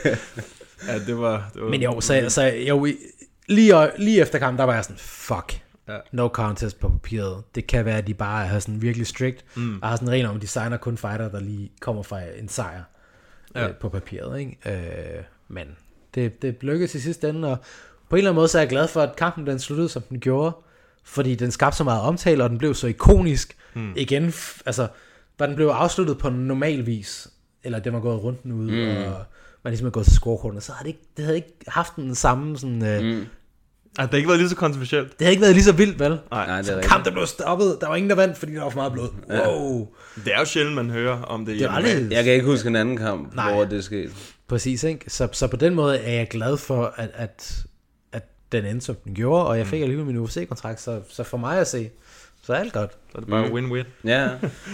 H: Ja, det var, det var...
I: Men jo, så, så jo, lige, lige efter kampen, der var jeg sådan, fuck. Ja. No contest på papiret. Det kan være, at de bare er sådan virkelig strict, mm. og har sådan en regel om, at de signer kun fighter, der lige kommer fra en sejr ja. øh, på papiret. Ikke? Øh, men det, det lykkedes i sidste ende, og på en eller anden måde så er jeg glad for, at kampen den sluttede, som den gjorde, fordi den skabte så meget omtale, og den blev så ikonisk. Mm. Igen, altså, var den blev afsluttet på normal vis, eller det var gået rundt ud, mm. og man ligesom er gået til scorekortet, så havde det ikke, det havde ikke haft den samme sådan... Øh,
H: mm. At det har ikke været lige så kontroversielt.
I: Det har ikke været lige så vildt, vel?
G: Nej, Nej det er
I: kamp, der blev stoppet. Der var ingen, der vandt, fordi der var for meget blod. Wow.
H: Ja. Det er jo sjældent, man hører om det.
I: det aldrig...
G: Jeg kan ikke huske en anden kamp, Nej. hvor det skete.
I: Præcis, ikke? Så, så på den måde er jeg glad for, at, at, at den endte, som den gjorde, og jeg fik mm. alligevel min U F C-kontrakt, så, så for mig at se, så er alt godt.
H: Så er det bare mm. win-win.
G: Ja,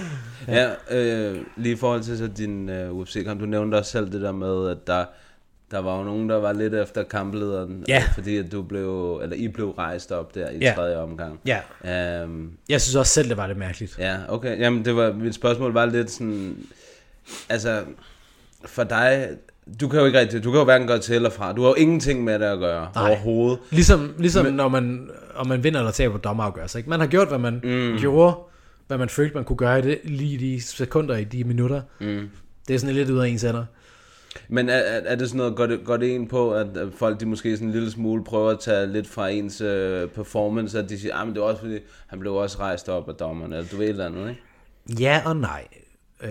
G: ja øh, lige i forhold til så din uh, U F C-kamp, du nævnte også selv det der med, at der... Der var jo nogen, der var lidt efter kamplederen,
I: ja.
G: fordi at du blev, eller I blev rejst op der i ja. tredje omgang.
I: Ja. Um, jeg synes også selv, det var lidt mærkeligt.
G: Ja, okay. Jamen, det var, mit spørgsmål var lidt sådan, altså, for dig, du kan jo ikke rigtig, du kan jo hverken gøre til eller fra. Du har jo ingenting med det at gøre. Nej. Overhovedet.
I: Ligesom, ligesom Men, når man, om man vinder eller taber på dommerafgørelse, ikke? Man har gjort, hvad man mm. gjorde, hvad man følte, man kunne gøre i det, lige de sekunder, i de minutter. Mm. Det er sådan lidt ud af ens hænder.
G: Men er, er det sådan noget, går det, går det ind på, at folk de måske sådan en lille smule prøver at tage lidt fra ens uh, performance, at de siger, ah, men det er også fordi, han blev også rejst op af dommerne, eller du ved et eller andet, ikke?
I: Ja og nej. Øh,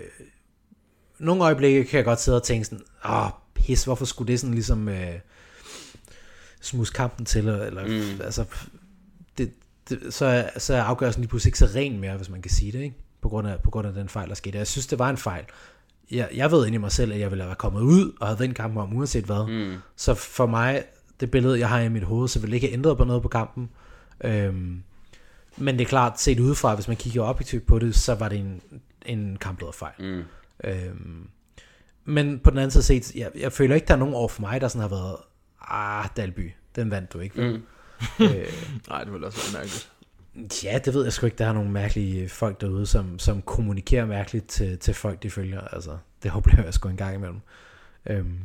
I: nogle øjeblikke kan jeg godt sidde og tænke sådan, åh, pis, hvorfor skulle det sådan ligesom, øh, smus kampen til, eller mm. altså, det, det, så, er, så er afgørelsen lige pludselig ikke så ren mere, hvis man kan sige det, ikke? På grund af, på grund af den fejl, der skete. Jeg synes, det var en fejl. Jeg, jeg ved inde i mig selv, at jeg ville have kommet ud og have vendt kampen om, uanset hvad. Mm. Så for mig, det billede, jeg har i mit hoved, så ville det ikke have ændret på noget på kampen. Øhm, men det er klart, set udefra, hvis man kigger objektivt på det, så var det en, en kampleder fejl. Mm. Øhm, men på den anden side set, jeg, jeg føler ikke, der er nogen over for mig, der sådan har været, ah, Dalby, den vandt du ikke. Mm.
H: øh, Nej, det ville også være mærkeligt.
I: Ja, det ved jeg sgu ikke. Der er nogle mærkelige folk derude, som, som kommunikerer mærkeligt til, til folk, de følger. Altså, det oplever jeg sgu en gang imellem. Øhm,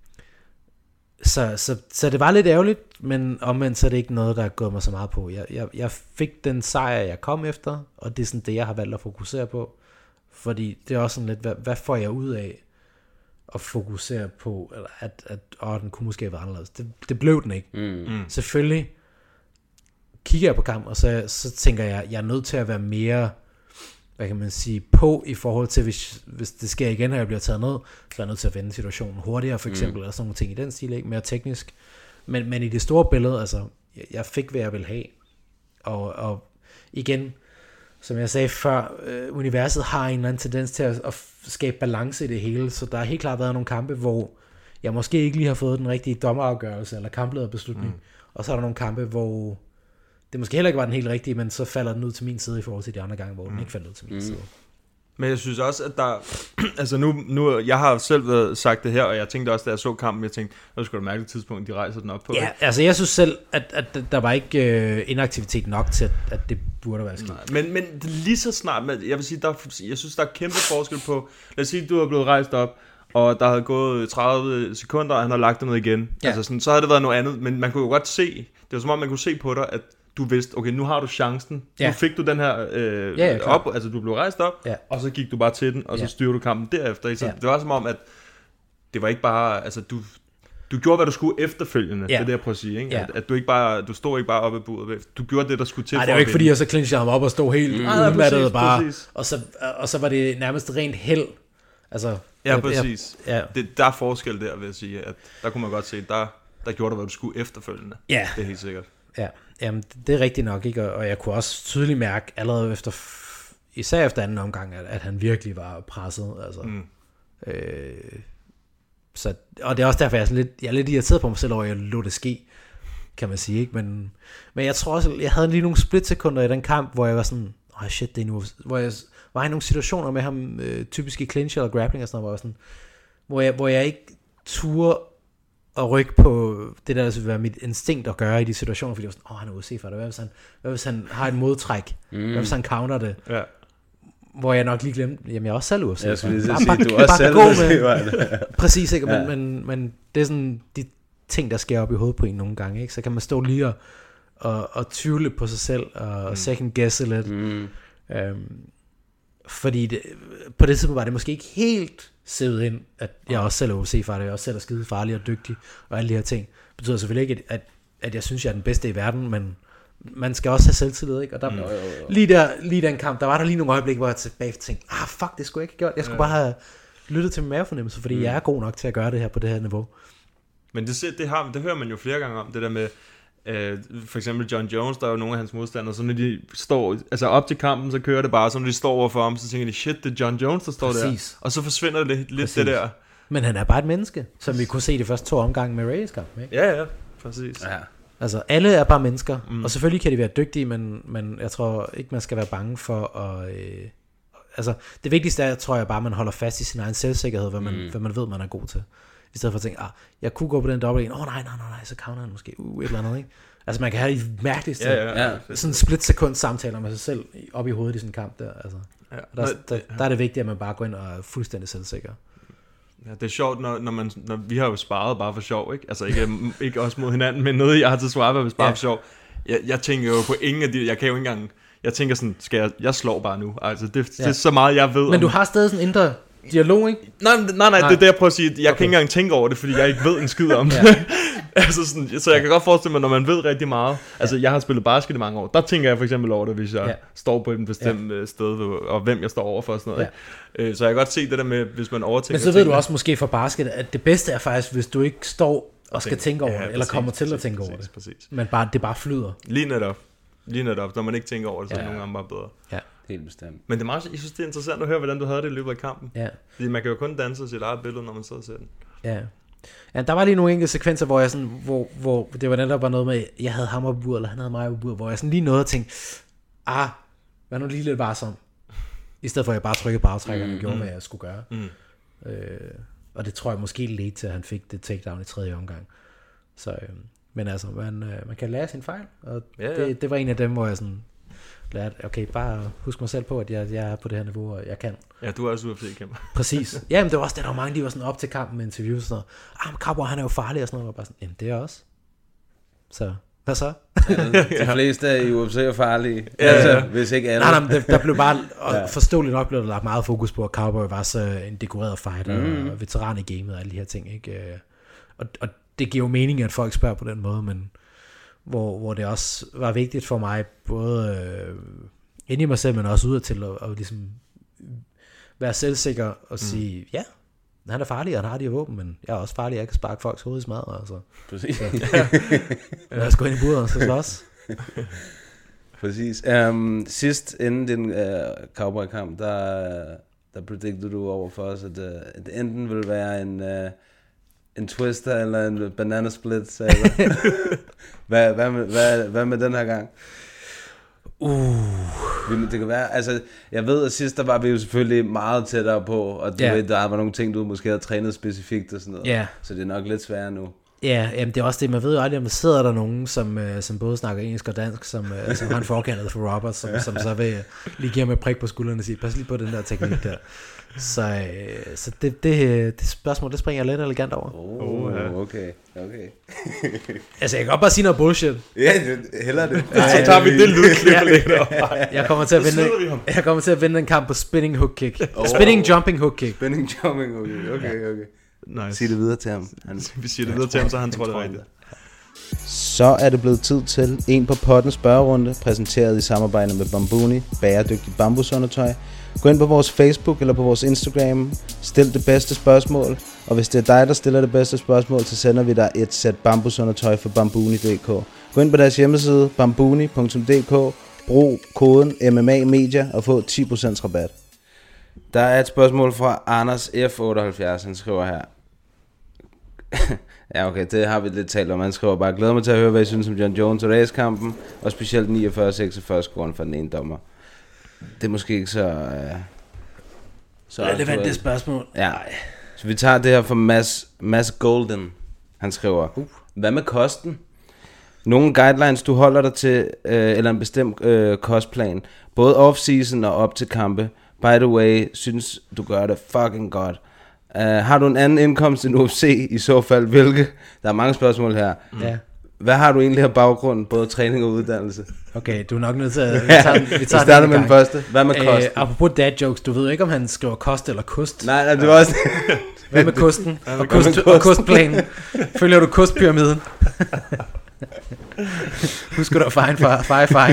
I: så, så, så det var lidt ærgerligt, men omvendt så er det ikke noget, der er gået mig så meget på. Jeg, jeg, jeg fik den sejr, jeg kom efter, og det er sådan det, jeg har valgt at fokusere på. Fordi det er også sådan lidt, hvad, hvad får jeg ud af at fokusere på, eller at, at åh, den kunne måske have været anderledes. Det, det blev den ikke. Mm. Selvfølgelig kigger jeg på kamp, og så, så tænker jeg, jeg er nødt til at være mere, hvad kan man sige, på i forhold til, hvis, hvis det sker igen, og jeg bliver taget ned, så er jeg nødt til at vende situationen hurtigere, for eksempel, mm. eller sådan nogle ting i den stil, ikke mere teknisk. Men, men i det store billede, altså, jeg, jeg fik, hvad jeg ville have. Og, og igen, som jeg sagde før, øh, universet har en eller anden tendens til at, at skabe balance i det hele, så der har helt klart været nogle kampe, hvor jeg måske ikke lige har fået den rigtige dommerafgørelse, eller kamplederbeslutning, mm. og så er der nogle kampe, hvor det måske heller ikke var den helt rigtige, men så falder den ud til min side i forhold til de andre gange, hvor mm. den ikke faldt ud til min mm. side.
H: Men jeg synes også, at der, altså nu, nu, jeg har selv været sagt det her, og jeg tænkte også, da jeg så kampen, jeg tænkte, det var sgu da et mærkeligt tidspunkt, de rejser den op på.
I: Ja,
H: ikke?
I: altså jeg synes selv, at, at der var ikke øh, inaktivitet nok til, at det burde være skidt.
H: Men, men lige så snart, jeg vil sige, der, jeg synes, der er kæmpe forskel på, lad os sige, at du er blevet rejst op, og der havde gået tredive sekunder, og han har lagt det ned igen. Ja. Altså sådan, så havde det været noget andet, men man kunne jo godt se, det var som om man kunne se på dig, at du vidste, okay, nu har du chancen. Ja. Nu fik du den her øh, ja, ja, op, altså du blev rejst op, ja. Og så gik du bare til den, og så styrer du kampen derefter. Så ja. Det var som om, at det var ikke bare, altså du, du gjorde, hvad du skulle efterfølgende, ja. Det er det, jeg prøver at sige, ikke? Ja. At, at du ikke bare, du stod ikke bare oppe i buret, du gjorde det, der skulle til.
I: Nej, det var ikke fordi, jeg så clinchede ham op og stod helt mm. udmattet bare, præcis. Og, så, og så var det nærmest rent held. Altså,
H: ja, præcis. Ja. Det, der er forskel der, vil jeg sige, at der kunne man godt se, der, der gjorde du, hvad du skulle efterfølgende. Ja. Det er helt sikkert.
I: Ja, jamen, det er rigtigt nok, ikke? Og jeg kunne også tydeligt mærke, allerede efter, især efter anden omgang, at, at han virkelig var presset, altså. Mm. Øh, så, og det er også derfor, jeg er, lidt, jeg er lidt irriteret på mig selv over, at jeg lå det ske, kan man sige, ikke? Men, men jeg tror også, jeg havde lige nogle splitsekunder i den kamp, hvor jeg var sådan, åh oh shit, det er nu, hvor jeg var i nogle situationer med ham, øh, typisk i clinch eller grappling og sådan noget, hvor jeg, sådan, hvor jeg, hvor jeg ikke turde og rykke på det, der altså vil være mit instinkt at gøre i de situationer, fordi jeg var sådan, åh, han er U F C-fighter, hvad hvis han, hvad hvis han har et modtræk, mm. hvad hvis han counter det, ja. Hvor jeg nok lige glemte, jamen jeg er også selv U F C-fighter. Jeg skulle lige sige, bare, du er også selv U F C-fighter. Præcis, ikke? Ja. Men, men, men det er sådan de ting, der sker op i hovedet på en nogle gange, ikke? Så kan man stå lige og, og, og tvivle på sig selv, og mm. second guesse lidt. Mm. Øhm, fordi det, på det tidspunkt var det måske ikke helt sævet ind, at jeg også selv er U F C-fighter, jeg også selv er skide farlig og dygtig, og alle de her ting. Det betyder selvfølgelig ikke, at, at jeg synes, jeg er den bedste i verden, men man skal også have selvtillid, ikke? Og der, mm. lige, der, lige den kamp, der var der lige nogle øjeblikke, hvor jeg tilbage tænkte, ah fuck, det skulle jeg ikke have gjort. Jeg skulle ja. bare have lyttet til min mavefornemmelse, fordi mm. jeg er god nok til at gøre det her på det her niveau.
H: Men det, det, har, det hører man jo flere gange om, det der med, øh, for eksempel John Jones, der er jo nogle af hans modstandere, så når de står, altså op til kampen, så kører det bare, så når de står overfor ham, så tænker de, shit, det er John Jones, der står Præcis. Der. Og så forsvinder det lidt, lidt det der.
I: Men han er bare et menneske, som vi kunne se de første to omgange med Reyes kamp, ikke?
H: Ja, ja, præcis. Ja.
I: Altså, alle er bare mennesker, mm. og selvfølgelig kan de være dygtige, men, men jeg tror ikke, man skal være bange for at... Øh, altså, det vigtigste er, tror jeg bare, man holder fast i sin egen selvsikkerhed, hvad man, mm. hvad man ved, man er god til. I stedet for at tænke, ah, jeg kunne gå på den dobbelt en, åh oh, nej, nej, nej, nej, så counter han måske, uh, et eller andet, ikke? Altså, man kan have de mærkeligste, ja, ja, ja. sådan split sekund samtaler med sig selv, op i hovedet i sådan en kamp der, altså. Ja. Der, der, der er det vigtigt, at man bare går ind og er fuldstændig selvsikker.
H: Ja, det er sjovt, når, når, man, når vi har jo sparet bare for sjov, ikke? Altså ikke, ikke også mod hinanden, men noget, jeg har til Swiper, hvis bare ja. For sjov. Jeg, jeg tænker jo på ingen af de, jeg kan jo ikke engang, jeg tænker sådan, skal jeg, jeg slår bare nu. Altså det, ja. Det er så meget, jeg ved.
I: Men om, du har stadig sådan en indre dialog, ikke?
H: Nej, nej, nej, nej, det er det, jeg prøver at sige. Jeg okay. kan ikke engang tænke over det, fordi jeg ikke ved en skid om det. Ja. altså sådan, så jeg kan godt forestille mig, når man ved rigtig meget. Altså, jeg har spillet basket i mange år. Der tænker jeg for eksempel over det, hvis jeg ja. står på et bestemt ja. sted, og hvem jeg står overfor og sådan noget. Ja. Så jeg kan godt se det der med, hvis man overtænker.
I: Men så ved du også måske for basket, at det bedste er faktisk, hvis du ikke står og skal tænke over
H: ja,
I: det, eller
H: præcis,
I: kommer til
H: præcis,
I: at tænke
H: præcis,
I: over det.
H: Præcis.
I: Men bare, det bare flyder.
H: Lige netop. Lige netop. Når man ikke tænker over det, så ja. er det nogle gange bare bedre.
I: Ja.
G: Helt bestemt.
H: Men det er meget, jeg synes, det er interessant at høre, hvordan du havde det i løbet af kampen.
I: Ja.
H: Fordi man kan jo kun danse sit eget billede, når man sidder og ser den.
I: Ja. Ja, der var lige nogle enkelte sekvenser, hvor jeg sådan, hvor, hvor det var netop bare noget med, jeg havde ham op i bur, eller han havde mig op i bur, hvor jeg sådan lige nåede og tænkte, ah, vær nu lige lidt varsom. I stedet for at jeg bare trykkede på aftrækkeren og gjorde, hvad jeg skulle gøre. Mm. Øh, og det tror jeg måske ledte til, at han fik det takedown i tredje omgang. Så, øh, men altså, man, øh, man kan lære sin fejl, og ja, ja. Det, det var en af dem, hvor jeg sådan lærte, okay, bare husk mig selv på, at jeg, jeg er på det her niveau, og jeg kan.
H: Ja, du er også U F C-kæmper.
I: Præcis. Jamen, det var også det, der var mange, de var sådan op til kampen med interviews, og sådan noget. Ah, men Cowboy, han er jo farlig, og sådan noget, og bare sådan, jamen, det er også. Så, hvad så?
G: Ja, de fleste i U F C er farlige, ja, altså, ja. Hvis ikke alle.
I: Nej, nej, der, der blev bare, og forståeligt nok blev der lagt meget fokus på, at Cowboy var så en dekoreret fighter, mm. og veteran i gamet og alle de her ting, ikke? Og, og det giver jo mening, at folk spørger på den måde, men hvor, hvor det også var vigtigt for mig, både øh, inde i mig selv, men også udadtil, at, at ligesom være selvsikker og sige, mm. ja, han er farlig, og han har de her våben, men jeg er også farlig, jeg kan sparke folks hoved i smadret, altså.
G: Præcis.
I: Ja. Lad os gå ind i buret og så slås.
G: Præcis. Um, sidst inden din uh, Cowboy-kamp, der, der predicted du over for os, at, uh, at det enten vil være en, uh, en twister eller en banana split, sagde du. hvad, hvad, med, hvad, hvad med den her gang?
I: Uh.
G: Det kan være, altså, jeg ved, at sidst der var vi jo selvfølgelig meget tættere på, og du
I: yeah.
G: ved, der var nogle ting, du måske havde trænet specifikt og sådan noget,
I: yeah.
G: så det er nok lidt sværere nu.
I: Ja, jamen det er også det, man ved jo aldrig, om der sidder der nogen, som, øh, som både snakker engelsk og dansk, som, øh, som har en forkærlighed for Robert, som, som så vil lige give ham et prik på skulderen og sige, pas lige på den der teknik der. Så, øh, så det, det, det spørgsmål, det springer jeg lidt elegant over.
G: Oh, oh ja. okay, okay.
I: Altså, jeg kan godt bare sige noget bullshit.
G: Ja, heller det.
H: Ja, så tager vi det lydklip og lægger op.
I: Jeg kommer til at vinde, jeg kommer til at vinde en kamp på spinning hook kick. Oh. Spinning jumping hook kick.
G: Spinning jumping hook kick, okay, okay.
H: Nice.
G: Sig det videre til ham.
H: Han, vi siger det videre til ham, så han tror, det er rigtigt.
G: Så er det blevet tid til en på potten spørgerunde, præsenteret i samarbejde med Bambuni, bæredygtigt bambusundertøj. Gå ind på vores Facebook eller på vores Instagram, stil det bedste spørgsmål, og hvis det er dig, der stiller det bedste spørgsmål, så sender vi dig et sæt bambusundertøj fra bambuni punktum d k. Gå ind på deres hjemmeside, bambuni punktum d k, brug koden M M A Media og få ti procent rabat. Der er et spørgsmål fra Anders F otteoghalvfjerds, han skriver her. Ja, okay, det har vi lidt talt om. Han skriver bare, glæder mig til at høre, hvad I synes om John Jones og racekampen, og specielt niogfyrre seksogfyrre scoren for den ene dommer. Det er måske ikke så... Uh,
I: så relevant det spørgsmål.
G: Ja, så vi tager det her fra Mads, Mads Golden. Han skriver, uh. hvad med kosten? Nogle guidelines, du holder dig til, øh, eller en bestemt øh, kostplan, både off-season og op til kampe. By the way, synes du gør det fucking godt. Uh, har du en anden indkomst end U F C, i så fald hvilke? Der er mange spørgsmål her.
I: Ja.
G: Hvad har du egentlig af baggrund, både træning og uddannelse?
I: Okay, du er nok nødt til at... Vi tager, vi tager
G: vi starter med den første. Hvad med kosten?
I: Øh, apropos dad jokes, du ved jo ikke, om han skriver kost eller kost.
G: Nej, nej, det var også...
I: Hvad med kosten? Og, kost, og kostplanen? Følger du kostpyramiden? Husk du at fejre far, far, far,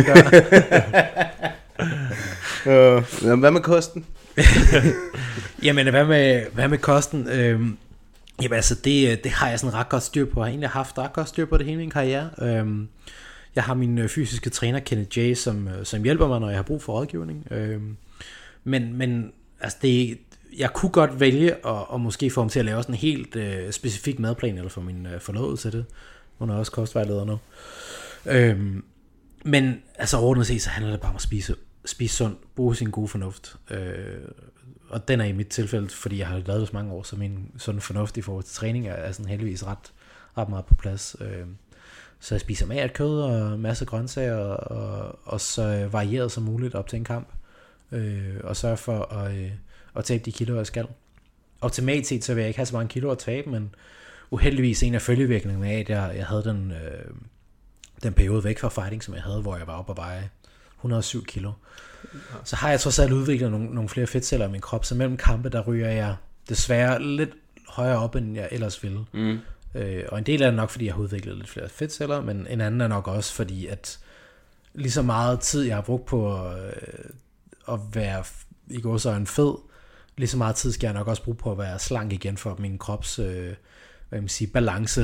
G: uh, Hvad med kosten?
I: Jamen, hvad med, hvad med kosten? Øhm, jamen, altså, det, det har jeg sådan ret godt styr på. Jeg har egentlig haft ret godt styr på det hele min karriere. Øhm, jeg har min fysiske træner, Kenneth J., som, som hjælper mig, når jeg har brug for rådgivning. Øhm, men, men altså, det, jeg kunne godt vælge at, at måske få ham til at lave sådan en helt øh, specifik madplan, eller få min øh, forlovede til det. Hun er også kostvejleder nu. Øhm, men altså, overordnet set, så handler det bare om at spise, spise sundt, bruge sin gode fornuft. Øh, og den er i mit tilfælde, fordi jeg har lavet det så mange år, så min sådan fornuft i forhold til træning er, er sådan heldigvis ret, ret meget på plads. Øh, så jeg spiser magert kød og masser af grøntsager, og, og, og så varieret som muligt op til en kamp. Øh, og sørge for at, øh, at tabe de kilo, jeg skal. Optimalt set, så vil jeg ikke have så mange kilo at tabe, men uheldigvis en af følgevirkningerne af, at jeg, jeg havde den, øh, den periode væk fra fighting, som jeg havde, hvor jeg var oppe og veje et hundrede og syv kilo. Så har jeg trods alt udviklet nogle, nogle flere fedtceller i min krop, så mellem kampe, der ryger jeg desværre lidt højere op, end jeg ellers ville. Mm. Øh, og en del af det nok, fordi jeg har udviklet lidt flere fedtceller, men en anden er nok også, fordi at lige så meget tid, jeg har brugt på øh, at være i går så en fed, lige så meget tid skal jeg nok også bruge på at være slank igen, for min krops øh, hvad man sige, balance mm.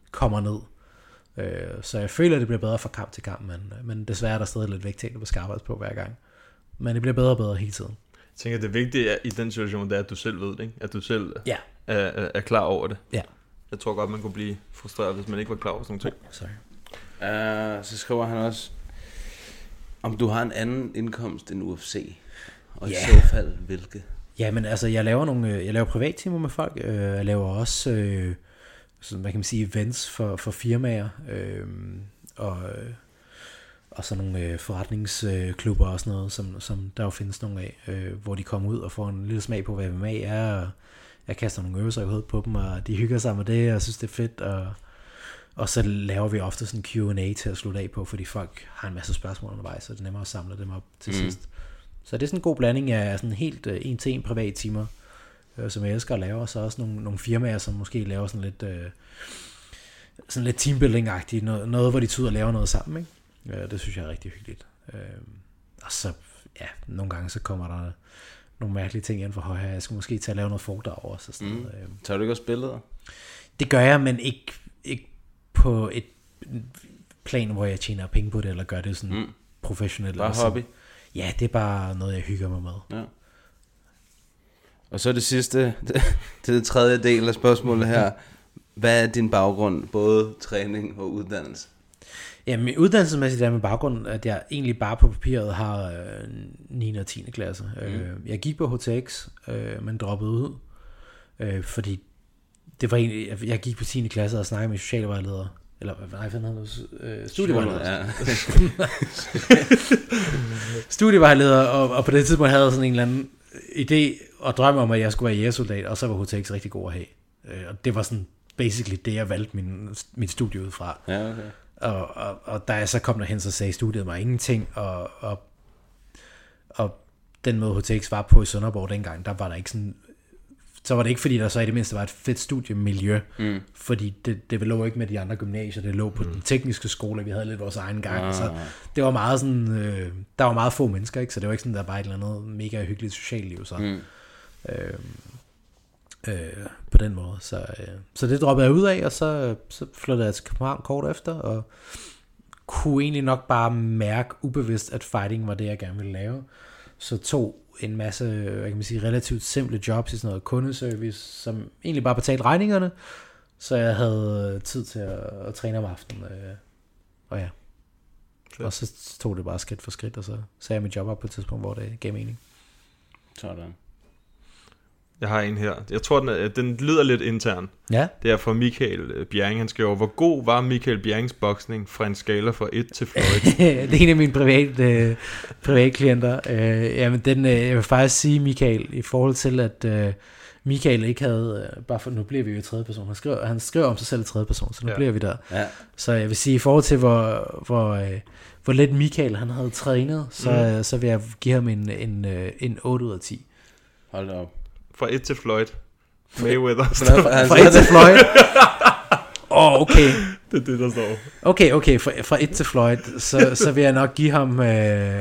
I: kommer ned. Øh, så jeg føler, at det bliver bedre fra kamp til kamp, men, men desværre er der stadig lidt vægtting, der skal arbejdes på hver gang. Men det bliver bedre og bedre hele tiden.
H: Jeg tænker, det vigtige er, i den situation, det er, at du selv ved det, ikke? At du selv
I: ja.
H: er, er, er klar over det.
I: Ja.
H: Jeg tror godt, man kunne blive frustreret, hvis man ikke var klar over sådan nogle ting.
I: Oh, sorry.
G: Uh, så skriver han også, om du har en anden indkomst end U F C, og yeah. i så fald hvilke?
I: Ja, men altså, jeg laver nogle, jeg laver privattimer med folk, øh, jeg laver også, øh, sådan, hvad kan man sige, events for, for firmaer, øh, og, og sådan nogle øh, forretningsklubber og sådan noget, som, som der jo findes nogle af, øh, hvor de kommer ud og får en lille smag på, hvad M M A er, og jeg kaster nogle øvelser i hovedet på dem, og de hygger sig med det, og jeg synes, det er fedt, og Og så laver vi ofte sådan en Q and A til at slutte af på, fordi folk har en masse spørgsmål undervejs, så det er nemmere at samle dem op til mm. sidst. Så det er sådan en god blanding af sådan helt uh, en til en privat timer, uh, som jeg elsker at lave, og så også nogle, nogle firmaer, som måske laver sådan lidt, uh, sådan lidt teambuilding-agtigt, noget, noget, hvor de tager ud og laver noget sammen, ikke? Uh, det synes jeg er rigtig hyggeligt. Uh, og så, ja, nogle gange så kommer der nogle mærkelige ting ind for højre. Jeg skal måske til at lave noget foredrag også. Sådan
G: mm.
I: noget. Uh,
G: Tager du ikke også billeder?
I: Det gør jeg, men ikke, ikke på et plan, hvor jeg tjener penge på det, eller gør det sådan mm. professionelt.
G: Bare hobby?
I: Ja, det er bare noget, jeg hygger mig med.
G: Ja. Og så det sidste, det, det er det tredje del af spørgsmålet her. Hvad er din baggrund, både træning og uddannelse?
I: Jamen, uddannelsesmæssigt er min baggrund, at jeg egentlig bare på papiret har øh, niende og tiende klasse. Mm. Øh, jeg gik på H T X, øh, men droppede ud, øh, fordi det var egentlig, jeg gik på tiende klasse og snakkede med socialvejledere, eller nej, hvad hedder det, øh, studievejledere. Ja. Studievejledere, og, og på det tidspunkt havde jeg sådan en eller anden idé og drøm om, at jeg skulle være jægersoldat, og så var H T X rigtig god at have. Øh, og det var sådan basically det, jeg valgte min, mit studie ud fra.
G: Ja, okay.
I: Og, og, og da jeg så kom derhen, så sagde studiet mig ingenting, og, og, og den måde H T X var på i Sønderborg dengang, der var der ikke sådan, så var det ikke fordi, der så i det mindste var et fedt studiemiljø, mm. fordi det, det lå ikke med de andre gymnasier, det lå på mm. den tekniske skole, vi havde lidt vores egen gang, ah. så det var meget sådan, øh, der var meget få mennesker, ikke? Så det var ikke sådan, der var et eller andet mega hyggeligt socialliv, så mm. øh, øh, på den måde, så, øh, så det droppede jeg ud af, og så, så flyttede jeg til København kort efter, og kunne egentlig nok bare mærke ubevidst, at fighting var det, jeg gerne ville lave, så tog en masse, hvad kan man sige, relativt simple jobs i sådan noget kundeservice, som egentlig bare betalte regningerne, så jeg havde tid til at, at træne om aftenen, øh, og ja. Fedt. Og så tog det bare skridt for skridt, og så sagde jeg mit job op på et tidspunkt, hvor det gav mening.
G: Sådan.
H: Jeg har en her. Jeg tror, den, er, den lyder lidt intern.
I: Ja.
H: Det er fra Michael Bjerring. Han skriver, hvor god var Michael Bjerrings boksning fra en skala fra et til Floyd?
I: Det er en af mine privat, øh, privatklienter. Øh, jamen, den, øh, jeg vil faktisk sige, Michael, i forhold til, at øh, Michael ikke havde, øh, bare for nu bliver vi jo i tredje person. Han skriver, han skriver om sig selv i tredje person, så nu ja. bliver vi der. Ja. Så jeg vil sige, i forhold til, hvor, hvor, øh, hvor lidt Michael han havde trænet, så, mm. øh, så vil jeg give ham en, en, en, en otte ud af ti.
G: Hold da op.
H: Fra et til Floyd. Mayweather.
I: Fra et til Floyd. Åh, oh, okay.
H: Det er det, der står.
I: Okay, okay. Fra, fra et til Floyd, så, så vil jeg nok give ham øh,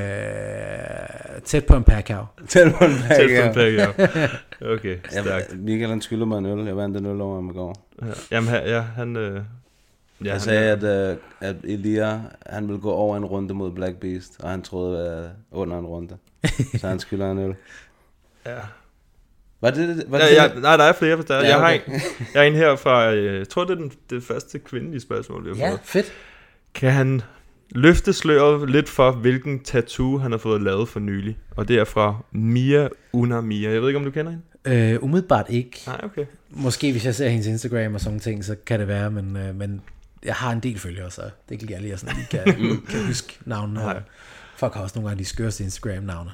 I: tæt på en Pacquiao.
G: Tæt på en Pacquiao.
H: Tæt på en Pacquiao. Okay, stærkt.
G: Jeg, Michael, han skylder mig en øl. Jeg vandt en øl over ham i går.
H: Ja. Jamen, ja, han... Øh, ja,
G: jeg
H: han,
G: sagde, at, øh, at Elia, han ville gå over en runde mod Black Beast, og han troede uh, under en runde. Så han skylder en øl.
H: Ja.
G: Var det, var
H: ja,
G: det,
H: ja, nej, der er flere. Der.
G: Ja,
H: jeg, har
G: okay.
H: en, jeg har en her fra, jeg tror, det er den, det første kvindelige spørgsmål, vi har
I: ja,
H: fået.
I: Ja, fedt.
H: Kan han løfte sløret lidt for, hvilken tattoo han har fået lavet for nylig? Og det er fra Mia Una Mia. Jeg ved ikke, om du kender hende?
I: Øh, umiddelbart ikke.
H: Nej, okay.
I: Måske hvis jeg ser hendes Instagram og sådan ting, så kan det være, men, øh, men jeg har en del følgere, så det kan jeg lige, sådan, lige kan, kan huske navnene. Nej. Folk har også nogle gange de skørste Instagram-navne.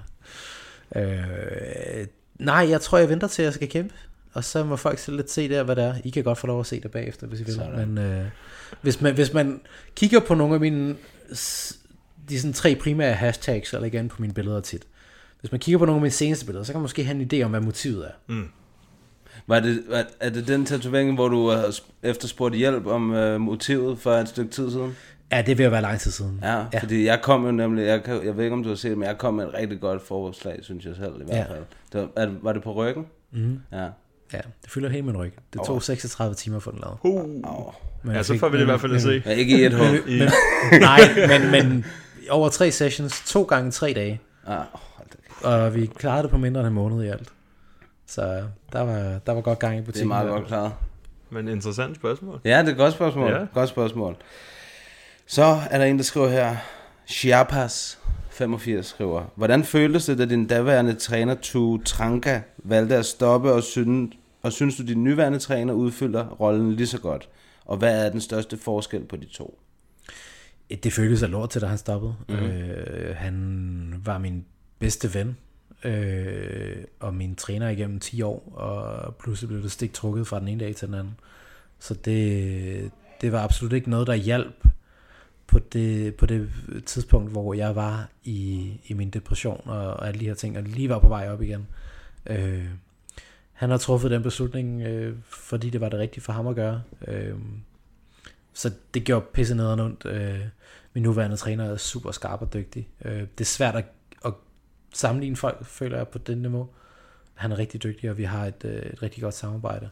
I: Øh, nej, jeg tror, jeg venter til, at jeg skal kæmpe. Og så må folk selv lidt se der, hvad det er. I kan godt få lov at se det bagefter, hvis I vil. Sådan. Men øh, hvis, man, hvis man kigger på nogle af mine de sådan tre primære hashtags, eller igen på mine billeder tit. Hvis man kigger på nogle af mine seneste billeder, så kan man måske have en idé om, hvad motivet er.
G: Mm. Var det, var, er det den tatovering, hvor du har efterspurgt hjælp om øh, motivet for et stykke tid siden?
I: Ja, det vil være lang tid siden.
G: Ja, ja. Fordi jeg kom jo nemlig, jeg, kan, jeg ved ikke om du har set det, men jeg kom med et rigtig godt forslag, synes jeg selv i hvert fald. Ja. Det var, er, var det på ryggen?
I: Mm.
G: Ja.
I: Ja, det fylder helt min ryg. Det tog oh. seksogtredive timer for den lavet.
H: Uh. Oh. Ja, så får vi det i hvert fald at se.
G: Ja, ikke i et hul.
I: Men, nej, men, men over tre sessions, to gange tre dage.
G: Ah,
I: og vi klarede det på mindre end en måned i alt. Så der var, der var godt gang i butikken.
G: Det er meget godt klaret.
H: Men interessant spørgsmål.
G: Ja, det er et godt spørgsmål. Ja. Godt spørgsmål. Så er der en, der skriver her. Chiapas femogfirs skriver. Hvordan føltes det, da din daværende træner Tu Tranca valgte at stoppe, og synes, og synes du, din nyværende træner udfylder rollen lige så godt? Og hvad er den største forskel på de to?
I: Det føltes af lort til, da han stoppede. Mm-hmm. Øh, han var min bedste ven, øh, og min træner igennem ti år, og pludselig blev det stik trukket fra den ene dag til den anden. Så det, det var absolut ikke noget, der hjalp på det, på det tidspunkt, hvor jeg var i, i min depression og, og alle de her ting, og lige var på vej op igen. Øh, han har truffet den beslutning, øh, fordi det var det rigtige for ham at gøre. Øh, så det gjorde pisse ned og ondt. Øh, min nuværende træner er super skarp og dygtig. Øh, det er svært at, at sammenligne folk, føler jeg, på det niveau. Han er rigtig dygtig, og vi har et, et rigtig godt samarbejde.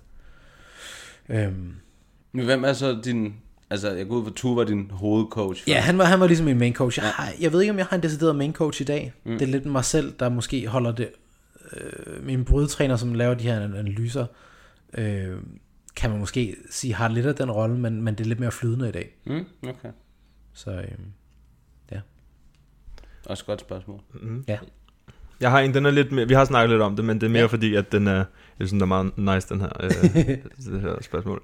I: Øh,
G: Men hvem er så din... Altså, jeg går ud for, Tu var din hovedcoach.
I: Ja, han var, han var ligesom min main coach. Jeg, har, jeg ved ikke, om jeg har en decideret main coach i dag. Mm. Det er lidt mig selv, der måske holder det. Øh, min brydetræner, som laver de her analyser, øh, kan man måske sige, har lidt af den rolle, men, men det er lidt mere flydende i dag.
G: Mm, okay.
I: Så, øh, ja.
G: Også et godt spørgsmål.
H: Mm.
I: Ja.
H: Jeg har en, den er lidt mere, vi har snakket lidt om det, men det er mere ja. fordi, at den er, jeg synes, den er meget nice, den her, øh, det her spørgsmål.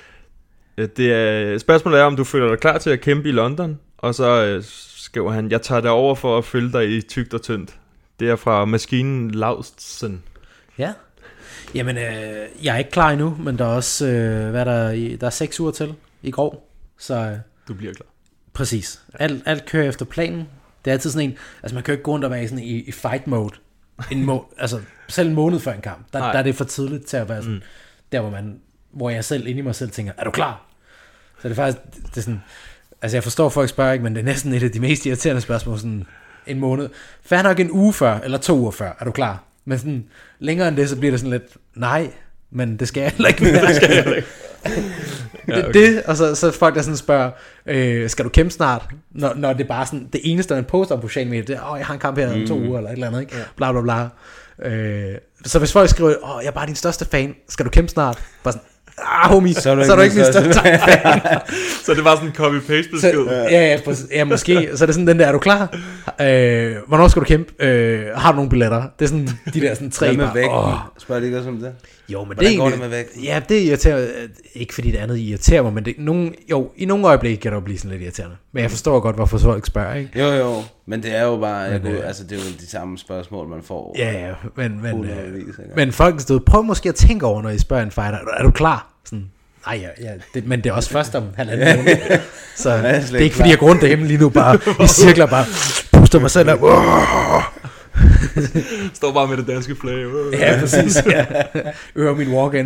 H: Det er, spørgsmålet er, om du føler dig klar til at kæmpe i London, og så øh, skriver han, jeg tager dig over for at følge dig i tykt og tyndt. Det er fra maskinen Laustsen.
I: Ja, jamen øh, jeg er ikke klar endnu, men der er også, øh, hvad er der, i, der er seks uger til i går, så... Øh,
H: du bliver klar.
I: Præcis. Alt, alt kører efter planen. Det er altid sådan en, altså man kan jo ikke gå rundt og være sådan i, i fight mode, en må, altså selv en måned før en kamp, der, der er det for tidligt til at være sådan, mm. der hvor man, hvor jeg selv inde i mig selv tænker, er du klar? Så det er faktisk, det er sådan, altså jeg forstår folk spørger ikke, men det er næsten et af de mest irriterende spørgsmål, sådan en måned. Fair nok en uge før, eller to uger før, er du klar? Men sådan, længere end det, så bliver det sådan lidt, nej, men det skal jeg heller ikke være. det skal jeg heller ikke. det, okay. det, og så, så folk der sådan spørger, øh, skal du kæmpe snart? Når, når det er bare sådan, det eneste, man poster på sociale medier, det er, åh, jeg har en kamp her om mm. to uger, eller et eller andet, ikke? Ja. Bla bla bla. Øh, så hvis folk skriver, åh, jeg er bare din største fan, skal du kæmpe snart? Bare sådan, ah, homie, så er du ikke, så er du ikke min største fan.
H: Så det var sådan en copy-paste besked.
I: Ja, ja, ja, ja, måske. Så er det sådan den der, er du klar? Øh, hvornår skal du kæmpe? Øh, har du nogle billetter? Det er sådan de der sådan tre.
G: Hvad med
I: bare,
G: vægten?
I: Åh.
G: Spørger de ikke også om det?
I: Jo, men
G: Hvordan
I: det er
G: går det med vægten?
I: Ja, det irriterer, ikke fordi det andet irriterer mig, men det, nogen, jo, i nogle øjeblikke kan det jo blive sådan lidt irriterende. Men jeg forstår godt, hvorfor folk spørger, ikke?
G: Jo, jo, men det er jo bare, jeg
I: men,
G: kunne, altså det er jo de samme spørgsmål, man får.
I: Ja, ja, men, men, øh,
G: vis,
I: men folk stod, prøv måske at tænke over, når I spørger en fighter, er du klar? Sådan, nej, ja, ja det, men det er også først om halvanden måned. Så det er ikke fordi, jeg går rundt derhjemme lige nu, bare i cirkler, bare puster mig selv op.
H: Står bare med det danske flag.
I: Ja, præcis. Ja. Øver min walk-in.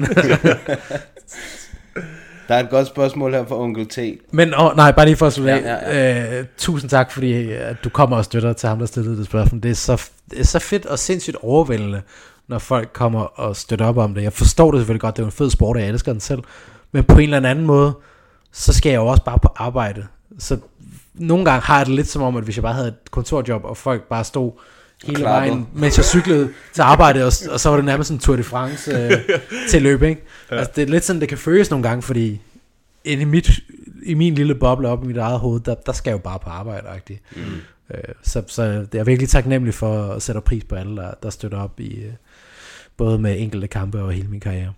G: Der er et godt spørgsmål her fra Onkel T.
I: Men oh, nej, bare lige for at slutte
G: ja, ja, ja.
I: Øh, tusind tak, fordi at du kommer og støtter til ham, der stillede det spørgsmål. Det er, så, det er så fedt og sindssygt overvældende, når folk kommer og støtter op om det. Jeg forstår det selvfølgelig godt, det er jo en fed sport, og jeg elsker den selv. Men på en eller anden måde, så skal jeg jo også bare på arbejde. Så nogle gange har jeg det lidt som om, at hvis jeg bare havde et kontorjob, og folk bare stod hele
G: Klapper.
I: vejen, mens jeg cyklede til arbejde, og, og så var det nærmest sådan en Tour de France øh, til løb, ikke? Ja. Altså, det er lidt sådan, det kan føles nogle gange, fordi inde i, mit, i min lille boble op i mit eget hoved, der, der skal jeg jo bare på arbejde-agtigt. Mm. Øh, så, så det er virkelig taknemmelig for at sætte pris på alle, der, der støtter op i øh, både med enkelte kampe og hele min karriere.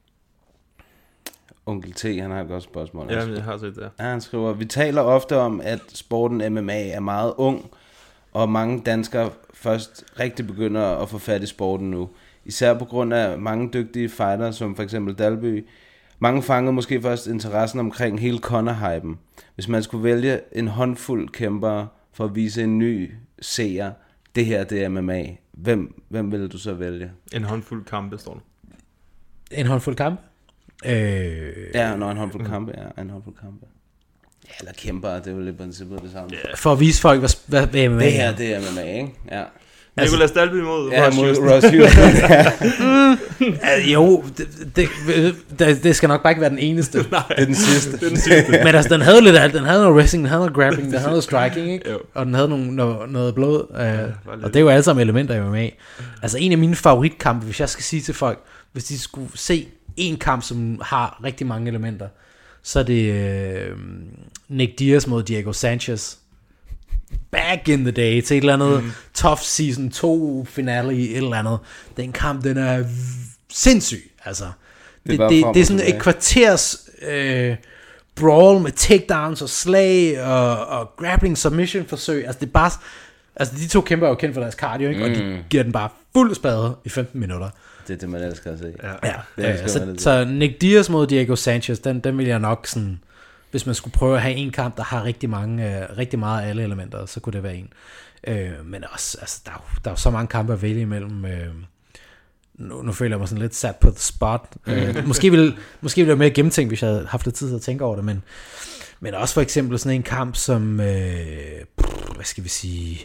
G: Onkel T, han har et godt spørgsmål.
H: Ja, jeg har set det.
G: Ja, han skriver, vi taler ofte om, at sporten M M A er meget ung, og mange danskere først rigtig begynder at få fat i sporten nu. Især på grund af mange dygtige fighter, som for eksempel Dalby. Mange fangede måske først interessen omkring hele Conor-hypen. Hvis man skulle vælge en håndfuld kæmper for at vise en ny seer, det her det er M M A, hvem, hvem ville du så vælge?
H: En håndfuld kampe, står der.
I: En håndfuld kampe? Øh...
G: Ja, når en håndfuld kampe, ja, en håndfuld kampe. Ja, eller kæmper, det er jo lidt princippet det samme.
H: Yeah.
I: For at vise folk, hvad, hvad, hvad M M A
G: det her, det er M M A, ikke? Ja.
H: Altså, Nicolas Dalby mod
G: ja,
H: Ross
G: mod
H: Houston.
G: Ross Houston.
I: mm, uh, jo, det, det, det, det skal nok bare ikke være den eneste.
G: Nej, det er den sidste.
H: Det er den sidste.
I: Men altså, den havde lidt alt. Den havde noget wrestling, den havde noget grappling, den havde noget striking, ikke? Og den havde nogle, noget, noget blod. Uh, ja, og det er jo alle sammen elementer i M M A. Altså, en af mine favoritkampe, hvis jeg skal sige til folk, hvis de skulle se en kamp, som har rigtig mange elementer, så er det uh, Nick Diaz mod Diego Sanchez. Back in the day, til et eller andet mm. tough season to finale i et eller andet. Den kamp, den er sindssyg, altså. Det, det, det, det er sådan et kvarters øh, brawl med takedowns og slag og, og grappling submission forsøg. Altså det er bare, altså de to kæmper er jo kendt for deres cardio, ikke? Mm. Og de giver den bare fuld spade i femten minutter.
G: Det er det, man elsker at se.
I: Ja, ja. ja så, så Nick Diaz mod Diego Sanchez, den, den vil jeg nok sådan, hvis man skulle prøve at have en kamp, der har rigtig mange, øh, rigtig meget af alle elementer, så kunne det være en. Øh, men også, altså, der er, jo, der er jo så mange kampe at vælge imellem. Øh, nu, nu føler jeg mig sådan lidt sat på the spot. Øh, måske ville måske ville det være mere gennemtænkt, hvis jeg havde haft lidt tid til at tænke over det, men, men også for eksempel sådan en kamp som, øh, hvad skal vi sige,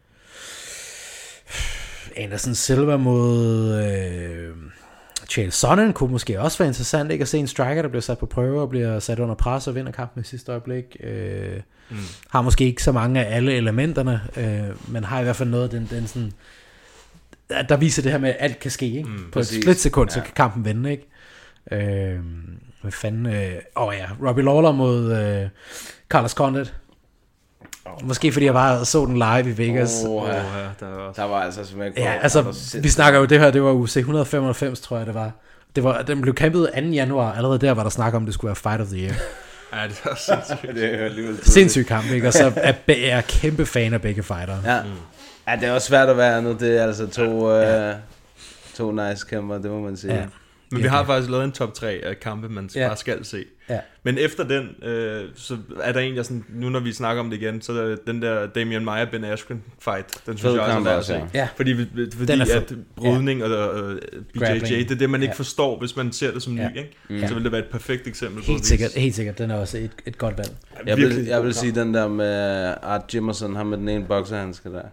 I: Anderson Silva mod øh, Chael Sonnen kunne måske også være interessant, ikke? At se en striker, der bliver sat på prøve og bliver sat under pres og vinder kampen i sidste øjeblik. Øh, mm. Har måske ikke så mange af alle elementerne, øh, men har i hvert fald noget af den, den sådan, der viser det her med, at alt kan ske, ikke? Mm, på præcis. Et splitsekund, ja. Så kan kampen vende, ikke? Øh, hvad fanden? Åh øh, oh ja, Robbie Lawler mod øh, Carlos Condit. Oh. Måske fordi jeg bare så den live i Vegas.
G: Oh, ja. der, var også... der var altså smæk på.
I: Ja, altså, vi snakker jo det her, det var U C et hundrede og femoghalvfems, tror jeg det var. Det var, den blev kæmpet anden januar, allerede der var der snak om, at det skulle være Fight of the Year.
H: Ja, det var sindssygt.
G: Det er alligevel
I: sindssygt kamp, ikke? Og så er jeg kæmpe fan af begge fighter.
G: Ja. Mm. Ja, det er også svært at være nu. Det er altså to, ja. øh, to nice kæmper, det må man sige. Ja.
H: Men vi har faktisk lavet en top tre af kampe, man ja. bare skal se.
I: Ja.
H: Men efter den, øh, så er der en, jeg sådan, nu når vi snakker om det igen, så er den der Damian Maia Ben Askren fight, den synes jeg også er værd at se.
I: Ja.
H: Fordi, fordi at brydning ja. og uh, B J J, det er det, man ikke ja. forstår, hvis man ser det som
I: ja.
H: ny, ikke?
I: Mm.
H: Så vil det være et perfekt eksempel.
I: Helt sikkert, helt sikkert, den er også et, et godt valg.
G: Jeg vil, jeg vil sige den der med Art Jimmerson, ham med den ene bokserhandske der.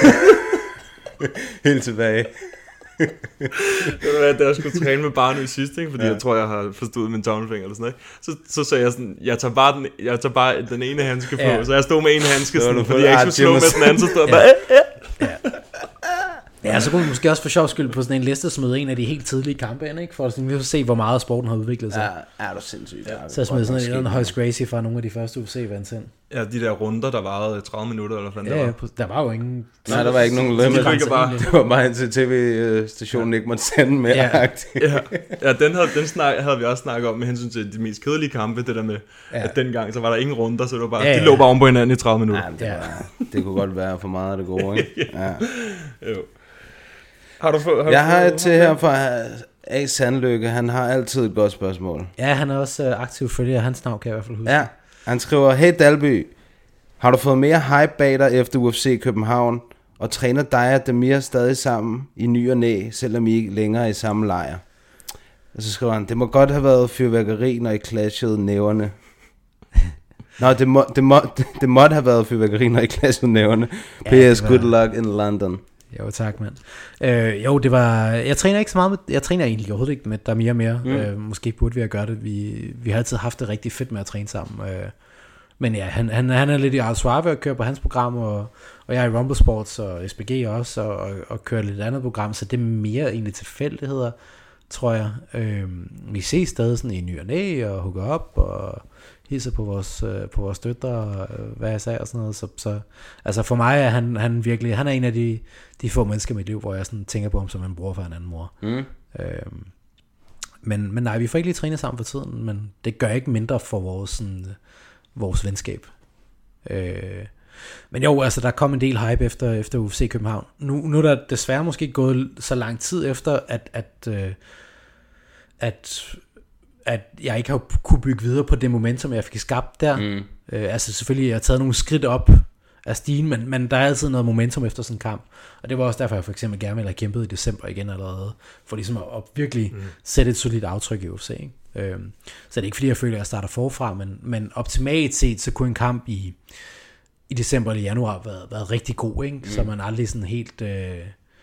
G: Helt tilbage.
H: Det var da jeg skulle træne med Barnø sidst, ikke? Fordi ja. jeg tror jeg har forstået min tommelfinger eller sådan noget. Så, så sagde jeg sådan, jeg tager bare den, jeg tager bare den ene handske på, ja. så jeg stod med en handske, sådan, fordi jeg ikke skulle slå med den anden, så stod jeg bare, ja. ja.
I: Ja, så kunne vi måske også for sjov skyld på sådan en liste smide en af de helt tidlige kampe ind, ikke? For sådan, vi kan se, hvor meget sporten har udviklet sig.
G: Ja, er du sindssygt. Ja.
I: Så jeg smed sådan en eller anden Hoyce Gracie fra nogle af de første U F C-events ind.
H: Ja, de der runder, der varede tredive minutter, eller hvad
I: ja,
H: der
I: var.
H: Ja,
I: der var jo ingen...
G: Nej, der var ikke nogen limit. Det var, det var bare en til tv-stationen ikke måtte sende med.
I: Ja,
H: ja. ja den, havde, den snak, havde vi også snakket om med hensyn til de mest kedelige kampe, det der med, ja. at dengang, så var der ingen runder, så det var bare, ja, ja. de lå bare om på hinanden i tredive minutter.
G: Ja, det, var, det kunne godt være for meget af det gode, ikke? Ja.
H: Jo. Har du få, har
G: jeg
H: du
G: har et til her fra A. Sandlykke. Han har altid et godt spørgsmål.
I: Ja, han er også uh, aktiv følger. Hans navn kan jeg i hvert fald huske.
G: Ja, han skriver: Hey Dalby, har du fået mere hype bag dig efter U F C København? Og træner dig og Demir stadig sammen i ny og næ, selvom I ikke længere er i samme lejr? Og så skriver han: Det må godt have været fyrværkeri, når I clashede næverne. Nå, det, må, det, må, det måtte have været fyrværkeri, når I clashede næverne.
I: Ja,
G: P S. Var... Good luck in London.
I: Jo, tak, mand. Øh, jo, det var... Jeg træner ikke så meget med... Jeg træner egentlig overhovedet ikke med der mere og mere. Mm. Øh, måske burde vi have gjort det. Vi, vi har altid haft det rigtig fedt med at træne sammen. Øh, men ja, han, han, han er lidt i Al Suave og kører på hans program, og, og jeg er i Rumble Sports og S B G også, og, og, og kører lidt andet program, så det er mere egentlig tilfældigheder, tror jeg. Øh, vi ses stadig sådan i ny og næ, og hooker op, og hilser på vores, øh, på vores døtre, og øh, hvad jeg sagde, og sådan noget. Så, så, altså for mig er han, han virkelig, han er en af de, de få mennesker i mit liv, hvor jeg sådan tænker på ham som en bror for en anden mor. Mm. Øhm, men, men nej, vi får ikke lige trænet sammen for tiden, men det gør ikke mindre for vores, sådan, vores venskab. Øh, men jo, altså der kom en del hype efter, efter U F C København. Nu, nu er der desværre måske gået så lang tid efter, at, at, øh, at at jeg ikke har kunne bygge videre på det momentum, jeg fik skabt der. Mm. Øh, altså selvfølgelig, jeg har taget nogle skridt op af stigen, men, men der er altid noget momentum efter sådan en kamp. Og det var også derfor, jeg for eksempel gerne ville have kæmpet i december igen allerede, for ligesom at, at virkelig mm. sætte et solidt aftryk i U F C. Ikke? Øh, så det er ikke fordi, jeg føler, at jeg starter forfra, men, men optimalt set, så kunne en kamp i i december eller januar været, været rigtig god, ikke? Mm. Så man aldrig sådan helt øh,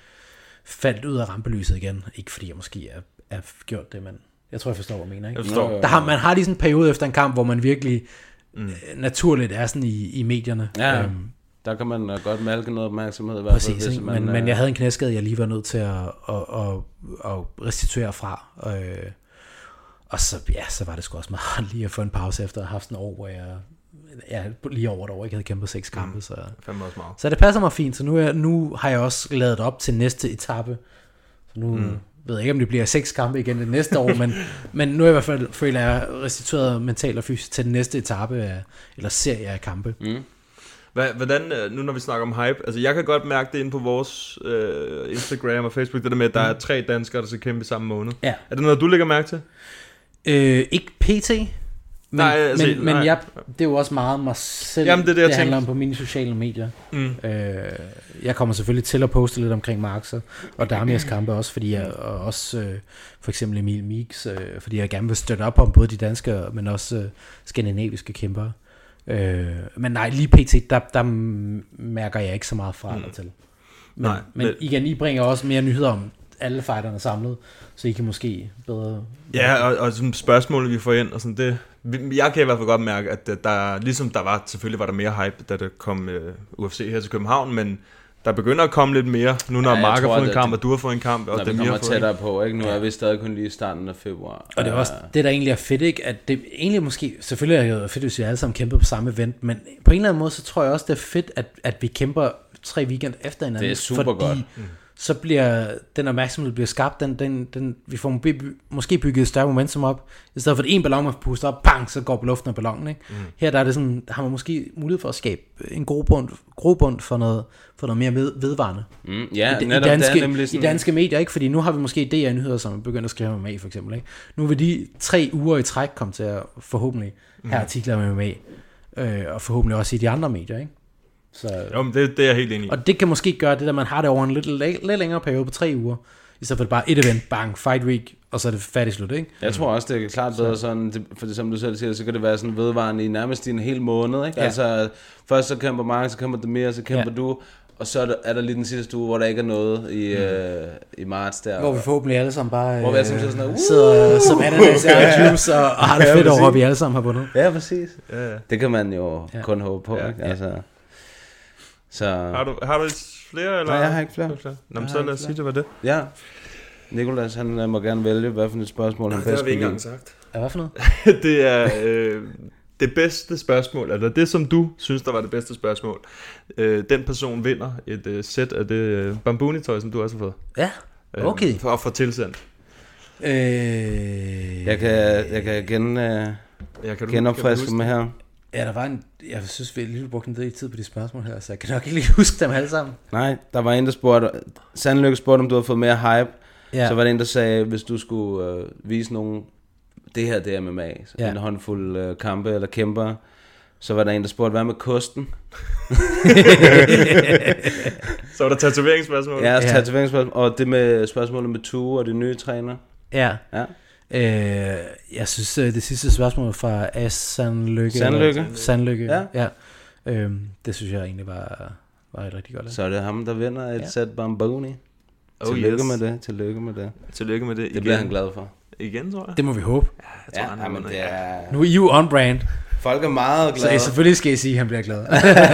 I: faldt ud af rampelyset igen. Ikke fordi jeg måske er, er gjort det, men jeg tror, jeg forstår, hvad jeg mener. Ikke?
H: Jeg forstår.
I: Der har, man har lige sådan en periode efter en kamp, hvor man virkelig mm. øh, naturligt er sådan i, i medierne.
G: Ja,
I: øhm,
G: der kan man godt malke noget opmærksomhed. I hvert fald,
I: præcis,
G: hvis
I: ikke?
G: man,
I: Men,
G: øh...
I: men jeg havde en knæskade, jeg lige var nødt til at, at, at, at restituere fra. Øh, og så, ja, så var det sgu også meget lige at få en pause efter at have haft en år, hvor jeg ja, lige over et år ikke havde kæmpet seks kampe. Mm. Så, så det passer mig fint. Så nu, er, nu har jeg også lavet op til næste etape. Så nu mm. ved jeg ikke, om det bliver seks kampe igen det næste år, men, men nu er jeg i hvert fald føler jeg restitueret mentalt og fysisk til den næste etape af, eller serie af kampe.
H: Mm. Hvordan, nu når vi snakker om hype, altså jeg kan godt mærke det inde på vores øh, Instagram og Facebook, det der med, at der er tre danskere, der skal kæmpe samme måned. Ja. Er det noget, du lægger mærke til?
I: Øh, ikke P T, men,
H: nej, altså,
I: men,
H: nej.
I: men jeg, det er jo også meget mig selv,
H: Jamen, det, er det,
I: det handler om på mine sociale medier. Mm. Øh, jeg kommer selvfølgelig til at poste lidt omkring Markser og Damias kampe også, fordi jeg, og også øh, for eksempel Emil Mix, øh, fordi jeg gerne vil støtte op om både de danske, men også øh, skandinaviske kæmpere. Øh, men nej, lige pt, der, der mærker jeg ikke så meget fra eller til. Men, nej, men, men igen, I bringer også mere nyheder om alle fighterne samlet, så I kan måske bedre...
H: Ja, og, og sådan spørgsmål, vi får ind, og sådan det... Jeg kan i hvert fald godt mærke, at der, ligesom der var, selvfølgelig var der mere hype, da der kom uh, U F C her til København, men der begynder at komme lidt mere, nu når ja, Mark har fået en kamp, og du har fået en kamp, og
G: når vi kommer tættere på, ikke? Nu er vi stadig kun lige i starten af februar.
I: Og det er også det, der egentlig er fedt, ikke? At det egentlig måske, selvfølgelig er det fedt, hvis vi alle sammen kæmper på samme event, men på en eller anden måde, så tror jeg også, det er fedt, at, at vi kæmper tre weekend efter hinanden.
G: Det er super
I: fordi
G: godt.
I: Mm. Så bliver den opmærksomhed bliver skabt, den, den, den, vi får måske bygget et større momentum op, i stedet for at en ballon man puster op, bang, så går på luften af ballonen, ikke? Mm. Her der er det sådan, har man måske mulighed for at skabe en grobund, grobund for noget, for noget mere ved, vedvarende.
G: Mm. Ja,
I: I, i, danske, sådan... i danske medier, ikke? Fordi nu har vi måske D R-nyheder, som begynder at skrive om M M A for eksempel, ikke? Nu vil de tre uger i træk komme til at forhåbentlig mm. have artikler med M M A, øh, og forhåbentlig også i de andre medier, ikke? Så,
H: jo, men det, det er jeg helt enig i.
I: Og det kan måske gøre det, at man har det over en lidt, lidt længere periode på tre uger, i stedet for bare et event, bang, fight week, og så er det færdigt slut, ikke?
G: Jeg tror også, det er klart bedre sådan, det, for det, som du selv siger, så kan det være sådan vedvarende i nærmest en hel måned, ikke? Ja. Altså, først så kæmper Mark, så kæmper Demir, så kæmper ja. du, og så er der, er der lige den sidste uge, hvor der ikke er noget i, mm. øh, i marts der.
I: Hvor vi forhåbentlig alle sammen bare
G: hvor vi alle sammen sådan, uh,
I: sidder som ananas og juice, og, og har det ja, fedt over, at vi alle sammen har vundet.
G: Ja, præcis. Ja, ja. Det kan man jo ja. kun håbe på, ja. ikke? Altså... Så...
H: Har du, har du flere? Eller?
G: Nej, jeg har ikke flere.
H: Nå, men så lad os sige, det var det.
G: Ja. Nicolas, han må gerne vælge, hvad for et spørgsmål han bedst
H: kan lide. Det har vi ikke engang sagt.
I: Ja, hvad for noget?
H: Det er øh, det bedste spørgsmål, eller det som du synes, der var det bedste spørgsmål. Øh, den person vinder et øh, sæt af det øh, bambuni-tøj, som du også har fået.
I: Ja, okay.
H: Øh, for at få tilsendt.
I: Øh...
G: Jeg kan, jeg kan gen, øh, jeg kan genopfriske med her.
I: Ja, der var en... Jeg synes, vi lige brugte en del tid på de spørgsmål her, så jeg kan nok ikke lige huske dem alle sammen.
G: Nej, der var en, der spurgte... Sandlykke spurgte, om du havde fået mere hype.
I: Ja.
G: Så var det en, der sagde, hvis du skulle øh, vise nogen... Det her, det er M M A. Så ja. En håndfuld øh, kampe eller kæmper. Så var der en, der spurgte, hvad med kosten?
H: Så var der tatoveringsspørgsmål.
G: Ja, altså ja. tatoveringsspørgsmål. Og det med spørgsmålet med Tue og de nye træner.
I: Ja.
G: Ja.
I: Øh, jeg synes, det sidste spørgsmål fra A. Sandlykke.
G: Sandlykke.
I: Sandlykke, ja. ja. Øhm, det synes jeg egentlig var, var et rigtig godt.
G: Så er det ham, der vinder et ja. sæt bamboni.
H: Oh,
G: tillykke
H: yes.
G: med det, tillykke med det.
H: Tillykke med det.
G: Det
H: igen.
G: bliver han glad for.
H: Igen, tror jeg.
I: Det må vi håbe.
H: Ja, jeg tror,
G: ja,
H: han
G: men det er...
I: Nu er I jo on brand.
G: Folk er meget glade.
I: Så selvfølgelig skal I sige, at han bliver glad.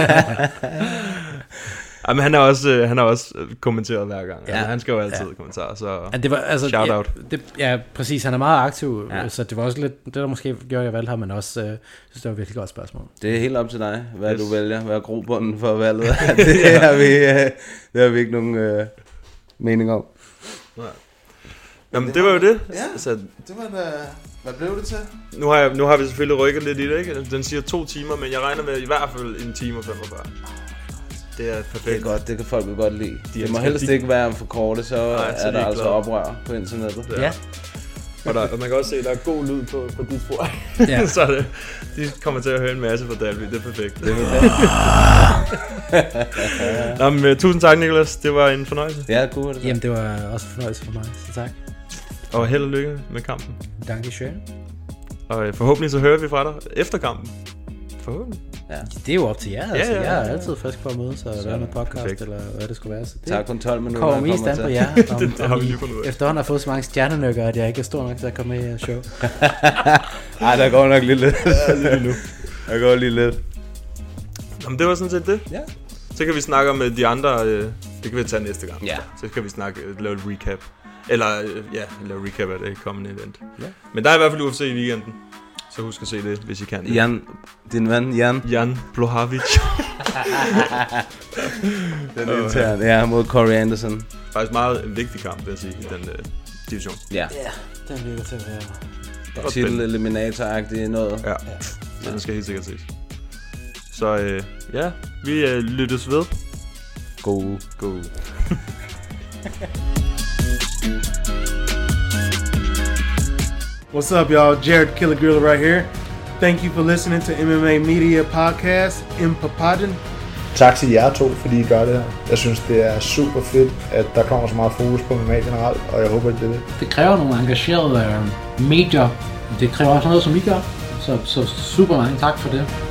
H: Ja, men han har også øh, han har også kommenteret hver gang. Ja. Altså, han skal jo altid
I: ja.
H: kommentere, så
I: ja, det var, altså,
H: shout
I: ja,
H: out.
I: Det, ja, præcis. Han er meget aktiv,
G: ja.
I: så det var også lidt det, der måske gjorde, jeg valgte ham, men også øh, synes, det var et virkelig godt spørgsmål.
G: Det er helt op til dig, hvad yes. du vælger. Hvad er grobunden for valget? det, har vi, øh, det har vi ikke nogen øh, mening om.
H: Nej. Jamen, det, det var jo det.
G: Ja, så, det var da... Hvad blev det til?
H: Nu har, jeg, nu har vi selvfølgelig rykket lidt i det, ikke? Den siger to timer, men jeg regner med i hvert fald en time og femogfyrre. Det er perfekt.
G: Det er godt, det kan folk jo godt lide. De det må helst de... ikke være for korte, så nej, er der altså oprør på internettet.
H: Ja. ja. Og, der, og man kan også se, at der er god lyd på, på dit spor.
I: Ja.
H: Så det, de kommer til at høre en masse fra Dalby. Det er perfekt. Det er perfekt. Nå, men, tusind tak, Nicolas. Det var en fornøjelse.
G: Ja, god. Det
I: Jamen, det var også en fornøjelse for mig. Så tak.
H: Og held og lykke med kampen.
I: Danke schön.
H: Og forhåbentlig så hører vi fra dig efter kampen. Forhåbentlig.
G: Ja.
I: Det er jo op til jer,
H: Ja,
I: altså.
H: ja, ja.
I: Jeg er altid frisk på at mødes og lave noget podcast,
H: perfekt.
I: eller hvad det skulle være. Så det
G: Tak kun tolv minutter.
I: kommer mest an på jer, om,
H: det har
I: om
H: vi
I: I
H: lige fundet ud af.
I: efterhånden har fået så mange stjernenykker, at jeg ikke er stor nok til at komme med i jeres show.
G: Ej, der går nok lige lidt. Der går lige lidt.
H: Jamen, det var sådan set det.
G: Ja.
H: Så kan vi snakke om øh, de andre, øh, det kan vi tage næste gang.
G: Ja.
H: Så kan vi snakke, øh, lave et recap. Eller, øh, ja, lave recap af det kommende event.
G: Ja.
H: Men der er i hvert fald U F C i weekenden. Så husk at se det, hvis I kan det.
G: Jan, din ven, Jan.
H: Jan Blachowicz.
G: Den er intern. Ja, mod Corey Anderson.
H: Faktisk meget en vigtig kamp, vil jeg sige, i den øh, division.
G: Ja.
I: Ja, den virker til at være...
G: Titel-eliminator-agtigt noget.
H: Ja, så den skal helt sikkert ses. Så øh, ja, vi øh, lyttes ved.
G: God.
H: God.
D: What's up, y'all? Jared Killer Gorilla right here. Thank you for listening to M M A Media Podcast, Impapaden.
J: Tak til jer to, fordi I gør det her. Jeg synes, det er super fedt, at der kommer så meget fokus på M M A generelt, og jeg håber, at det er det.
K: Det kræver nogle engagerede øh, medier. Det kræver også noget, som I gør. Så, så super mange tak for det.